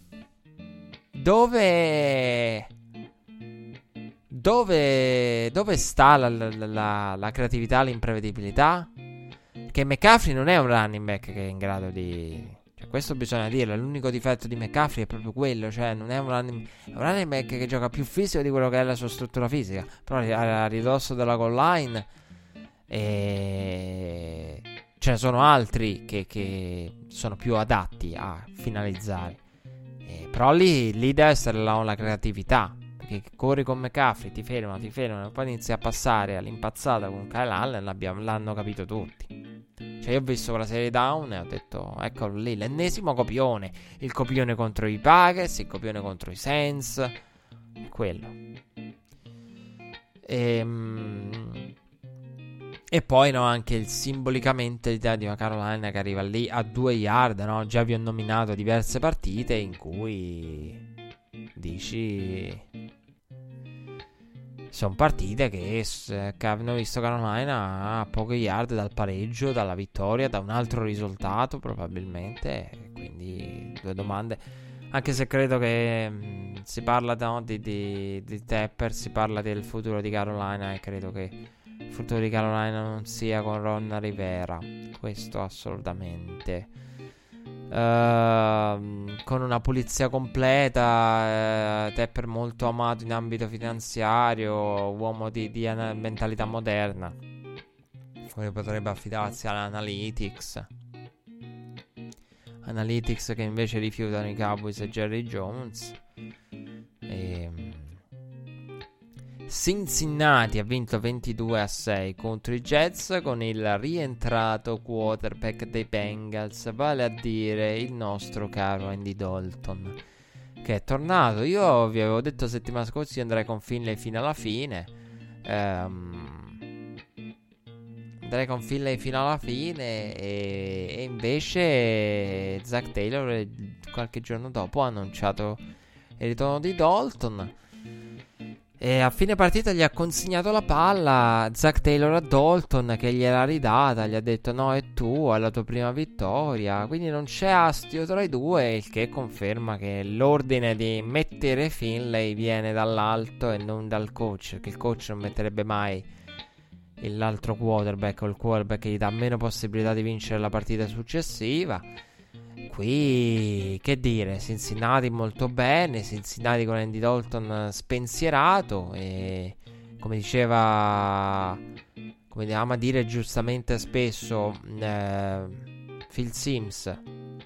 dove sta la creatività, l'imprevedibilità? Che McCaffrey non è un running back che è in grado di... Cioè, questo bisogna dirlo. L'unico difetto di McCaffrey è proprio quello. Cioè, non è un running back che gioca più fisico di quello che è la sua struttura fisica. Però a ridosso della goal line ce ne sono altri che sono più adatti a finalizzare. Però lì deve essere la creatività. Perché corri con McCaffrey, ti fermano, e poi inizi a passare all'impazzata con Kyle Allen. L'hanno capito tutti. Cioè, io ho visto quella serie down e ho detto: eccolo lì, l'ennesimo copione. Il copione contro i Packers, il copione contro i Saints. Quello. E poi, no, anche simbolicamente l'idea di una Carolina che arriva lì a 2 yard, no? Già vi ho nominato diverse partite in cui dici... Sono partite che hanno visto Carolina a poche yard dal pareggio, dalla vittoria, da un altro risultato probabilmente. Quindi 2 domande Anche se credo che si parla di Tepper, si parla del futuro di Carolina, e credo che il futuro di Carolina non sia con Ron Rivera. Questo assolutamente. Con una pulizia completa, Tepper molto amato in ambito finanziario, uomo di mentalità moderna, poi potrebbe affidarsi all'Analytics che invece rifiutano i Cowboys e Jerry Jones. Cincinnati ha vinto 22-6 contro i Jets con il rientrato quarterback dei Bengals, vale a dire il nostro caro Andy Dalton, che è tornato. Io vi avevo detto settimana scorsa io andrei con Finlay fino alla fine. E invece Zach Taylor qualche giorno dopo ha annunciato il ritorno di Dalton. E a fine partita gli ha consegnato la palla Zach Taylor a Dalton, che gliel'ha ridata, gli ha detto no, è tua, è la tua prima vittoria. Quindi non c'è astio tra i due, il che conferma che l'ordine di mettere Finlay viene dall'alto e non dal coach, che il coach non metterebbe mai l'altro quarterback o il quarterback che gli dà meno possibilità di vincere la partita successiva. Qui che dire, Cincinnati molto bene, Cincinnati con Andy Dalton spensierato, e come ama dire giustamente spesso Phil Simms,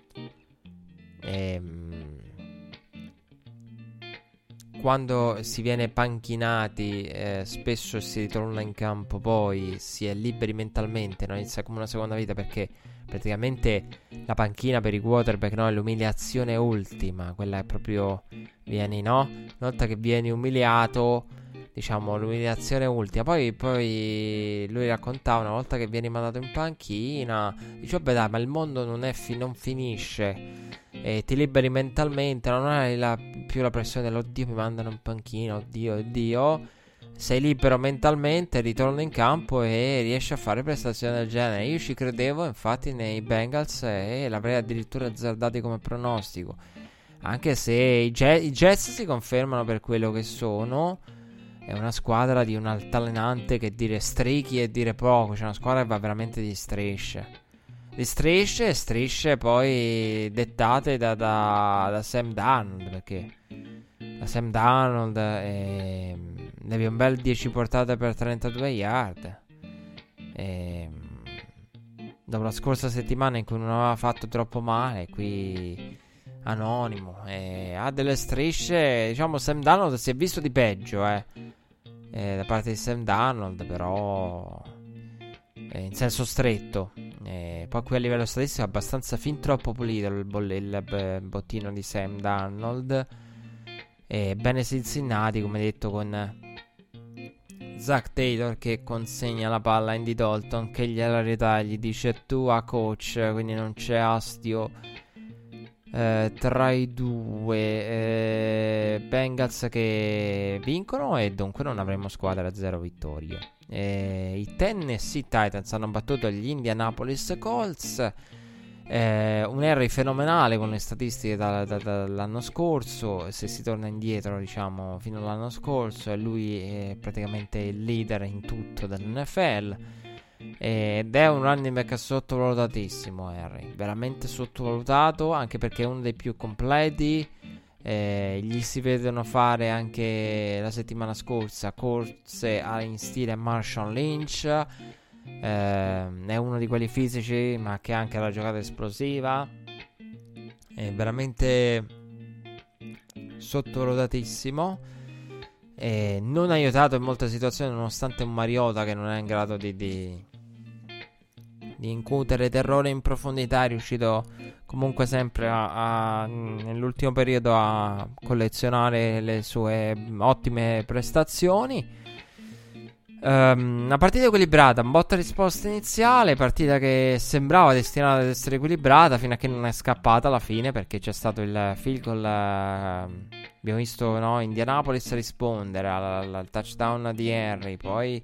quando si viene panchinati spesso si ritorna in campo, poi si è liberi mentalmente, non inizia come una seconda vita, perché praticamente la panchina per i quarterback, no, è l'umiliazione ultima. Quella è proprio, vieni, no? Una volta che vieni umiliato, diciamo, l'umiliazione ultima. Poi lui raccontava, una volta che vieni mandato in panchina, dice vabbè dai, ma il mondo non finisce, e ti liberi mentalmente, non hai più la pressione dell'oddio mi mandano in panchina, oddio. Sei libero mentalmente, ritorni in campo e riesci a fare prestazioni del genere. Io ci credevo infatti nei Bengals e l'avrei addirittura azzardati come pronostico, anche se i Jets si confermano per quello che sono. È una squadra di un altalenante che dire strisce e dire poco. C'è una squadra che va veramente di strisce poi dettate da Sam Darnold, perché da Sam Darnold devi un bel 10 portate per 32 yard. Dopo la scorsa settimana in cui non aveva fatto troppo male, qui anonimo, ha delle strisce. Diciamo Sam Darnold si è visto di peggio da parte di Sam Darnold, però in senso stretto. Poi qui a livello statistico è abbastanza fin troppo pulito il bottino di Sam Darnold. Bene Cincinnati, come detto, con Zach Taylor che consegna la palla a Andy Dalton, che gliela ritagli, dice tu a coach, quindi non c'è astio tra i due. Bengals che vincono e dunque non avremo squadra a 0 vittorie. I Tennessee Titans hanno battuto gli Indianapolis Colts. Un Henry fenomenale con le statistiche dall'anno scorso. Se si torna indietro, diciamo, fino all'anno scorso, e lui è praticamente il leader in tutto dell'NFL. Ed è un running back sottovalutatissimo, Henry, veramente sottovalutato, anche perché è uno dei più completi. Gli si vedono fare anche la settimana scorsa corse in stile Marshawn Lynch. È uno di quelli fisici, ma che ha anche la giocata esplosiva. È veramente sottovalutatissimo. Non aiutato in molte situazioni, nonostante un Mariota che non è in grado di incutere terrore in profondità, è riuscito comunque sempre nell'ultimo periodo a collezionare le sue ottime prestazioni. Una partita equilibrata, un botta risposta iniziale, partita che sembrava destinata ad essere equilibrata fino a che non è scappata alla fine, perché c'è stato il field goal. Abbiamo visto, no, Indianapolis rispondere al touchdown di Henry. Poi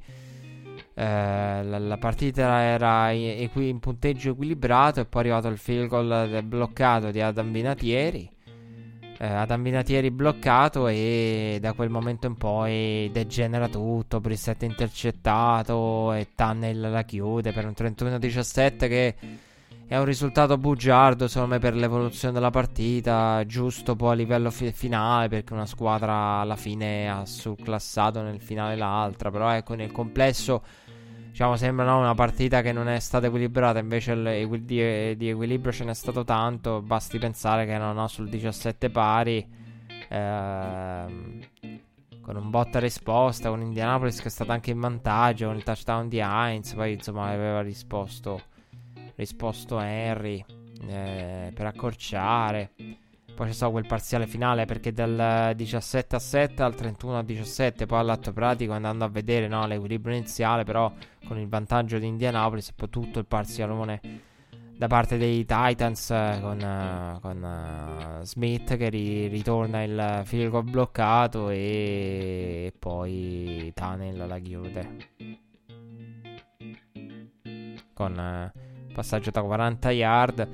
la partita era in punteggio equilibrato, e poi è arrivato il field goal bloccato di Adam Vinatieri. Adam Vinatieri bloccato, e da quel momento in poi degenera tutto. Brissett intercettato e Tunnel la chiude per un 31-17, che è un risultato bugiardo secondo me per l'evoluzione della partita, giusto poi a livello finale, perché una squadra alla fine ha surclassato nel finale l'altra. Però ecco, nel complesso diciamo sembra, no, una partita che non è stata equilibrata. Invece di equilibrio ce n'è stato tanto. Basti pensare che erano sul 17 pari, con un botta risposta, con Indianapolis che è stata anche in vantaggio con il touchdown di Hines. Poi insomma aveva risposto Henry per accorciare. Poi c'è stato quel parziale finale, perché dal 17-7 al 31-17, poi all'atto pratico, andando a vedere, no, l'equilibrio iniziale, però con il vantaggio di Indianapolis, e poi tutto il parzialone da parte dei Titans, con Smith che ritorna il field goal bloccato, e poi Tunnel la chiude con passaggio da 40 yard.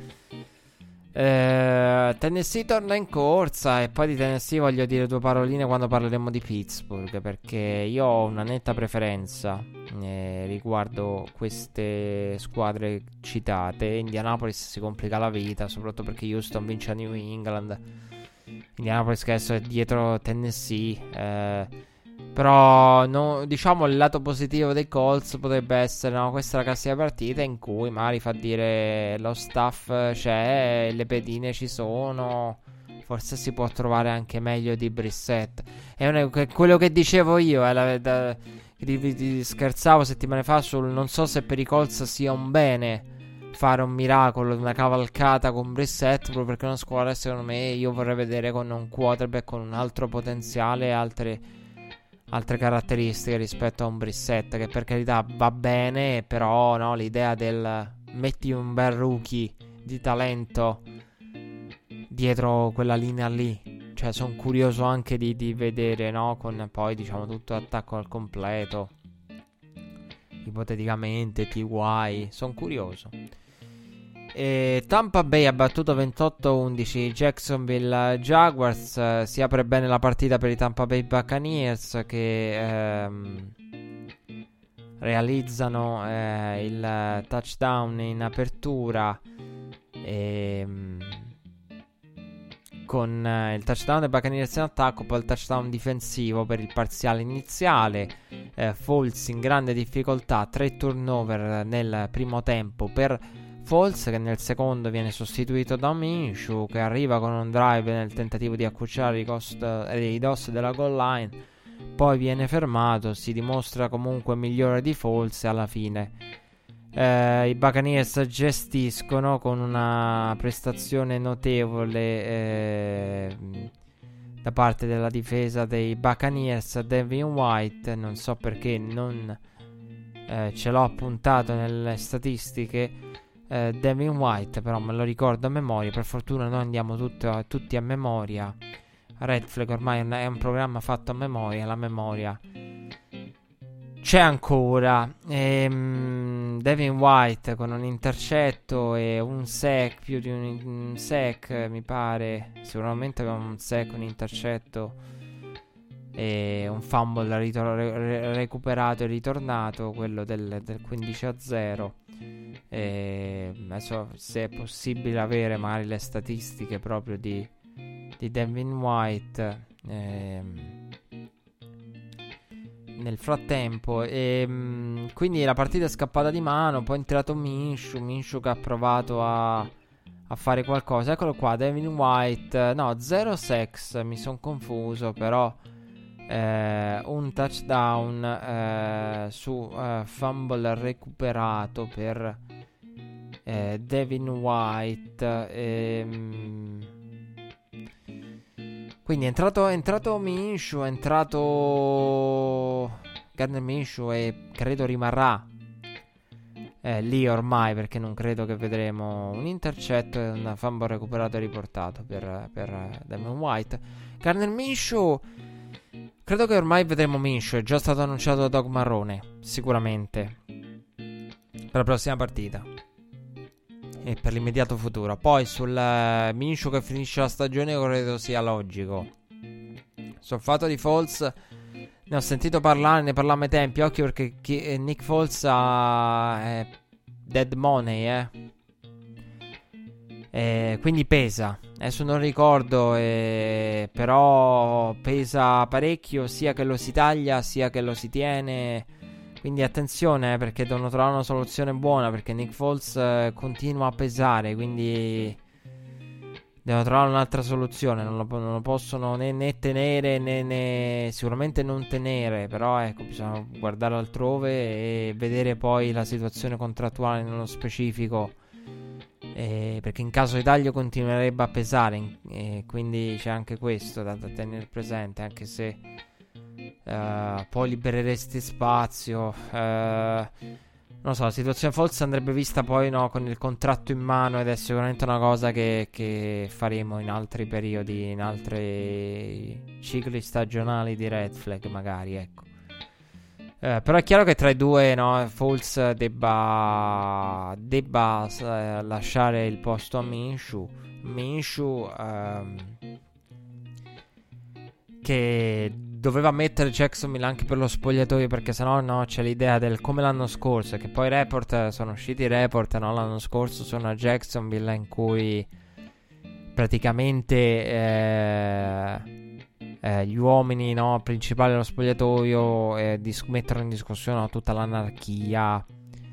Tennessee torna in corsa, e poi di Tennessee voglio dire due paroline quando parleremo di Pittsburgh, perché io ho una netta preferenza riguardo queste squadre citate. Indianapolis si complica la vita, soprattutto perché Houston vince a New England. Indianapolis che adesso è dietro Tennessee, però no, diciamo il lato positivo dei Colts potrebbe essere, no, questa è la classica partita in cui magari fa dire lo staff c'è, le pedine ci sono, forse si può trovare anche meglio di Brissett. È quello che dicevo io, scherzavo settimane fa sul non so se per i Colts sia un bene fare un miracolo, una cavalcata con Brissett, proprio perché è una squadra, secondo me, io vorrei vedere con un quarterback con un altro potenziale, altre caratteristiche rispetto a un Brissett, che per carità va bene, però no, l'idea del metti un bel rookie di talento dietro quella linea lì, cioè sono curioso anche di vedere, no, con poi diciamo tutto attacco al completo, ipoteticamente TY, sono curioso. Tampa Bay ha battuto 28-11 Jacksonville Jaguars. Si apre bene la partita per i Tampa Bay Buccaneers, che realizzano il touchdown in apertura, con il touchdown dei Buccaneers in attacco, poi il touchdown difensivo per il parziale iniziale. Foles in grande difficoltà, 3 turnover nel primo tempo per Foles, che nel secondo viene sostituito da Minshew, che arriva con un drive nel tentativo di accucciare i DOS della goal line, poi viene fermato, si dimostra comunque migliore di Foles, e alla fine i Buccaneers gestiscono con una prestazione notevole da parte della difesa dei Buccaneers. Devin White, non so perché non ce l'ho appuntato nelle statistiche, Devin White, però me lo ricordo a memoria. Per fortuna noi andiamo tutti a memoria. Red Flag ormai è un programma fatto a memoria. La memoria c'è ancora. Devin White con un intercetto e un sack, più di un sack mi pare. Sicuramente aveva un sack, un intercetto e un fumble recuperato e ritornato, quello del 15-0. Adesso, se è possibile avere magari le statistiche proprio di Devin White nel frattempo, quindi la partita è scappata di mano. Poi è entrato Minshew che ha provato a fare qualcosa. Eccolo qua, Devin White, no, 0 sacks, mi sono confuso, però un touchdown su fumble recuperato per Devin White. Quindi è entrato Minshew, è entrato Gardner Minshew, e credo rimarrà lì ormai, perché non credo che vedremo un intercetto e un fumble recuperato e riportato per Devin White. Gardner Minshew, credo che ormai vedremo Minshew, è già stato annunciato da Doug Marrone, sicuramente per la prossima partita. e per l'immediato futuro. Poi sul Minshew che finisce la stagione credo sia logico. Sul fatto di Foles ne ho sentito parlare, ne parlavamo ai tempi. Occhio perché Nick Foles ha dead money, quindi pesa. Adesso non ricordo, però pesa parecchio, sia che lo si taglia sia che lo si tiene. Quindi attenzione, perché devono trovare una soluzione buona, perché Nick Foles continua a pesare, quindi devono trovare un'altra soluzione. Non lo possono né tenere né sicuramente non tenere. Però ecco, bisogna guardare altrove e vedere poi la situazione contrattuale nello specifico, perché in caso di taglio continuerebbe a pesare, quindi c'è anche questo da tenere presente, anche se poi libereresti spazio. Non so, la situazione Foles andrebbe vista poi con il contratto in mano, ed è sicuramente una cosa che faremo in altri periodi, in altri cicli stagionali di red flag magari, ecco. Però è chiaro che tra i due, Foles debba lasciare il posto a Minshew, che doveva mettere Jacksonville anche per lo spogliatoio, perché sennò c'è l'idea del come l'anno scorso, che poi sono usciti i report l'anno scorso sono a Jacksonville, in cui praticamente gli uomini principali dello spogliatoio mettono in discussione tutta l'anarchia.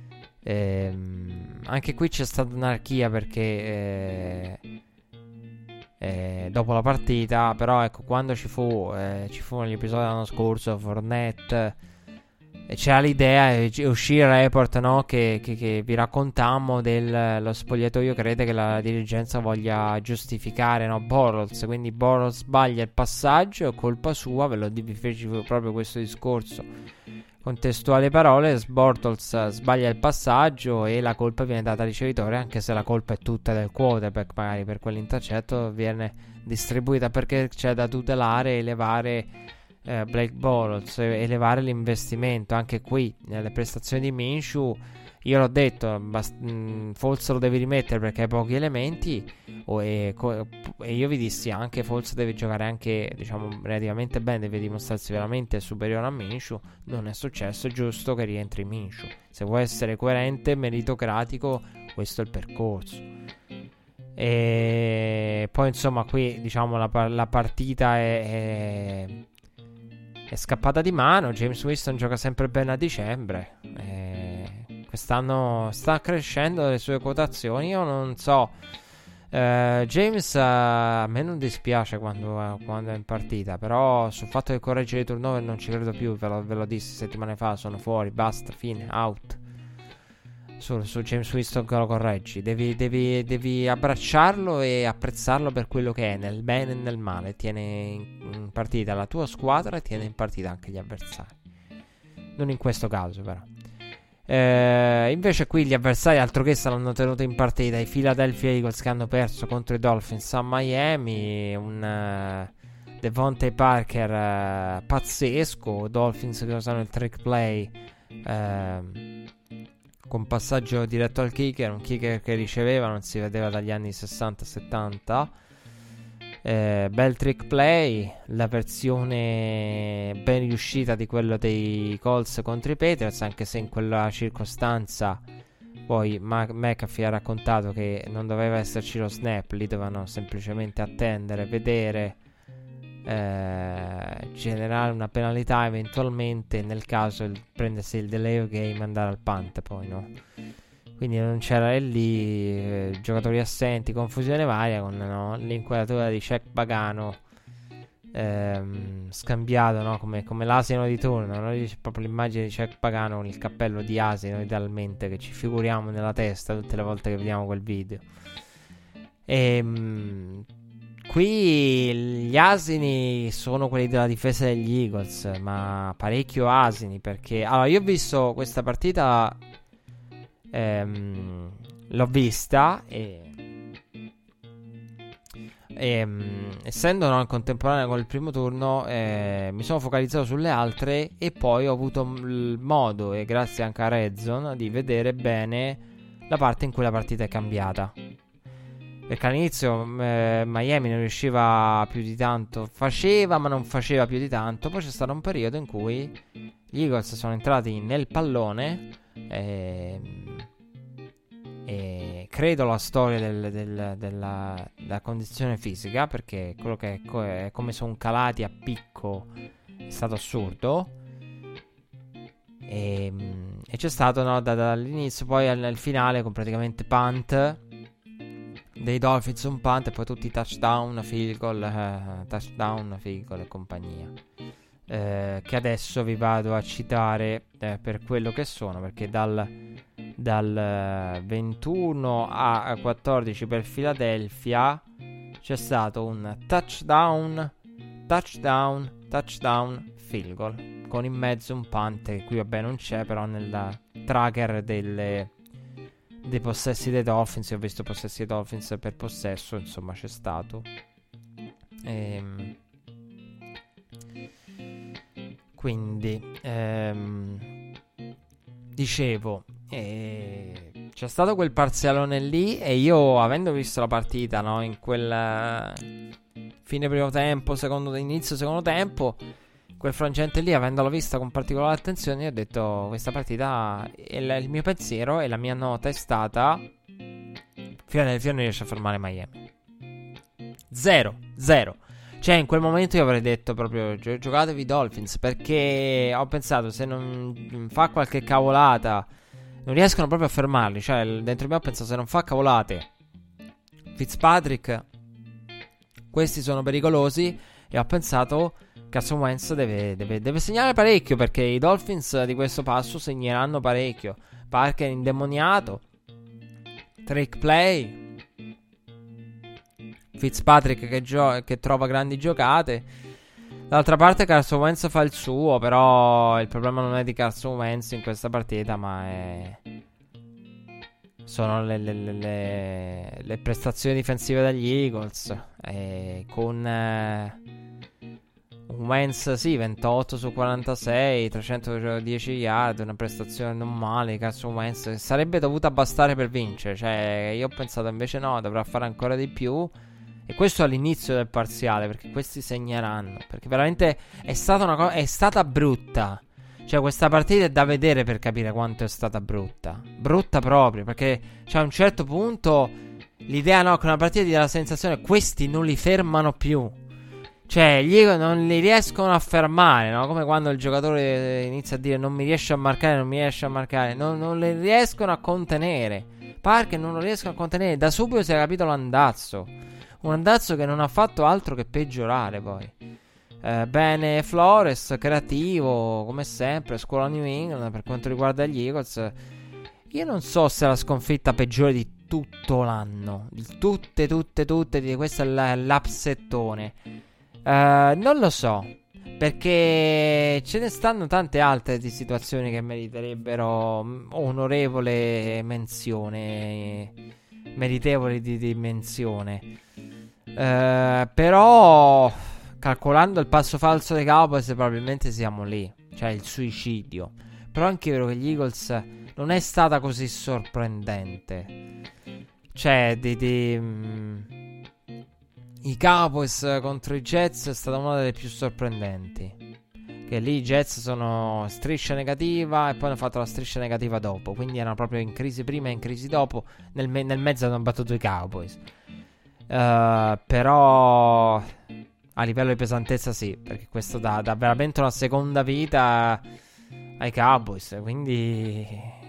Anche qui c'è stata anarchia, perché dopo la partita, però ecco, quando ci fu negli episodi dell'anno scorso, Fournette, c'era l'idea, uscì il report che vi raccontammo dello spogliatoio crede che la dirigenza voglia giustificare Bortles, quindi Bortles sbaglia il passaggio, colpa sua, vi feci proprio questo discorso, contestuali parole, Bortles sbaglia il passaggio e la colpa viene data al ricevitore, anche se la colpa è tutta del quarterback, magari per quell'intercetto viene distribuita, perché c'è da tutelare e elevare Blake Bortles, elevare l'investimento. Anche qui nelle prestazioni di Minshew, io l'ho detto, Foles lo devi rimettere perché hai pochi elementi, e io vi dissi anche Foles deve giocare anche, relativamente bene, deve dimostrarsi veramente superiore a Minshew. Non è successo, è giusto che rientri Minshew. Se vuoi essere coerente, meritocratico, questo è il percorso. E poi insomma qui la partita è scappata di mano. James Winston gioca sempre bene a dicembre, quest'anno sta crescendo le sue quotazioni. Io non so, James a me non dispiace quando è in partita, però sul fatto che corregge i turnover non ci credo più. Ve lo dissi settimane fa, sono fuori, basta, fine, out. Su James Winston che lo correggi, devi abbracciarlo e apprezzarlo per quello che è, nel bene e nel male. Tiene in partita la tua squadra e tiene in partita anche gli avversari. Non in questo caso però. Invece qui gli avversari altro che l'hanno tenuto in partita, i Philadelphia Eagles, che hanno perso contro i Dolphins a Miami. Un Devontae Parker pazzesco. Dolphins che usano il trick play, con passaggio diretto al kicker, un kicker che riceveva, non si vedeva dagli anni 60-70. Bel trick play, la versione ben riuscita di quello dei Colts contro i Patriots, anche se in quella circostanza poi McAfee ha raccontato che non doveva esserci lo snap, lì dovevano semplicemente attendere, vedere, generare una penalità, eventualmente nel caso prendersi il delay of game e andare al punt poi, quindi non c'era lì, giocatori assenti, confusione varia, con l'inquadratura di Cech Pagano scambiato, come l'asino di turno, proprio l'immagine di Cech Pagano con il cappello di asino, idealmente, che ci figuriamo nella testa tutte le volte che vediamo quel video. Qui gli asini sono quelli della difesa degli Eagles, ma parecchio asini, perché allora io ho visto questa partita, l'ho vista e essendo in contemporanea con il primo turno, mi sono focalizzato sulle altre, e poi ho avuto il modo, e grazie anche a Red Zone, di vedere bene la parte in cui la partita è cambiata. Perché all'inizio Miami non riusciva più di tanto, faceva ma non faceva più di tanto. Poi c'è stato un periodo in cui gli Eagles sono entrati nel pallone e credo la storia della condizione fisica, perché quello che è come sono calati a picco è stato assurdo. E c'è stato, no, dall'inizio poi al finale con praticamente punt dei Dolphins, un punt e poi tutti touchdown, field goal e compagnia, che adesso vi vado a citare per quello che sono, perché dal 21 a 14 per Philadelphia c'è stato un touchdown, field goal, con in mezzo un punt che qui vabbè non c'è, però nel tracker dei possessi dei Dolphins, ho visto possessi dei Dolphins per possesso, insomma c'è stato. Quindi dicevo, c'è stato quel parzialone lì e io, avendo visto la partita, no, in quel fine primo tempo, inizio secondo tempo, quel frangente lì, avendolo vista con particolare attenzione, io ho detto questa partita, il mio pensiero e la mia nota è stata: Philadelphia non riesce a fermare Miami. 0. Cioè in quel momento io avrei detto proprio giocatevi Dolphins, perché ho pensato, se non fa qualche cavolata non riescono proprio a fermarli. Cioè dentro di me ho pensato, se non fa cavolate Fitzpatrick, questi sono pericolosi. E ho pensato Carson Wentz deve segnare parecchio, perché i Dolphins di questo passo segneranno parecchio. Parker indemoniato, trick play, Fitzpatrick che trova grandi giocate. D'altra parte Carson Wentz fa il suo, però il problema non è di Carson Wentz in questa partita, ma sono le prestazioni difensive degli Eagles, con un Wentz, sì, 28 su 46, 310 yard, una prestazione non male. Carson Wentz sarebbe dovuta bastare per vincere. Cioè, io ho pensato invece no, dovrà fare ancora di più. E questo all'inizio del parziale, perché questi segneranno. Perché veramente è stata è stata brutta. Cioè, questa partita è da vedere per capire quanto è stata brutta. Brutta proprio, perché cioè, a un certo punto l'idea, no, che una partita ti dà la sensazione questi non li fermano più. Cioè, gli Eagles non li riescono a fermare, no? Come quando il giocatore inizia a dire non mi riesce a marcare, non li riescono a contenere. Parker non lo riescono a contenere. Da subito si è capito l'andazzo. Un andazzo che non ha fatto altro che peggiorare poi. Bene Flores, creativo, come sempre, scuola New England per quanto riguarda gli Eagles. Io non so se è la sconfitta peggiore di tutto l'anno. Di tutte, di questo è l'upsettone. Non lo so, perché ce ne stanno tante altre di situazioni che meriterebbero onorevole menzione, meritevoli di menzione. Però calcolando il passo falso dei Cowboys probabilmente siamo lì, cioè il suicidio. Però è anche vero che gli Eagles non è stata così sorprendente. Cioè i Cowboys contro i Jets è stata una delle più sorprendenti. Che lì i Jets sono striscia negativa e poi hanno fatto la striscia negativa dopo. Quindi erano proprio in crisi prima e in crisi dopo. Nel mezzo hanno battuto i Cowboys. Però a livello di pesantezza sì, perché questo dà veramente una seconda vita ai Cowboys. Quindi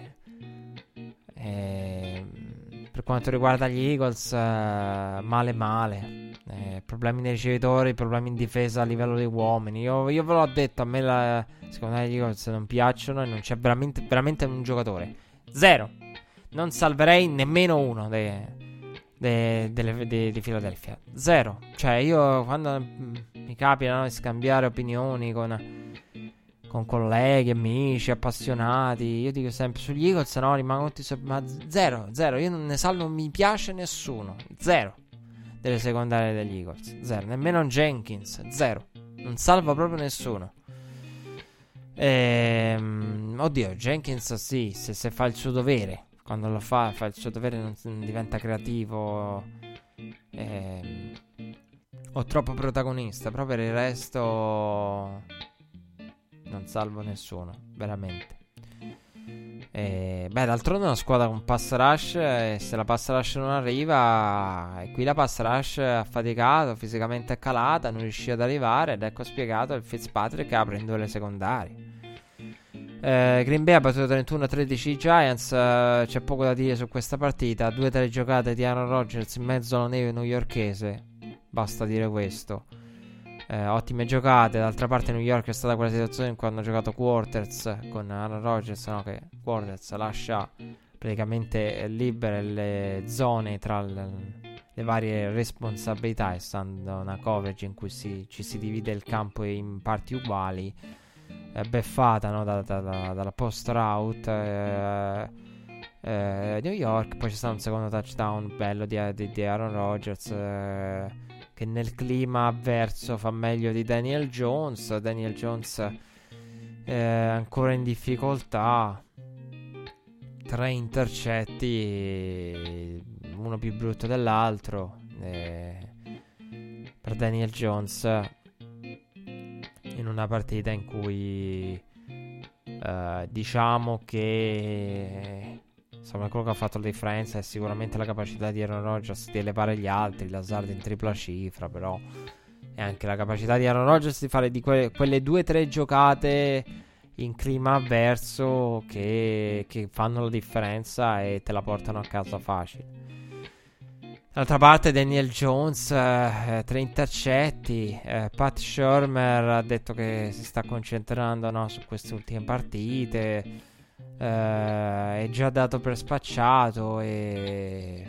per quanto riguarda gli Eagles, male. Problemi nei ricevitori, problemi in difesa a livello dei uomini. Io ve l'ho detto, a me secondo me gli Eagles non piacciono e non c'è veramente un giocatore. 0. Non salverei nemmeno uno di Philadelphia. 0. Cioè io quando mi capita di scambiare opinioni con colleghi, amici, appassionati, io dico sempre sugli Eagles, no, rimango ma 0. Io non mi piace nessuno. 0 delle secondarie degli Eagles. 0. Nemmeno Jenkins. 0. Non salva proprio nessuno. Oddio, Jenkins sì, se fa il suo dovere quando lo fa il suo dovere, non diventa creativo o troppo protagonista, però per il resto non salvo nessuno, veramente. D'altronde è una squadra con pass rush, e se la pass rush non arriva, e qui la pass rush ha faticato, fisicamente è calata, non riuscì ad arrivare, ed ecco spiegato il Fitzpatrick che apre in duelle secondarie. Green Bay ha battuto 31-13 i Giants. C'è poco da dire su questa partita. 2-3 giocate di Aaron Rodgers in mezzo alla neve newyorkese, basta dire questo. Ottime giocate. D'altra parte New York è stata quella situazione in cui hanno giocato quarters con Aaron Rodgers, no? Che quarters lascia praticamente libere le zone tra le varie responsabilità, essendo una coverage in cui ci si divide il campo in parti uguali. Beffata, no? dalla post route New York. Poi c'è stato un secondo touchdown bello di Aaron Rodgers, che nel clima avverso fa meglio di Daniel Jones. Daniel Jones ancora in difficoltà, 3 intercetti, uno più brutto dell'altro per Daniel Jones, in una partita in cui diciamo che insomma quello che ha fatto la differenza è sicuramente la capacità di Aaron Rodgers di elevare gli altri, Lazard in tripla cifra, però è anche la capacità di Aaron Rodgers di fare di quelle 2-3 giocate in clima avverso che fanno la differenza e te la portano a casa facile. D'altra parte Daniel Jones, 3 intercetti. Pat Shurmur ha detto che si sta concentrando, no, su queste ultime partite, è già dato per spacciato e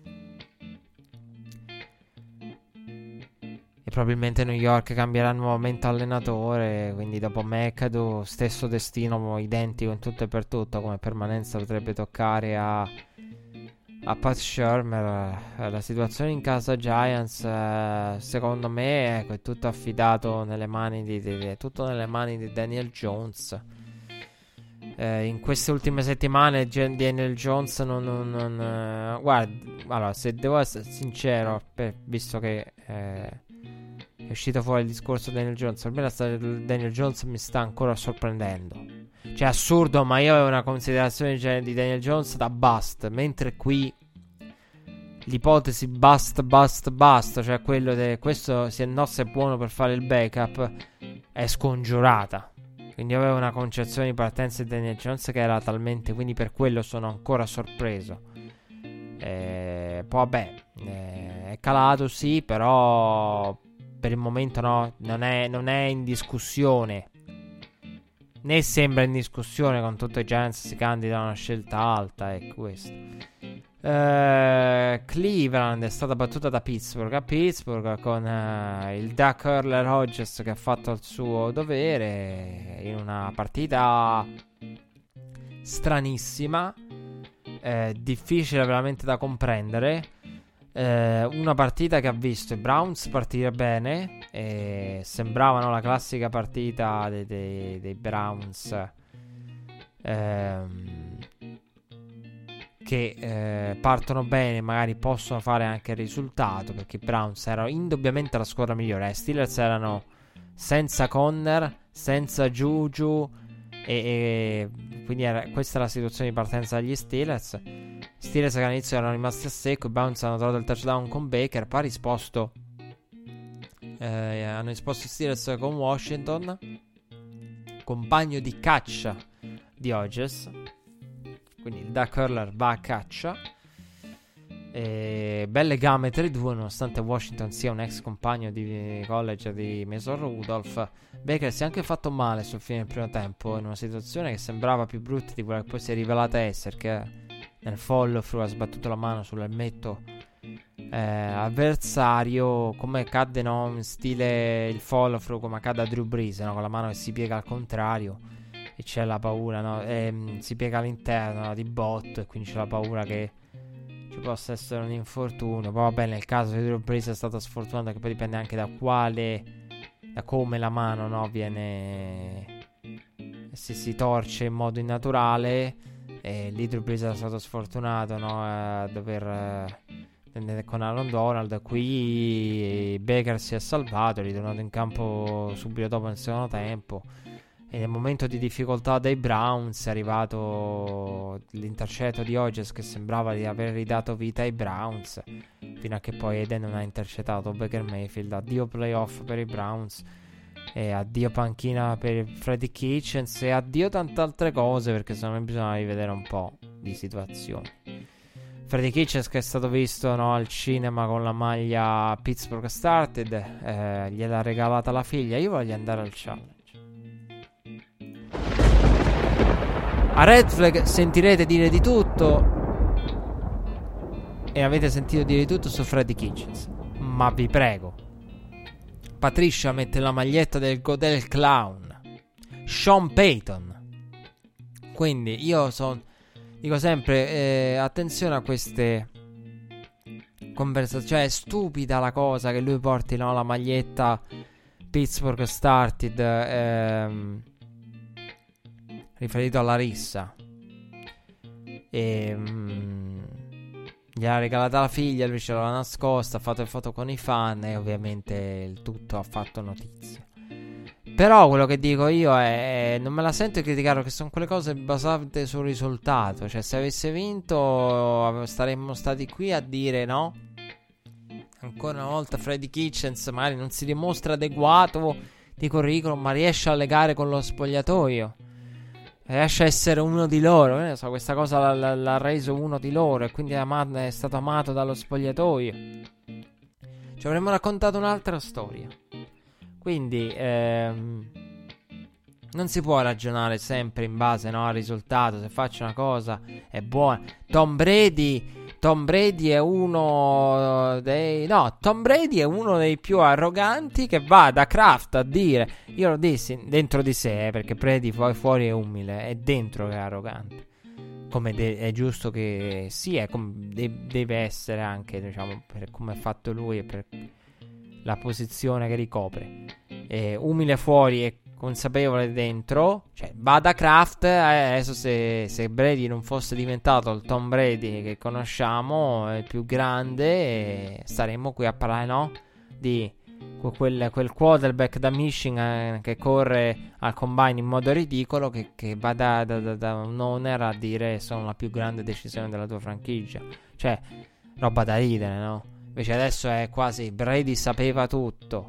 probabilmente New York cambierà nuovamente allenatore, quindi dopo McAdoo stesso destino identico in tutto e per tutto come permanenza potrebbe toccare a Pat Shurmur. La situazione in casa Giants, secondo me, ecco, è tutto affidato nelle mani di Daniel Jones. In queste ultime settimane Daniel Jones non guarda, allora, se devo essere sincero, visto che è uscito fuori il discorso Daniel Jones, per me la storia di Daniel Jones mi sta ancora sorprendendo. Cioè, assurdo, ma io avevo una considerazione di Daniel Jones da bust, mentre qui l'ipotesi bust, cioè quello di questo se no è buono per fare il backup, è scongiurata. Quindi avevo una concezione di partenza di Daniel Jones che era talmente, quindi per quello sono ancora sorpreso. Poi vabbè, è calato sì, però per il momento no, non è in discussione, né sembra in discussione, con tutto i Giants si candidano a una scelta alta, ecco questo. Cleveland è stata battuta da Pittsburgh a Pittsburgh con il Duck Hurler Hodges che ha fatto il suo dovere in una partita stranissima, difficile veramente da comprendere, una partita che ha visto i Browns partire bene, sembravano la classica partita dei Browns che partono bene, magari possono fare anche il risultato, perché i Browns erano indubbiamente la squadra migliore. I Steelers erano senza Conner, senza Juju e quindi questa è la situazione di partenza degli Steelers che all'inizio erano rimasti a secco. I Browns hanno trovato il touchdown con Baker, poi hanno risposto i Steelers con Washington, compagno di caccia di Hodges. Quindi il Duck Hurler va a caccia. Belle game 3-2, nonostante Washington sia un ex compagno di college di Mason Rudolph. Baker si è anche fatto male sul fine del primo tempo, in una situazione che sembrava più brutta di quella che poi si è rivelata essere, che nel follow through ha sbattuto la mano sull'elmetto avversario, come cadde, no, in stile il follow through come accade a Drew Brees, no, con la mano che si piega al contrario. E c'è la paura, no? Si piega all'interno, no, di botto, e quindi c'è la paura che ci possa essere un infortunio. Poi vabbè, nel caso di Drew Brees è stata sfortunata, che poi dipende anche da come la mano, no, viene, se si torce in modo innaturale. e lì Drew Brees è stato sfortunato, no, a dover con Aaron Donald. Qui Baker si è salvato, è ritornato in campo subito dopo nel secondo tempo, e nel momento di difficoltà dei Browns è arrivato l'intercetto di Hodges che sembrava di aver ridato vita ai Browns, fino a che poi Eden non ha intercettato Baker Mayfield. Addio playoff per i Browns, e addio panchina per Freddie Kitchens, e addio tante altre cose, perché secondo me bisogna rivedere un po' di situazioni. Freddie Kitchens, che è stato visto, no, al cinema con la maglia Pittsburgh Started, gliel'ha regalata la figlia. Io voglio andare al challenge. A Red Flag sentirete dire di tutto, e avete sentito dire di tutto su Freddie Kitchens, ma vi prego, Patricia mette la maglietta del Godel Clown, Sean Payton. Quindi io dico sempre, attenzione a queste conversazioni. Cioè è stupida la cosa che lui porti, no, la maglietta Pittsburgh Started, riferito alla rissa, e gliel'ha regalata la figlia, lui ce l'ha nascosta, ha fatto le foto con i fan, e ovviamente il tutto ha fatto notizia. Però quello che dico io è non me la sento di criticare, perché sono quelle cose basate sul risultato. Cioè, se avesse vinto staremmo stati qui a dire, no, ancora una volta Freddie Kitchens magari non si dimostra adeguato di curriculum, ma riesce a legare con lo spogliatoio, riesce a essere uno di loro. So, questa cosa l'ha reso uno di loro, e quindi è stato amato dallo spogliatoio. Ci avremmo raccontato un'altra storia. Quindi non si può ragionare sempre in base, no, al risultato. Se faccio una cosa è buona. Tom Brady è uno dei... No, Tom Brady è uno dei più arroganti, che va da Kraft a dire... Io lo dissi dentro di sé, perché Brady poi fuori è umile, è dentro che è arrogante, come è giusto che sia, deve essere anche, diciamo, per come è fatto lui e per la posizione che ricopre. Umile fuori e consapevole dentro. Cioè va da Kraft. Adesso se Brady non fosse diventato il Tom Brady che conosciamo, il più grande, staremmo qui a parlare, no, di quel quarterback da Michigan che corre al combine in modo ridicolo, che va da un owner a dire sono la più grande decisione della tua franchigia. Cioè roba da ridere, no? Invece adesso è quasi Brady sapeva tutto.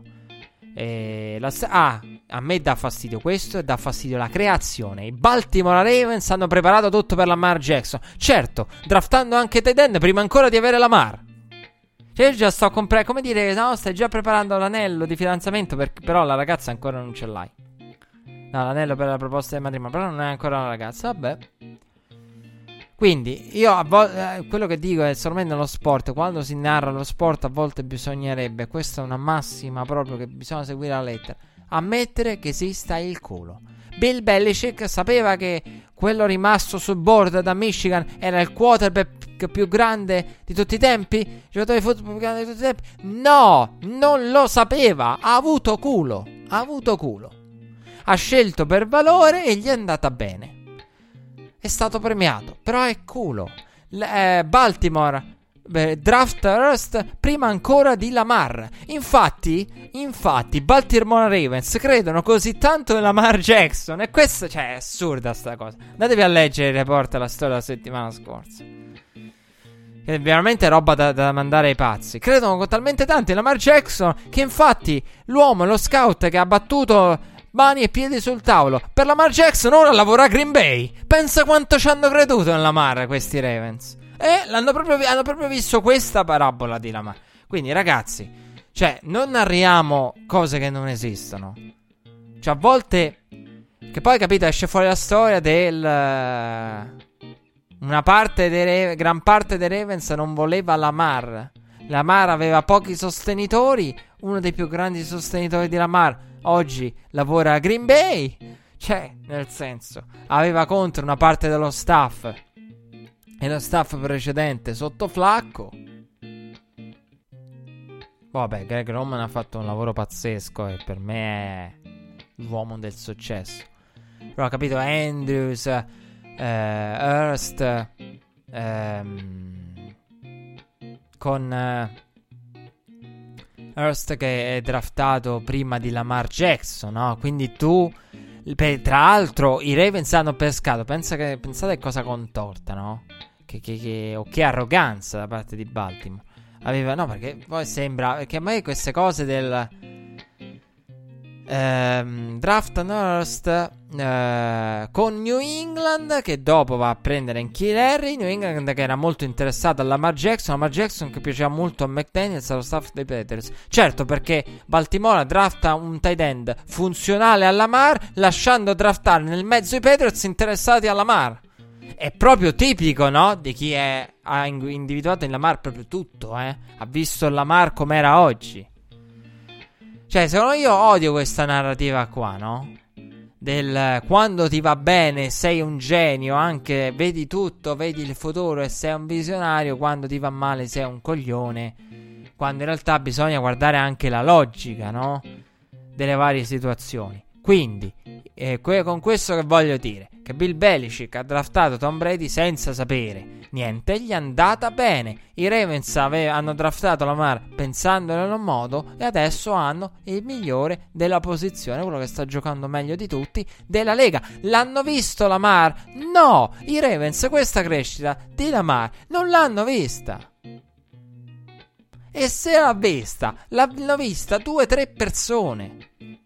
A me dà fastidio questo, e dà fastidio la creazione. I Baltimore Ravens hanno preparato tutto per Lamar Jackson. Certo, draftando anche tight end prima ancora di avere Lamar. Cioè io già sto comprando, come dire, no, stai già preparando l'anello di fidanzamento, però la ragazza ancora non ce l'hai. No, l'anello per la proposta di matrimonio, però non è ancora una ragazza, vabbè. Quindi io quello che dico è, solamente nello sport, quando si narra lo sport, a volte bisognerebbe, questa è una massima proprio che bisogna seguire a lettera, ammettere che esista il culo. Bill Belichick sapeva che quello rimasto sul board da Michigan era il quarterback più grande di tutti i tempi? Giocatore di football più grande di tutti i tempi? No, non lo sapeva. Ha avuto culo. Ha scelto per valore e gli è andata bene. È stato premiato, però è culo. Baltimore draft Hurst prima ancora di Lamar. Infatti Baltimore Ravens credono così tanto in Lamar Jackson, e questo, cioè, è assurda sta cosa. Andatevi a leggere il report della storia della settimana scorsa. È veramente roba da mandare ai pazzi. Credono talmente tanto in Lamar Jackson che infatti l'uomo, lo scout che ha battuto mani e piedi sul tavolo per Lamar Jackson, ora lavora a Green Bay. Pensa quanto ci hanno creduto in Lamar questi Ravens. Hanno proprio visto questa parabola di Lamar. Quindi ragazzi, cioè, non narriamo cose che non esistono. Cioè, a volte, che poi, capito, esce fuori la storia del gran parte dei Ravens non voleva Lamar. Lamar aveva pochi sostenitori. Uno dei più grandi sostenitori di Lamar oggi lavora a Green Bay. Cioè, nel senso, aveva contro una parte dello staff, e lo staff precedente sotto Flacco. Vabbè, Greg Roman ha fatto un lavoro pazzesco e per me è l'uomo del successo. Però, capito, Andrews, Hurst con Hurst che è draftato prima di Lamar Jackson, no? Quindi tu, tra l'altro, i Ravens hanno pescato. Pensate cosa contorta, no? Che arroganza da parte di Baltimore. No, perché poi sembra, perché a me queste cose del draft Hurst con New England, che dopo va a prendere N'Keal Harry. New England che era molto interessato a Lamar Jackson che piaceva molto a McDaniels, allo staff dei Patriots. Certo, perché Baltimore drafta un tight end funzionale a Lamar, lasciando draftare nel mezzo i Patriots interessati a Lamar. È proprio tipico, no? Di chi ha individuato in Lamar proprio tutto, ha visto Lamar com'era oggi. Cioè, secondo me, io odio questa narrativa qua, no? Del quando ti va bene sei un genio, anche vedi tutto, vedi il futuro e sei un visionario. Quando ti va male sei un coglione. Quando in realtà bisogna guardare anche la logica, no? Delle varie situazioni. Quindi, con questo che voglio dire, che Bill Belichick ha draftato Tom Brady senza sapere niente, gli è andata bene. I Ravens hanno draftato Lamar pensando in un modo e adesso hanno il migliore della posizione, quello che sta giocando meglio di tutti della Lega. L'hanno visto Lamar? No, i Ravens questa crescita di Lamar non l'hanno vista. E se l'hanno vista 2-3 persone.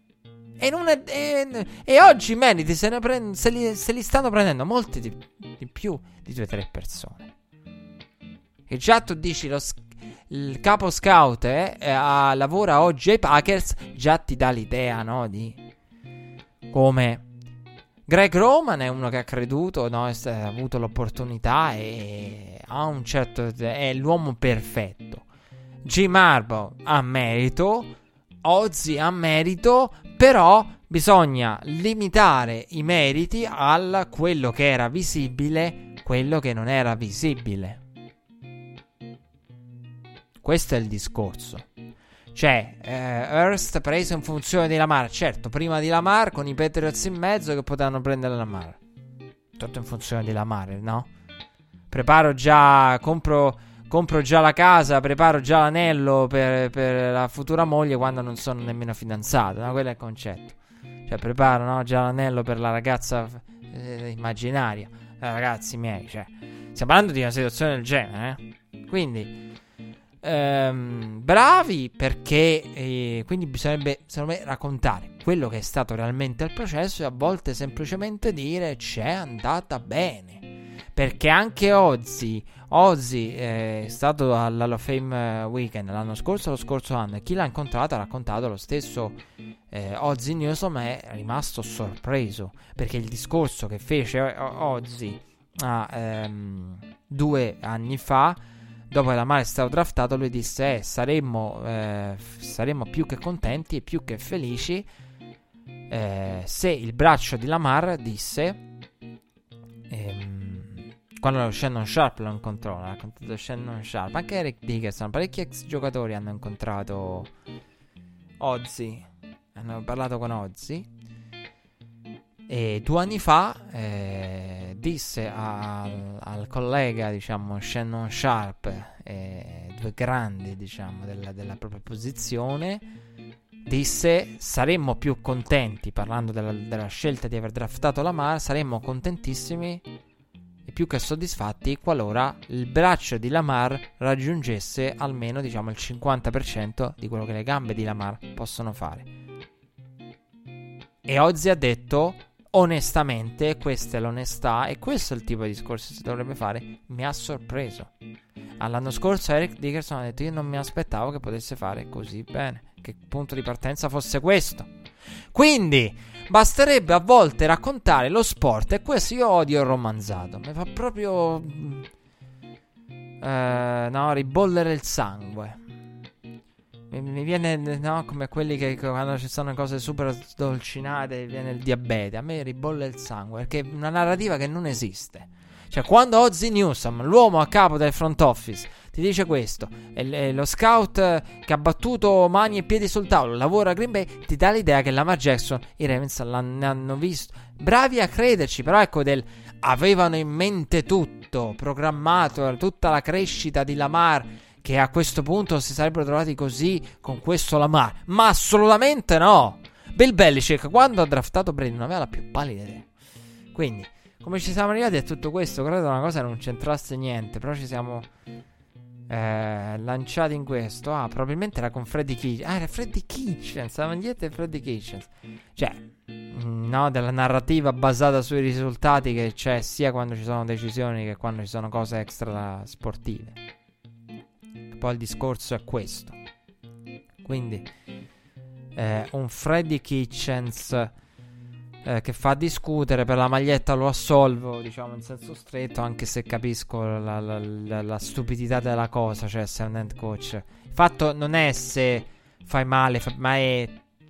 E oggi i meriti se li stanno prendendo molti di più di 2-3 persone. E già tu dici il capo scout lavora oggi ai Packers, già ti dà l'idea, no? Di come Greg Roman è uno che ha creduto, no? Ha avuto l'opportunità e ha un certo, è l'uomo perfetto. Jim Harbaugh ha merito, Ozzie ha merito, però bisogna limitare i meriti al quello che era visibile, quello che non era visibile. Questo è il discorso. Cioè, Hurst preso in funzione di Lamar. Certo, prima di Lamar, con i Patriots in mezzo che potevano prendere Lamar. Tutto in funzione di Lamar, no? Compro già la casa, preparo già l'anello per la futura moglie quando non sono nemmeno fidanzato, no? Quello è il concetto. Cioè, preparo, no, già l'anello per la ragazza immaginaria. Ragazzi miei, cioè, stiamo parlando di una situazione del genere, Quindi bravi, perché quindi bisognerebbe, secondo me, raccontare quello che è stato realmente il processo e a volte semplicemente dire c'è andata bene. Perché anche Ozzie è stato all'Hall of Fame Weekend l'anno scorso o lo scorso anno, e chi l'ha incontrato ha raccontato lo stesso. Ozzie Newsome è rimasto sorpreso perché il discorso che fece Ozzie 2 anni fa, dopo che Lamar è stato draftato, lui disse saremmo più che contenti e più che felici se il braccio di Lamar, disse, quando Shannon Sharp lo incontrò, l'ha raccontato Shannon Sharp, anche Eric Dickerson, parecchi ex giocatori hanno incontrato Ozzie, hanno parlato con Ozzie, e 2 anni fa disse al collega, diciamo, Shannon Sharp, 2 grandi, diciamo, della propria posizione, disse saremmo più contenti, parlando della scelta di aver draftato Lamar, saremmo contentissimi e più che soddisfatti qualora il braccio di Lamar raggiungesse almeno, diciamo, il 50% di quello che le gambe di Lamar possono fare. E Ozzie ha detto onestamente, questa è l'onestà e questo è il tipo di discorso che si dovrebbe fare, mi ha sorpreso. All'anno scorso Eric Dickerson ha detto io non mi aspettavo che potesse fare così bene, che il punto di partenza fosse questo. Quindi basterebbe a volte raccontare lo sport, e questo io odio il romanzato, mi fa proprio ribollere il sangue. Mi viene, no, come quelli che quando ci sono cose super sdolcinate viene il diabete. A me ribolle il sangue perché è una narrativa che non esiste. Cioè, quando Ozzie Newsome, l'uomo a capo del front office, ti ti dice questo, lo scout che ha battuto mani e piedi sul tavolo, lavora a Green Bay, ti dà l'idea che Lamar Jackson i Ravens ne hanno visto, bravi a crederci, però ecco avevano in mente tutto programmato, tutta la crescita di Lamar, che a questo punto si sarebbero trovati così con questo Lamar, ma assolutamente no. Bill Belichick quando ha draftato Brady non aveva la più pallida idea. Quindi come ci siamo arrivati a tutto questo, credo una cosa non c'entrasse niente, però ci siamo lanciati in questo. Probabilmente era con Freddie Kitchens. Era Freddie Kitchens, la maglietta di Freddie Kitchens. Cioè, no, della narrativa basata sui risultati che c'è sia quando ci sono decisioni che quando ci sono cose extra sportive. Poi il discorso è questo. Quindi un Freddie Kitchens che fa discutere, per la maglietta lo assolvo, diciamo in senso stretto, anche se capisco la stupidità della cosa, cioè se è un head coach. Il fatto non è se fai male, ma è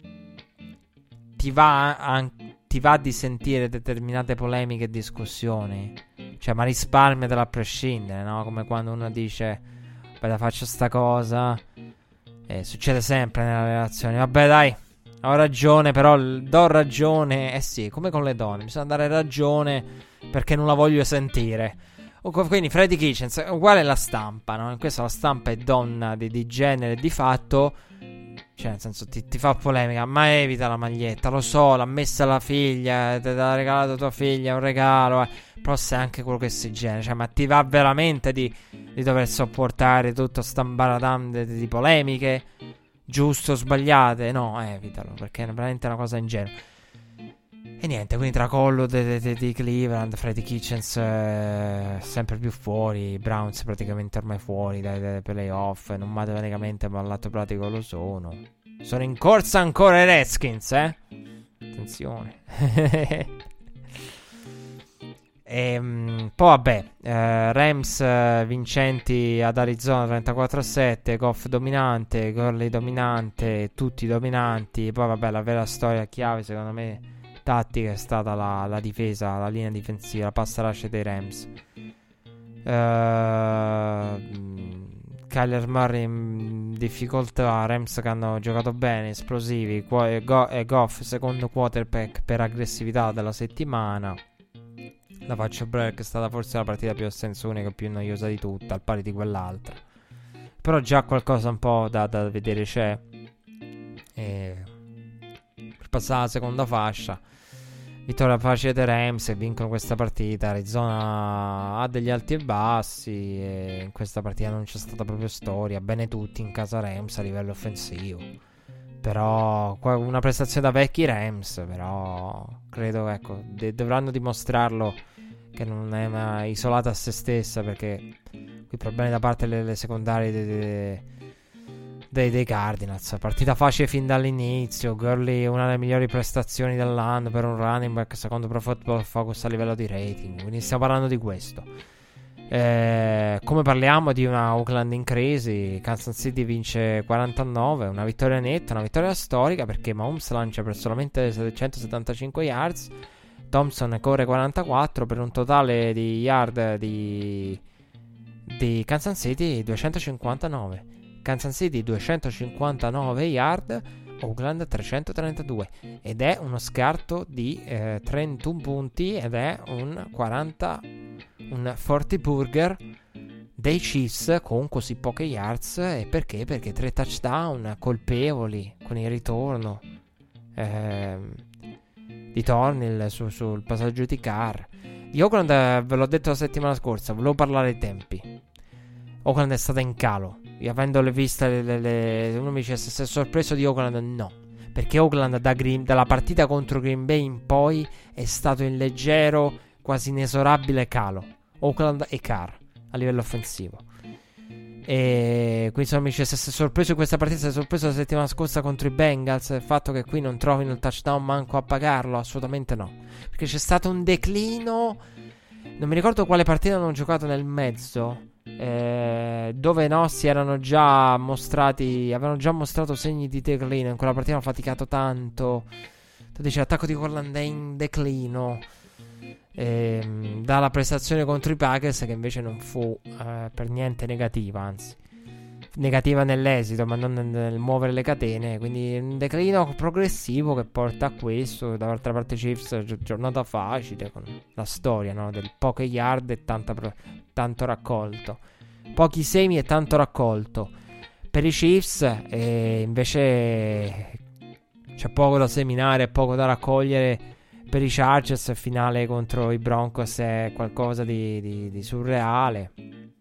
ti va di sentire determinate polemiche e discussioni, cioè ma risparmiatela a prescindere, no? Come quando uno dice vabbè, faccio sta cosa, succede sempre nella relazione, vabbè dai, ho ragione, però do ragione. Sì, come con le donne, bisogna dare ragione perché non la voglio sentire. Quindi Freddie Kitchens, uguale la stampa, no? In questo la stampa è donna di genere di fatto. Cioè nel senso ti fa polemica, ma evita la maglietta, lo so, l'ha messa la figlia, te l'ha regalato tua figlia, un regalo, però sai anche quello che si genera. Cioè ma ti va veramente di dover sopportare tutto stambaradam di polemiche, giusto o sbagliate? No, evitalo, perché è veramente una cosa ingenua. E niente, quindi tracollo di Cleveland, Freddie Kitchens sempre più fuori, Browns praticamente ormai fuori dai playoff, non matematicamente ma al lato pratico lo sono. Sono in corsa ancora i Redskins, attenzione. Poi vabbè, Rams vincenti ad Arizona 34-7, Goff dominante, Gurley dominante, tutti dominanti. Poi vabbè, la vera storia chiave secondo me tattica è stata la difesa, la linea difensiva, la pass rush dei Rams. Kyler Murray in difficoltà, Rams che hanno giocato bene, esplosivi, e Goff secondo quarterback per aggressività della settimana. La faccio breve, che è stata forse la partita più a senso unico e più noiosa di tutta, al pari di quell'altra. Però già qualcosa un po' da vedere c'è. Per passare alla seconda fascia, vittoria facile dei Rams e vincono questa partita. Arizona ha degli alti e bassi e in questa partita non c'è stata proprio storia. Bene tutti in casa Rams a livello offensivo, però una prestazione da vecchi Rams. Però credo, ecco, dovranno dimostrarlo che non è mai isolata a se stessa, perché qui problemi da parte delle secondarie dei Cardinals. Partita facile fin dall'inizio. Gurley una delle migliori prestazioni dell'anno per un running back secondo Pro Football Focus a livello di rating, quindi stiamo parlando di questo. Come parliamo di una Oakland in crisi, Kansas City vince 49, una vittoria netta, una vittoria storica, perché Mahomes lancia per solamente 775 yards, Thompson corre 44 per un totale di yard di Kansas City 259. Kansas City 259 yard, Oakland 332, ed è uno scarto di 31 punti ed è un 40 burger dei Chiefs con così poche yards. E perché? Perché 3 touchdown colpevoli con il ritorno di Thornhill sul passaggio di Carr. Di Oakland ve l'ho detto la settimana scorsa, volevo parlare dei tempi. Oakland è stata in calo. Io avendole viste uno mi dice se sei sorpreso di Oakland. No, perché Oakland dalla partita contro Green Bay in poi è stato in leggero, quasi inesorabile calo. Oakland e Carr a livello offensivo. E quindi mi dice se sei sorpreso di questa partita, sei sorpreso la settimana scorsa contro i Bengals, il fatto che qui non trovino il touchdown manco a pagarlo? Assolutamente no, perché c'è stato un declino. Non mi ricordo quale partita hanno giocato nel mezzo, dove no, si erano già mostrati, avevano già mostrato segni di declino. In quella partita hanno faticato tanto. Tu dici l'attacco di Oakland è in declino. dalla prestazione contro i Packers, che invece non fu per niente negativa, anzi negativa nell'esito ma non nel muovere le catene, quindi un declino progressivo che porta a questo. Dall'altra parte Chiefs, giornata facile con la storia, no? Del poche yard e tanto raccolto, pochi semi e tanto raccolto per i Chiefs, e invece c'è poco da seminare e poco da raccogliere per i Chargers. Finale contro i Broncos è qualcosa di surreale,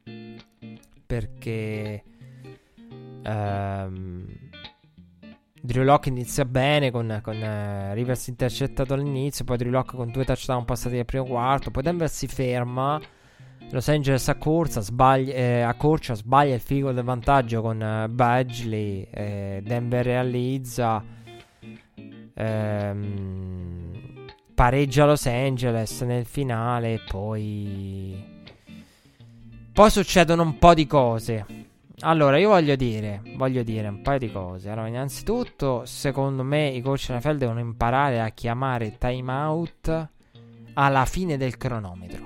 perché Drew Lock inizia bene con Rivers intercettato all'inizio, poi Drew Lock con 2 touchdown passati nel primo quarto, poi Denver si ferma, Los Angeles accorcia, sbaglia il field goal del vantaggio con Badgley, Denver realizza, pareggia Los Angeles nel finale, e poi succedono un po' di cose. Allora, io voglio dire un paio di cose. Allora, innanzitutto, secondo me i coach NFL devono imparare a chiamare timeout alla fine del cronometro.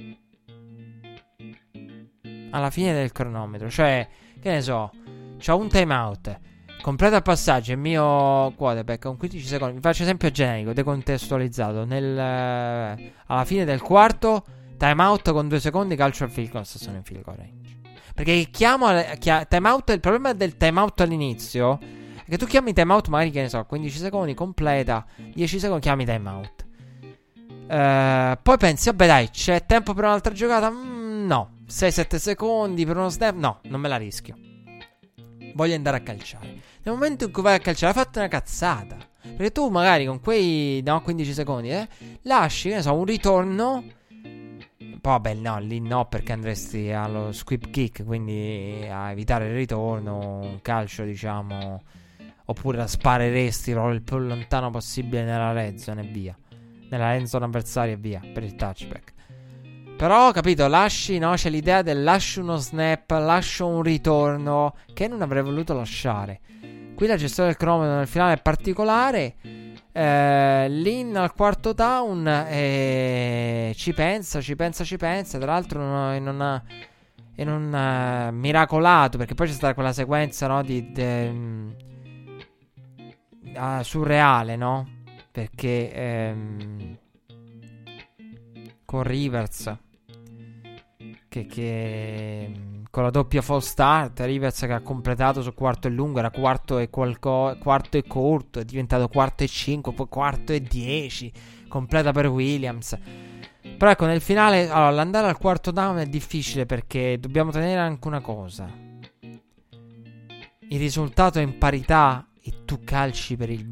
Alla fine del cronometro, cioè, che ne so, c'ho un timeout, completa il passaggio, il mio quarterback con 15 secondi, vi faccio esempio generico, decontestualizzato, alla fine del quarto, timeout con 2 secondi, calcio al field goal, sono in field goal range. Perché timeout, il problema del timeout all'inizio è che tu chiami timeout magari, che ne so, 15 secondi, completa, 10 secondi, chiami timeout. Poi pensi, vabbè dai, c'è tempo per un'altra giocata? No. 6-7 secondi per uno snap? No, non me la rischio. Voglio andare a calciare. Nel momento in cui vai a calciare, hai fatto una cazzata. Perché tu magari con quei 15 secondi lasci, che ne so, un ritorno. Poi vabbè, no, lì no, perché andresti allo squib kick, quindi a evitare il ritorno, un calcio, diciamo, oppure la spareresti il più lontano possibile nella red zone e via, nella red zone avversaria e via, per il touchback. Però, capito, lasci, no, c'è l'idea del lascio uno snap, lascio un ritorno, che non avrei voluto lasciare. Qui la gestione del cronometro nel finale è particolare. Lin al quarto down ci pensa. Tra l'altro non ha miracolato, perché poi c'è stata quella sequenza, no, surreale, no? Perché con Rivers che con la doppia false start, Rivers che ha completato sul quarto e lungo, era quarto e corto, è diventato quarto e 5, poi quarto e 10, completa per Williams. Però ecco, nel finale, allora, l'andare al quarto down è difficile, perché dobbiamo tenere anche una cosa: il risultato è in parità e tu calci il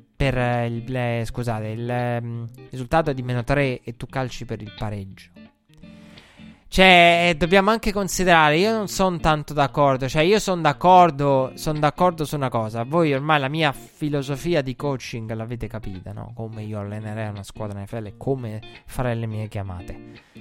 risultato è di -3 e tu calci per il pareggio. Cioè, dobbiamo anche considerare, io non sono tanto d'accordo, cioè io sono d'accordo su una cosa. Voi ormai la mia filosofia di coaching l'avete capita, no? Come io allenerei una squadra NFL e come farei le mie chiamate.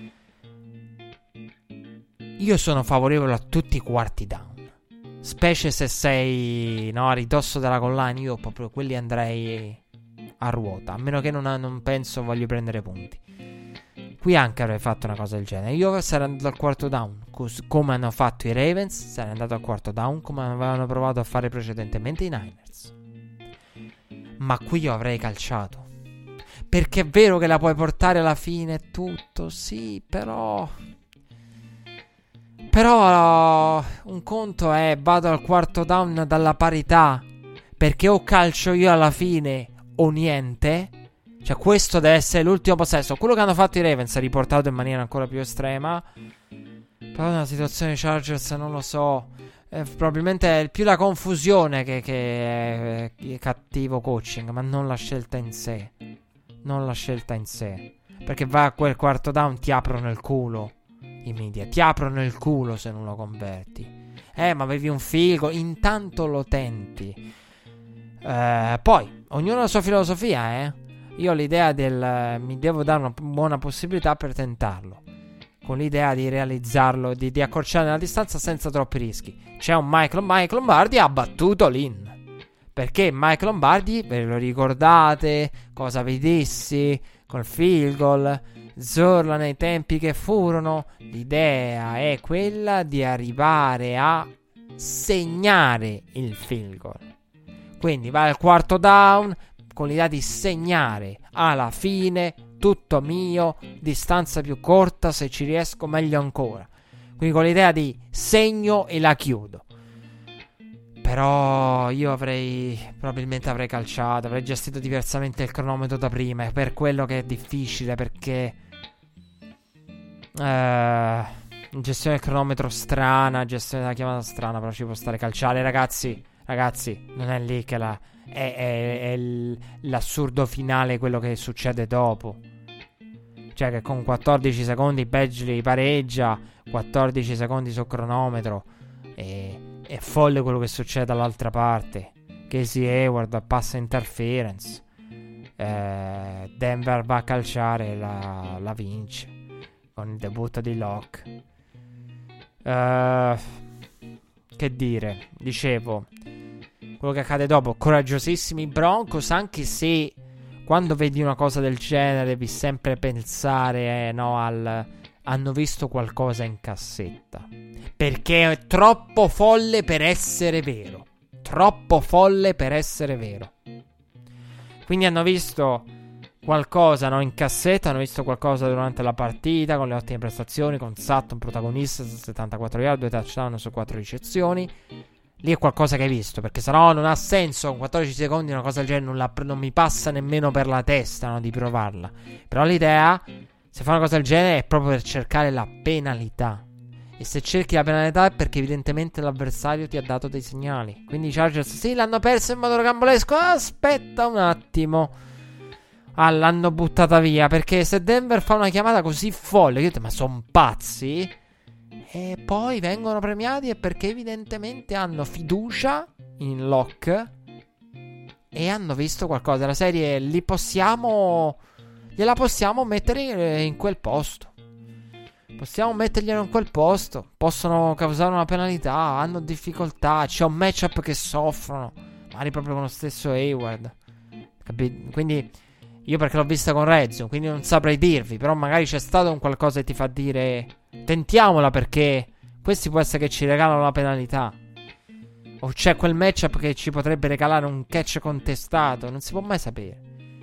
Io sono favorevole a tutti i quarti down, specie se sei, no, a ridosso della goal-line. Io proprio quelli andrei a ruota, a meno che non penso voglio prendere punti. Qui anche avrei fatto una cosa del genere. Io sarei andato al quarto down come hanno fatto i Ravens, sarei andato al quarto down come avevano provato a fare precedentemente i Niners. Ma qui io avrei calciato, perché è vero che la puoi portare alla fine e tutto, sì, però un conto è vado al quarto down dalla parità, perché o calcio io alla fine o niente. Cioè, questo deve essere l'ultimo possesso. Quello che hanno fatto i Ravens è riportato in maniera ancora più estrema. Però nella situazione Chargers non lo so. Probabilmente è più la confusione che è cattivo coaching, ma non la scelta in sé. Perché vai a quel quarto down, ti aprono il culo i media. Ti aprono il culo se non lo converti. Ma avevi un figo. Intanto lo tenti. Poi, ognuno ha la sua filosofia, Io ho l'idea mi devo dare una buona possibilità per tentarlo, con l'idea di realizzarlo, di accorciare la distanza senza troppi rischi. C'è un Mike Lombardi ha battuto Lin, perché Mike Lombardi, ve lo ricordate cosa vi dissi col field goal? Zorla nei tempi che furono, l'idea è quella di arrivare a segnare il field goal. Quindi vai al quarto down con l'idea di segnare alla fine, tutto mio, distanza più corta, se ci riesco meglio ancora. Quindi con l'idea di segno e la chiudo. Però io probabilmente avrei calciato, avrei gestito diversamente il cronometro da prima. È per quello che è difficile, perché gestione del cronometro strana, gestione della chiamata strana, però ci può stare calciare. Ragazzi, non è lì che è l'assurdo finale, quello che succede dopo. Cioè che con 14 secondi Badgley pareggia, 14 secondi sul cronometro, e è folle quello che succede dall'altra parte. Casey Hayward passa interference, Denver va a calciare e la vince con il debutto di Locke. Che dire, dicevo, quello che accade dopo, coraggiosissimi Broncos, anche se quando vedi una cosa del genere devi sempre pensare hanno visto qualcosa in cassetta, perché è troppo folle per essere vero. Troppo folle per essere vero. Quindi hanno visto qualcosa in cassetta, hanno visto qualcosa durante la partita, con le ottime prestazioni, con Sutton protagonista, 74 yard, 2 touchdown su 4 ricezioni. Lì è qualcosa che hai visto, perché sennò non ha senso con 14 secondi una cosa del genere, non mi passa nemmeno per la testa, no, di provarla. Però l'idea, se fa una cosa del genere, è proprio per cercare la penalità. E se cerchi la penalità è perché evidentemente l'avversario ti ha dato dei segnali. Quindi i Chargers sì, l'hanno perso in modo rocambolesco. Aspetta un attimo. L'hanno buttata via, perché se Denver fa una chiamata così folle, io ho detto, ma sono pazzi? E poi vengono premiati è perché evidentemente hanno fiducia in Locke e hanno visto qualcosa della serie. Gliela possiamo mettere in quel posto. Possiamo metterglielo in quel posto. Possono causare una penalità, hanno difficoltà, c'è un matchup che soffrono, magari proprio con lo stesso Hayward. Quindi io perché l'ho vista con Rezzo, quindi non saprei dirvi, però magari c'è stato un qualcosa che ti fa dire tentiamola, perché questi può essere che ci regalano la penalità, o c'è quel matchup che ci potrebbe regalare un catch contestato, non si può mai sapere.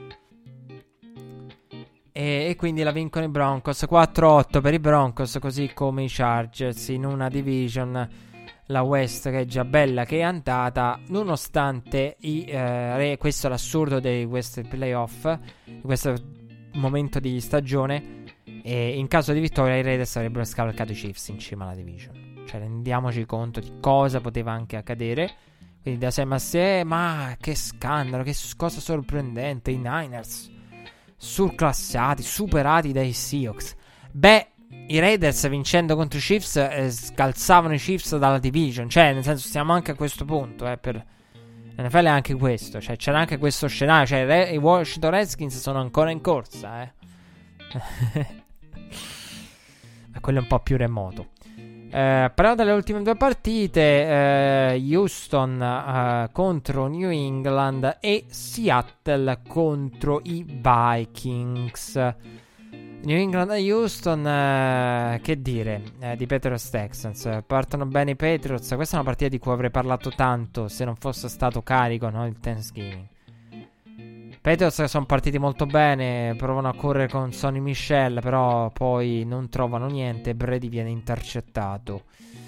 E quindi la vincono i Broncos 4-8 per i Broncos, così come i Chargers in una division, la West, che è già bella che è andata, nonostante questo è l'assurdo di questi playoff, di questo momento di stagione. E in caso di vittoria i Raiders avrebbero scavalcato i Chiefs in cima alla division. Cioè, rendiamoci conto di cosa poteva anche accadere. Quindi da sé, ma che scandalo, che cosa sorprendente, i Niners surclassati, superati dai Seahawks. Beh, i Raiders vincendo contro i Chiefs scalzavano i Chiefs dalla division. Cioè, nel senso, stiamo anche a questo punto, per NFL è anche questo. Cioè, c'era anche questo scenario. Cioè, i Washington Redskins sono ancora in corsa, ma quello è un po' più remoto. Parliamo delle ultime due partite. Houston contro New England e Seattle contro i Vikings. New England e Houston, che dire di Patriots Texans. Partono bene i Patriots. Questa è una partita di cui avrei parlato tanto se non fosse stato carico, no, il Thanksgiving. Patriots sono partiti molto bene, provano a correre con Sonny Michel, però poi non trovano niente. Brady viene intercettato.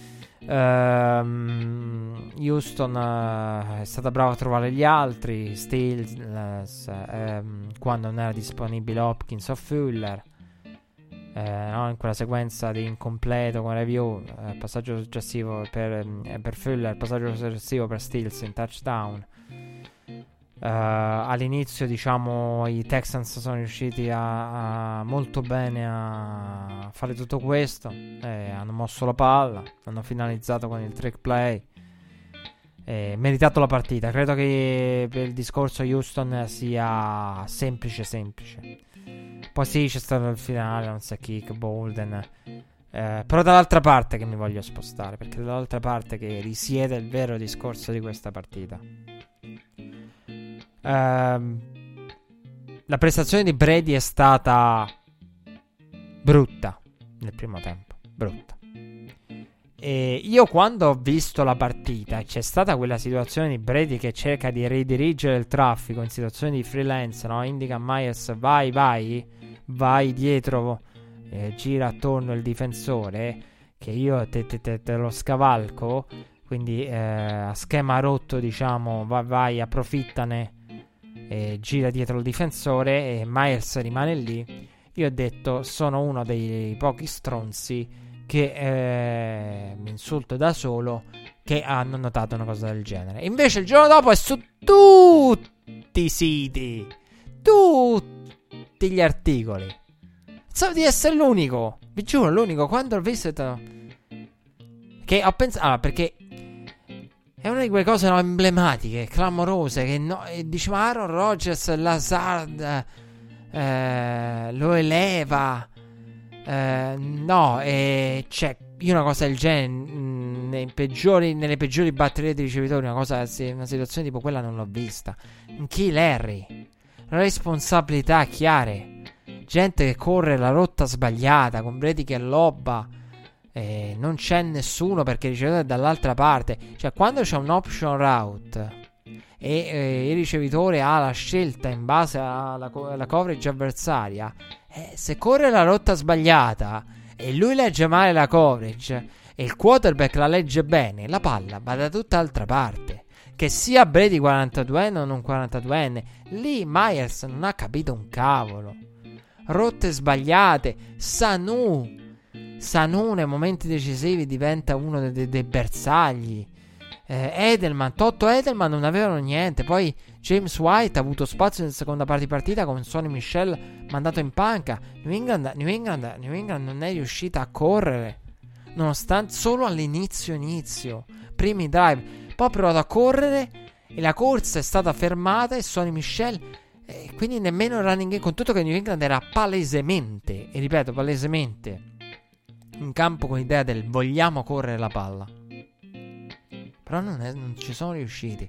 Houston è stata brava a trovare gli altri, Stills, quando non era disponibile Hopkins o Fuller, in quella sequenza di incompleto con review, passaggio successivo per Fuller, passaggio successivo per Stills in touchdown. All'inizio, diciamo, i Texans sono riusciti molto bene a fare tutto questo, hanno mosso la palla, hanno finalizzato con il trick play, meritato la partita. Credo che per il discorso Houston sia semplice. Poi sì, c'è stato il finale, non so, kick, Bolden, però dall'altra parte che mi voglio spostare, perché dall'altra parte che risiede il vero discorso di questa partita. La prestazione di Brady è stata brutta nel primo tempo, brutta. E io quando ho visto la partita, c'è stata quella situazione di Brady che cerca di ridirigere il traffico in situazione di freelance, no? Indica a Myers vai dietro, gira attorno il difensore, che io te lo scavalco, quindi a schema rotto, diciamo, vai, approfittane, gira dietro il difensore e Myers rimane lì. Io ho detto, sono uno dei pochi stronzi che mi insulto da solo, che hanno notato una cosa del genere. Invece il giorno dopo è su tutti i siti, tutti gli articoli. So di essere l'unico, vi giuro, l'unico. Quando ho visto che ho pensato, perché è una di quelle cose, no, emblematiche, clamorose, che no, diceva Aaron Rodgers, Lazard lo eleva. No, cioè, io una cosa del genere nelle peggiori batterie di ricevitori, una situazione tipo quella non l'ho vista. Chi Larry, responsabilità chiare, gente che corre la rotta sbagliata, con Brady che lobba, non c'è nessuno perché il ricevitore è dall'altra parte. Cioè, quando c'è un option route e il ricevitore ha la scelta in base alla coverage avversaria, se corre la rotta sbagliata e lui legge male la coverage e il quarterback la legge bene, la palla va da tutt'altra parte. Che sia Brady 42enne o non 42enne, lì Myers non ha capito un cavolo. Rotte sbagliate. Sanu nei momenti decisivi diventa uno dei bersagli. Edelman non avevano niente. Poi James White ha avuto spazio nella seconda parte di partita con Sonny Michel mandato in panca. New England non è riuscita a correre, nonostante solo all'inizio primi drive. Poi ha provato a correre e la corsa è stata fermata e Sonny Michel, quindi nemmeno il running game, con tutto che New England era palesemente, e ripeto palesemente, in campo con l'idea del vogliamo correre la palla. Però non ci sono riusciti.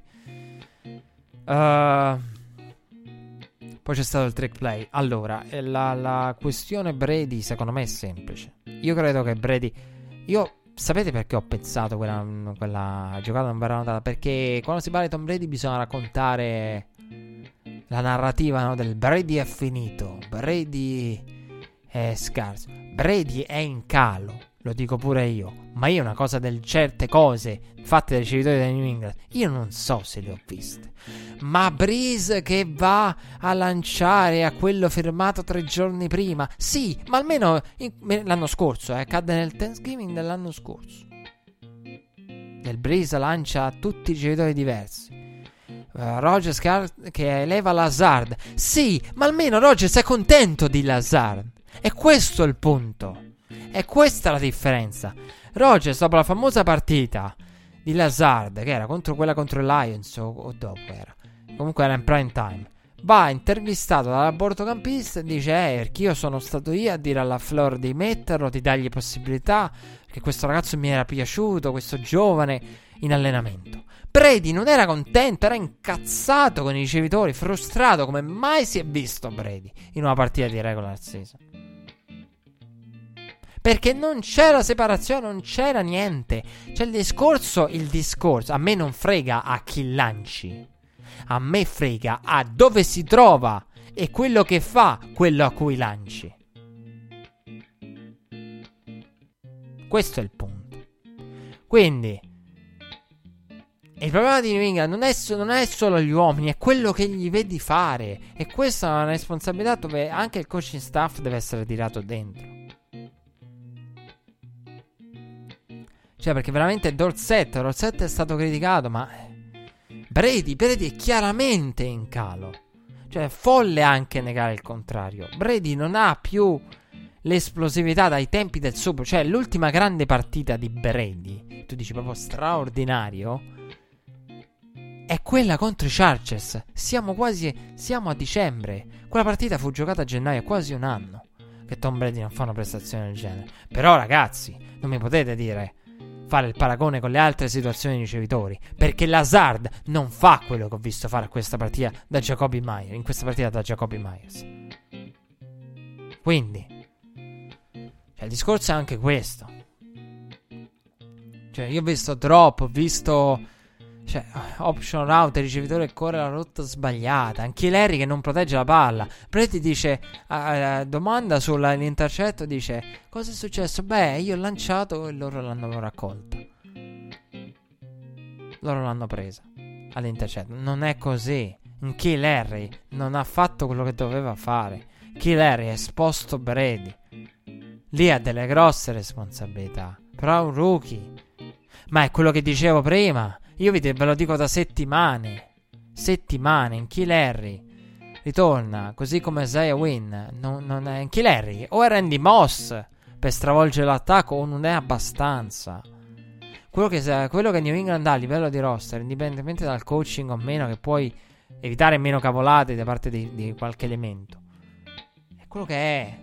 Poi c'è stato il trick play. Allora, la questione Brady secondo me è semplice. Io credo che Brady... sapete perché ho pensato quella giocata non verrà notata? Perché quando si parla di Tom Brady bisogna raccontare la narrativa, no? Del Brady è finito, Brady è scarso, Brady è in calo. Lo dico pure io. Ma io una cosa certe cose fatte dai ricevitori del New England, io non so se le ho viste. Ma Breeze che va a lanciare a quello firmato 3 giorni prima. Sì, ma almeno l'anno scorso, cadde nel Thanksgiving dell'anno scorso. Del Breeze lancia a tutti i ricevitori diversi. Rodgers che eleva Lazard. Sì, ma almeno Rodgers è contento di Lazard. E questo è il punto. E questa è la differenza. Rodgers, dopo la famosa partita di Lazard, che era quella contro i Lions o dopo era, comunque era in prime time, va intervistato dall'abortocampista e dice perché io sono stato io a dire alla Flor di metterlo, di dargli possibilità, che questo ragazzo mi era piaciuto, questo giovane in allenamento. Brady non era contento, era incazzato con i ricevitori, frustrato come mai si è visto Brady in una partita di regular season. Perché non c'era separazione, non c'era niente. Cioè il discorso, a me non frega a chi lanci, a me frega a dove si trova e quello che fa quello a cui lanci. Questo è il punto. Quindi il problema di New England non è solo gli uomini, è quello che gli vedi fare. E questa è una responsabilità dove anche il coaching staff deve essere tirato dentro. Cioè, perché veramente Dorsett è stato criticato, ma Brady è chiaramente in calo. Cioè, è folle anche negare il contrario. Brady non ha più l'esplosività dai tempi del Super. Cioè, l'ultima grande partita di Brady, tu dici proprio straordinario, è quella contro i Chargers. Siamo a dicembre. Quella partita fu giocata a gennaio, quasi un anno che Tom Brady non fa una prestazione del genere. Però, ragazzi, non mi potete fare il paragone con le altre situazioni di ricevitori, perché Lazard non fa quello che ho visto fare a questa partita da Jacoby Myers, Quindi il discorso è anche questo. Cioè, io ho visto drop, ho visto, cioè, option route, il ricevitore corre la rotta sbagliata, anche Larry che non protegge la palla. Brady dice, domanda sull'intercetto, dice, cosa è successo? Beh, io ho lanciato e loro l'hanno raccolta. Loro l'hanno presa all'intercetto. Non è così. Key Larry non ha fatto quello che doveva fare. Key Larry ha esposto Brady. Lì ha delle grosse responsabilità. Però è un rookie. Ma è quello che dicevo prima. Io ve lo dico da settimane. In Key Larry ritorna così come Isaiah Wynn. Non è in Key Larry. O è Randy Moss per stravolgere l'attacco, o non è abbastanza. Quello che New England ha a livello di roster, indipendentemente dal coaching o meno, che puoi evitare meno cavolate da parte di qualche elemento, è quello che è.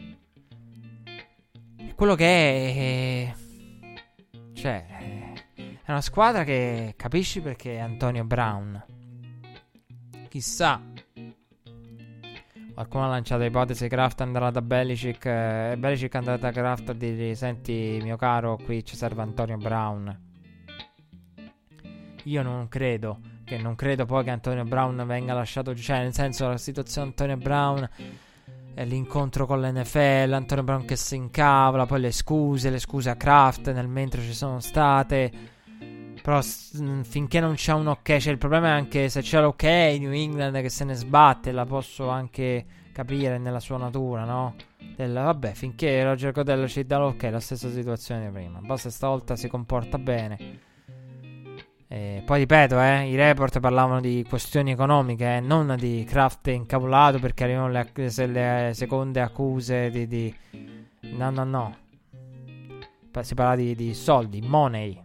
È quello che è. Cioè, è una squadra che capisci perché è Antonio Brown. Chissà. Qualcuno ha lanciato l'ipotesi Kraft andrà da Belichick. Belichick andrà da Kraft a dirgli: senti mio caro, qui ci serve Antonio Brown. Io non credo poi che Antonio Brown venga lasciato. Cioè, nel senso, la situazione Antonio Brown, l'incontro con l'NFL, Antonio Brown che si incavola, poi le scuse a Kraft nel mentre ci sono state. Però finché non c'è un ok, cioè il problema è anche se c'è l'ok New England che se ne sbatte, la posso anche capire nella sua natura, no? Vabbè, finché Roger Goodell ci dà l'ok, la stessa situazione di prima. Basta stavolta si comporta bene. Poi ripeto, i report parlavano di questioni economiche, non di Kraft incavolato perché arrivano le seconde accuse di... No. Si parla di soldi, money.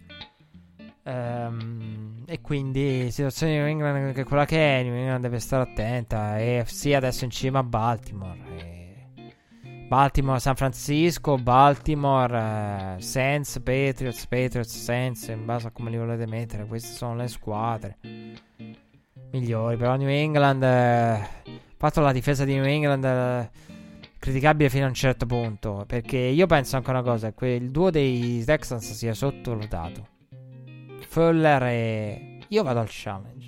E quindi situazione di New England che è quella che è. New England deve stare attenta. AFC adesso in cima a Baltimore, San Francisco, Baltimore, Saints, Patriots, Saints, in base a come li volete mettere. Queste sono le squadre migliori. Però New England, fatto la difesa di New England criticabile fino a un certo punto, perché io penso anche una cosa, che il duo dei Texans sia sottovalutato. Fuller e... io vado al challenge.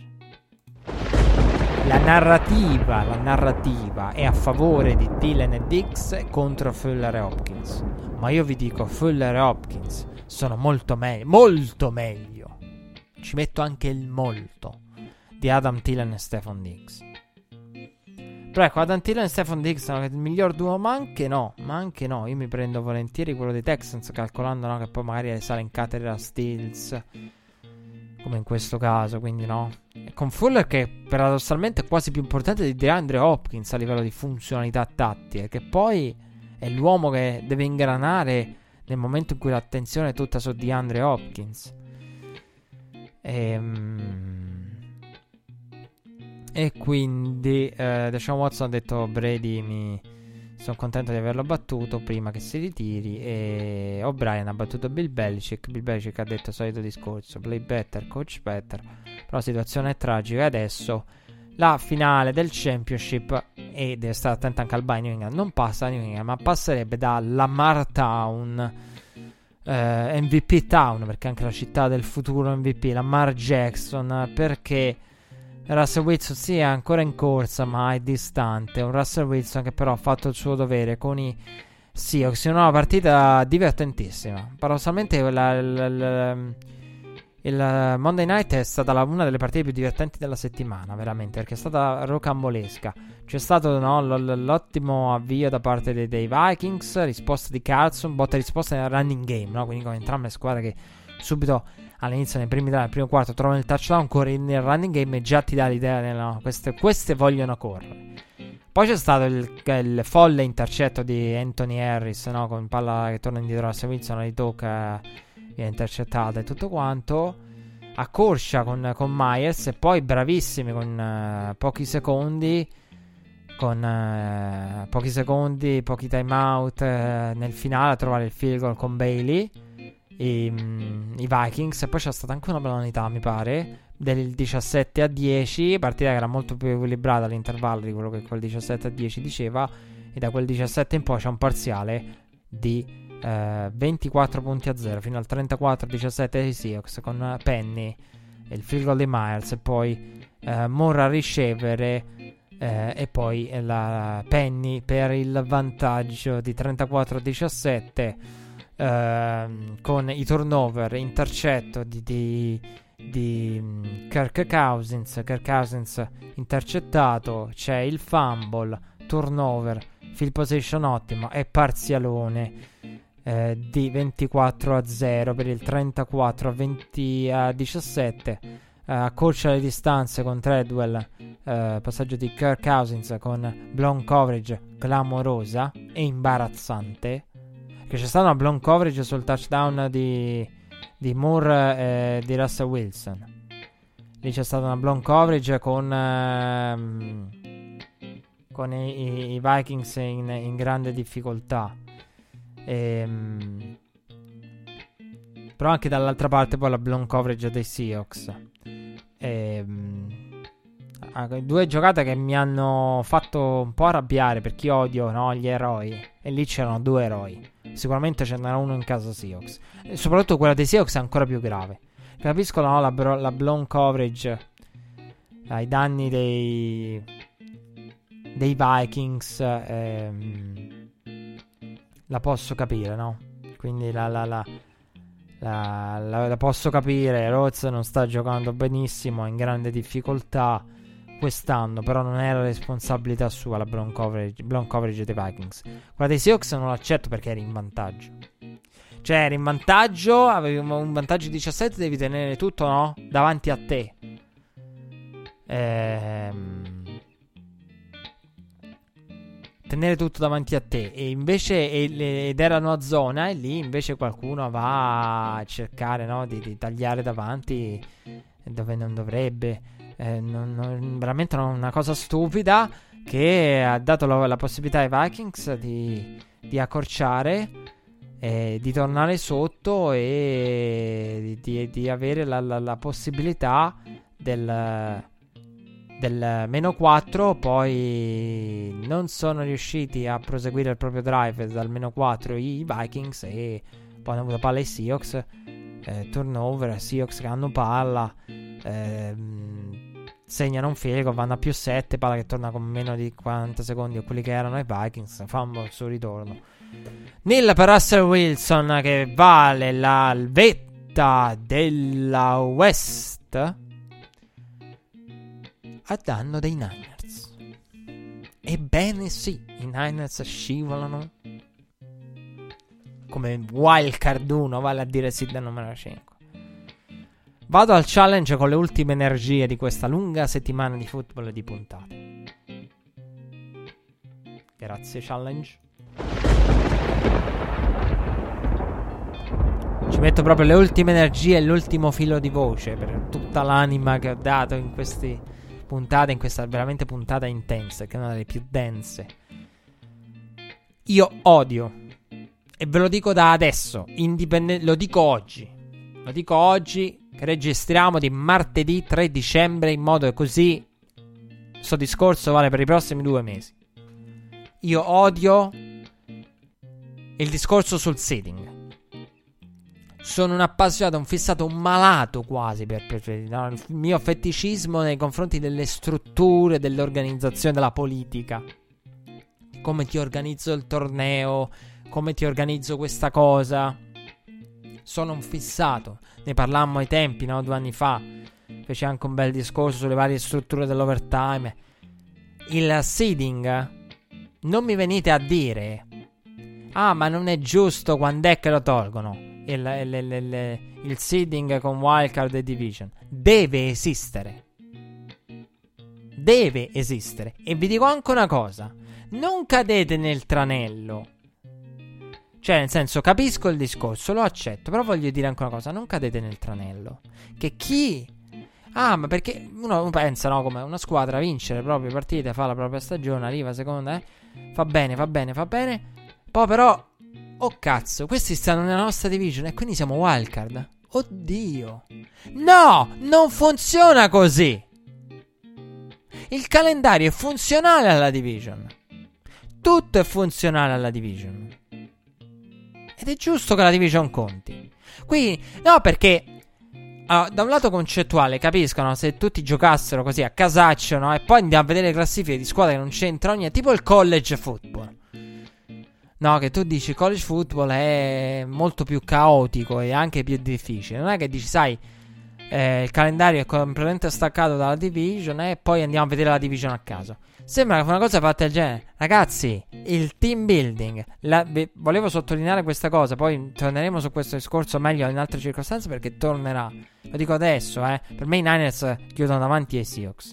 La narrativa è a favore di Thielen e Diggs contro Fuller e Hopkins. Ma io vi dico, Fuller e Hopkins sono molto meglio. Ci metto anche il molto di Adam Thielen e Stephon Diggs. Però ecco, Adam Thielen e Stephon Diggs sono il miglior duo, ma anche no. Io mi prendo volentieri quello dei Texans, calcolando, no, che poi magari sale in cattedra Stills, come in questo caso, quindi no. E con Fuller che paradossalmente è quasi più importante di DeAndre Hopkins a livello di funzionalità tattiche, che poi è l'uomo che deve ingranare nel momento in cui l'attenzione è tutta su DeAndre Hopkins. E quindi Deshaun Watson ha detto: Brady, sono contento di averlo battuto prima che si ritiri. E O'Brien ha battuto Bill Belichick. Bill Belichick ha detto il solito discorso: play better, coach better. Però la situazione è tragica. E adesso la finale del championship, e deve stare attento anche al bye, New England non passa a New England, ma passerebbe da Lamar Town, MVP Town, perché anche la città del futuro MVP, Lamar Jackson, perché Russell Wilson sì è ancora in corsa ma è distante. Un Russell Wilson che però ha fatto il suo dovere con i Seahawks in una partita divertentissima. Paradossalmente il Monday Night è stata una delle partite più divertenti della settimana, veramente, perché è stata rocambolesca. C'è stato l'ottimo avvio da parte dei Vikings, risposta di Carlson, botta e risposta nel running game, no? Quindi con entrambe le squadre che subito all'inizio, nel primo quarto, trovano il touchdown, corri nel running game e già ti dà l'idea, no, queste vogliono correre. Poi c'è stato il folle intercetto di Anthony Harris, no, con palla che torna indietro a Russell Wilson, li tocca, viene intercettata e tutto quanto. Accorcia con Myers e poi bravissimi con pochi secondi, pochi time out nel finale a trovare il field goal con Bailey, i Vikings. E poi c'è stata anche una penalità, mi pare, del 17-10, partita che era molto più equilibrata all'intervallo di quello che quel 17-10 diceva, e da quel 17 in poi c'è un parziale di 24-0 fino al 34-17 dei Seahawks, con Penny e il field goal di Myers, e poi Moore a ricevere, e poi la Penny per il vantaggio di 34-17, con i turnover, intercetto di Kirk Cousins intercettato, c'è il fumble, turnover, field position ottimo e parzialone di 24-0 per il 34-17. Accorcia le distanze con Treadwell, passaggio di Kirk Cousins con blown coverage clamorosa e imbarazzante, che c'è stata una blown coverage sul touchdown di Moore e di Russell Wilson. Lì c'è stata una blown coverage con i Vikings in grande difficoltà. Però anche dall'altra parte poi la blown coverage dei Seahawks. Due giocate che mi hanno fatto un po' arrabbiare, perché io odio, no, gli eroi, e lì c'erano due eroi. Sicuramente ce n'era uno in casa Seahawks, e soprattutto quella dei Seahawks è ancora più grave. Capisco, no, la blown coverage ai danni dei Vikings, la posso capire, no? Quindi la posso capire. Rhodes non sta giocando benissimo, è in grande difficoltà quest'anno, però non era responsabilità sua la blown coverage dei Vikings. Quella dei Seahawks non l'accetto, perché eri in vantaggio. Cioè, eri in vantaggio, avevi un vantaggio di 17, devi tenere tutto, no? Davanti a te. Tenere tutto davanti a te, e invece ed erano a zona, e lì invece qualcuno va a cercare, no, di tagliare davanti dove non dovrebbe. Veramente una cosa stupida, che ha dato la possibilità ai Vikings di accorciare, di tornare sotto e di avere la possibilità del meno 4. Poi non sono riusciti a proseguire il proprio drive dal meno 4 i Vikings, e poi hanno avuto palla i Seahawks, turnover, Seahawks che hanno palla, segnano un field goal, vanno a più 7, palla che torna con meno di 40 secondi a quelli che erano i Vikings, fumble sul ritorno nel per Russell Wilson, che vale la vetta della West a danno dei Niners. Ebbene sì, i Niners scivolano come wildcard 1, vale a dire seed numero 5. Vado al challenge con le ultime energie di questa lunga settimana di football e di puntate. Grazie challenge. Ci metto proprio le ultime energie e l'ultimo filo di voce per tutta l'anima che ho dato in queste puntate, in questa veramente puntata intensa, che è una delle più dense. Io odio, e ve lo dico da adesso, lo dico oggi che registriamo di martedì 3 dicembre, in modo che così sto discorso vale per i prossimi 2 mesi. Io odio il discorso sul seeding. Sono un appassionato, un fissato, un malato quasi no? Il mio feticismo nei confronti delle strutture, dell'organizzazione, della politica. Come ti organizzo il torneo, come ti organizzo questa cosa. Sono un fissato. Ne parlammo ai tempi, no? 2 anni fa. Feci anche un bel discorso sulle varie strutture dell'overtime. Il seeding, non mi venite a dire: ah, ma non è giusto, quando è che lo tolgono? Il seeding con wildcard e division deve esistere. Deve esistere. E vi dico anche una cosa: non cadete nel tranello. Cioè, nel senso, capisco il discorso, lo accetto, però voglio dire anche una cosa: non cadete nel tranello. Che chi... Ah, ma perché uno pensa, no, come una squadra vince le proprie partite, fa la propria stagione, arriva seconda, fa bene. Poi però, oh cazzo, questi stanno nella nostra division e quindi siamo wildcard. Oddio. No, non funziona così. Il calendario è funzionale alla division. Tutto è funzionale alla division. Ed è giusto che la division conti. Quindi, no, perché da un lato concettuale capiscono, se tutti giocassero così a casaccio, no? E poi andiamo a vedere le classifiche di squadre che non c'entrano niente, tipo il college football. No, che tu dici college football è molto più caotico e anche più difficile. Non è che dici, sai, il calendario è completamente staccato dalla division e poi andiamo a vedere la division a caso. Sembra che fa una cosa fatta del genere. Ragazzi, il team building, volevo sottolineare questa cosa, poi torneremo su questo discorso meglio in altre circostanze perché tornerà. Lo dico adesso, per me i Niners chiudono davanti ai Seahawks.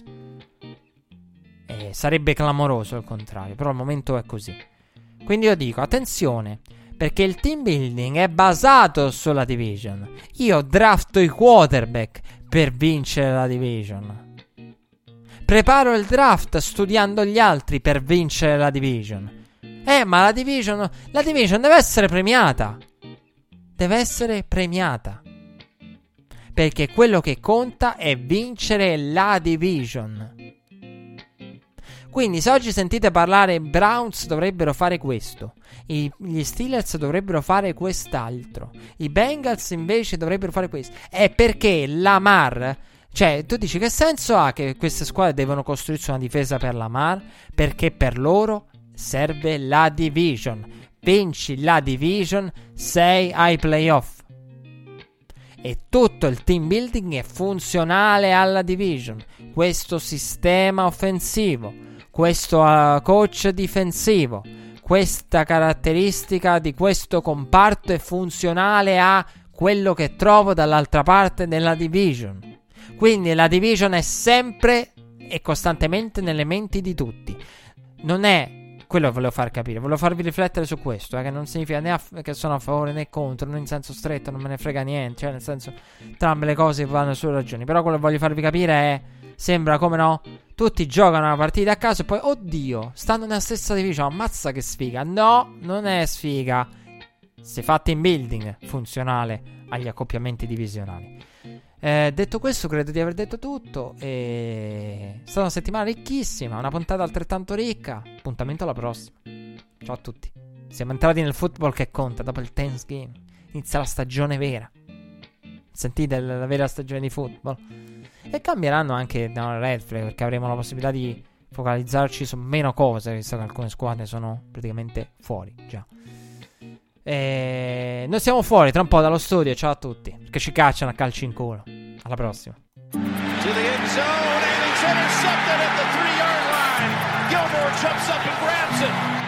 Sarebbe clamoroso il contrario, però al momento è così. Quindi io dico, attenzione, perché il team building è basato sulla division. Io drafto i quarterback per vincere la division. Preparo il draft studiando gli altri per vincere la division. Ma la division deve essere premiata. Deve essere premiata. Perché quello che conta è vincere la division. Quindi se oggi sentite parlare Browns dovrebbero fare questo, gli Steelers dovrebbero fare quest'altro, i Bengals invece dovrebbero fare questo, è perché Lamar, cioè tu dici che senso ha che queste squadre devono costruirsi una difesa per Lamar? Perché per loro serve la division, vinci la division, sei ai playoff. E tutto il team building è funzionale alla division, questo sistema offensivo, questo coach difensivo, questa caratteristica di questo comparto è funzionale a quello che trovo dall'altra parte della division. Quindi la division è sempre e costantemente nelle menti di tutti. Non è quello che volevo far capire, volevo farvi riflettere su questo, che non significa né che sono a favore né contro, né in senso stretto, non me ne frega niente, cioè nel senso entrambe le cose vanno sulle ragioni, però quello che voglio farvi capire è, sembra come no, tutti giocano una partita a caso e poi, oddio, stanno nella stessa division, ammazza che sfiga. No, non è sfiga, si fa team building funzionale agli accoppiamenti divisionali. Detto questo, credo di aver detto tutto. È stata una settimana ricchissima, una puntata altrettanto ricca. Appuntamento alla prossima. Ciao a tutti. Siamo entrati nel football che conta. Dopo il Thanksgiving inizia la stagione vera. Sentite la vera stagione di football. E cambieranno anche da Red Flag, perché avremo la possibilità di focalizzarci su meno cose, visto che alcune squadre sono praticamente fuori già. Noi siamo fuori tra un po' dallo studio. Ciao a tutti, perché ci cacciano a calci in culo. Alla prossima. To the end zone, and it's intercepted at the 3-yard line. Gilmore jumps up and grabs it.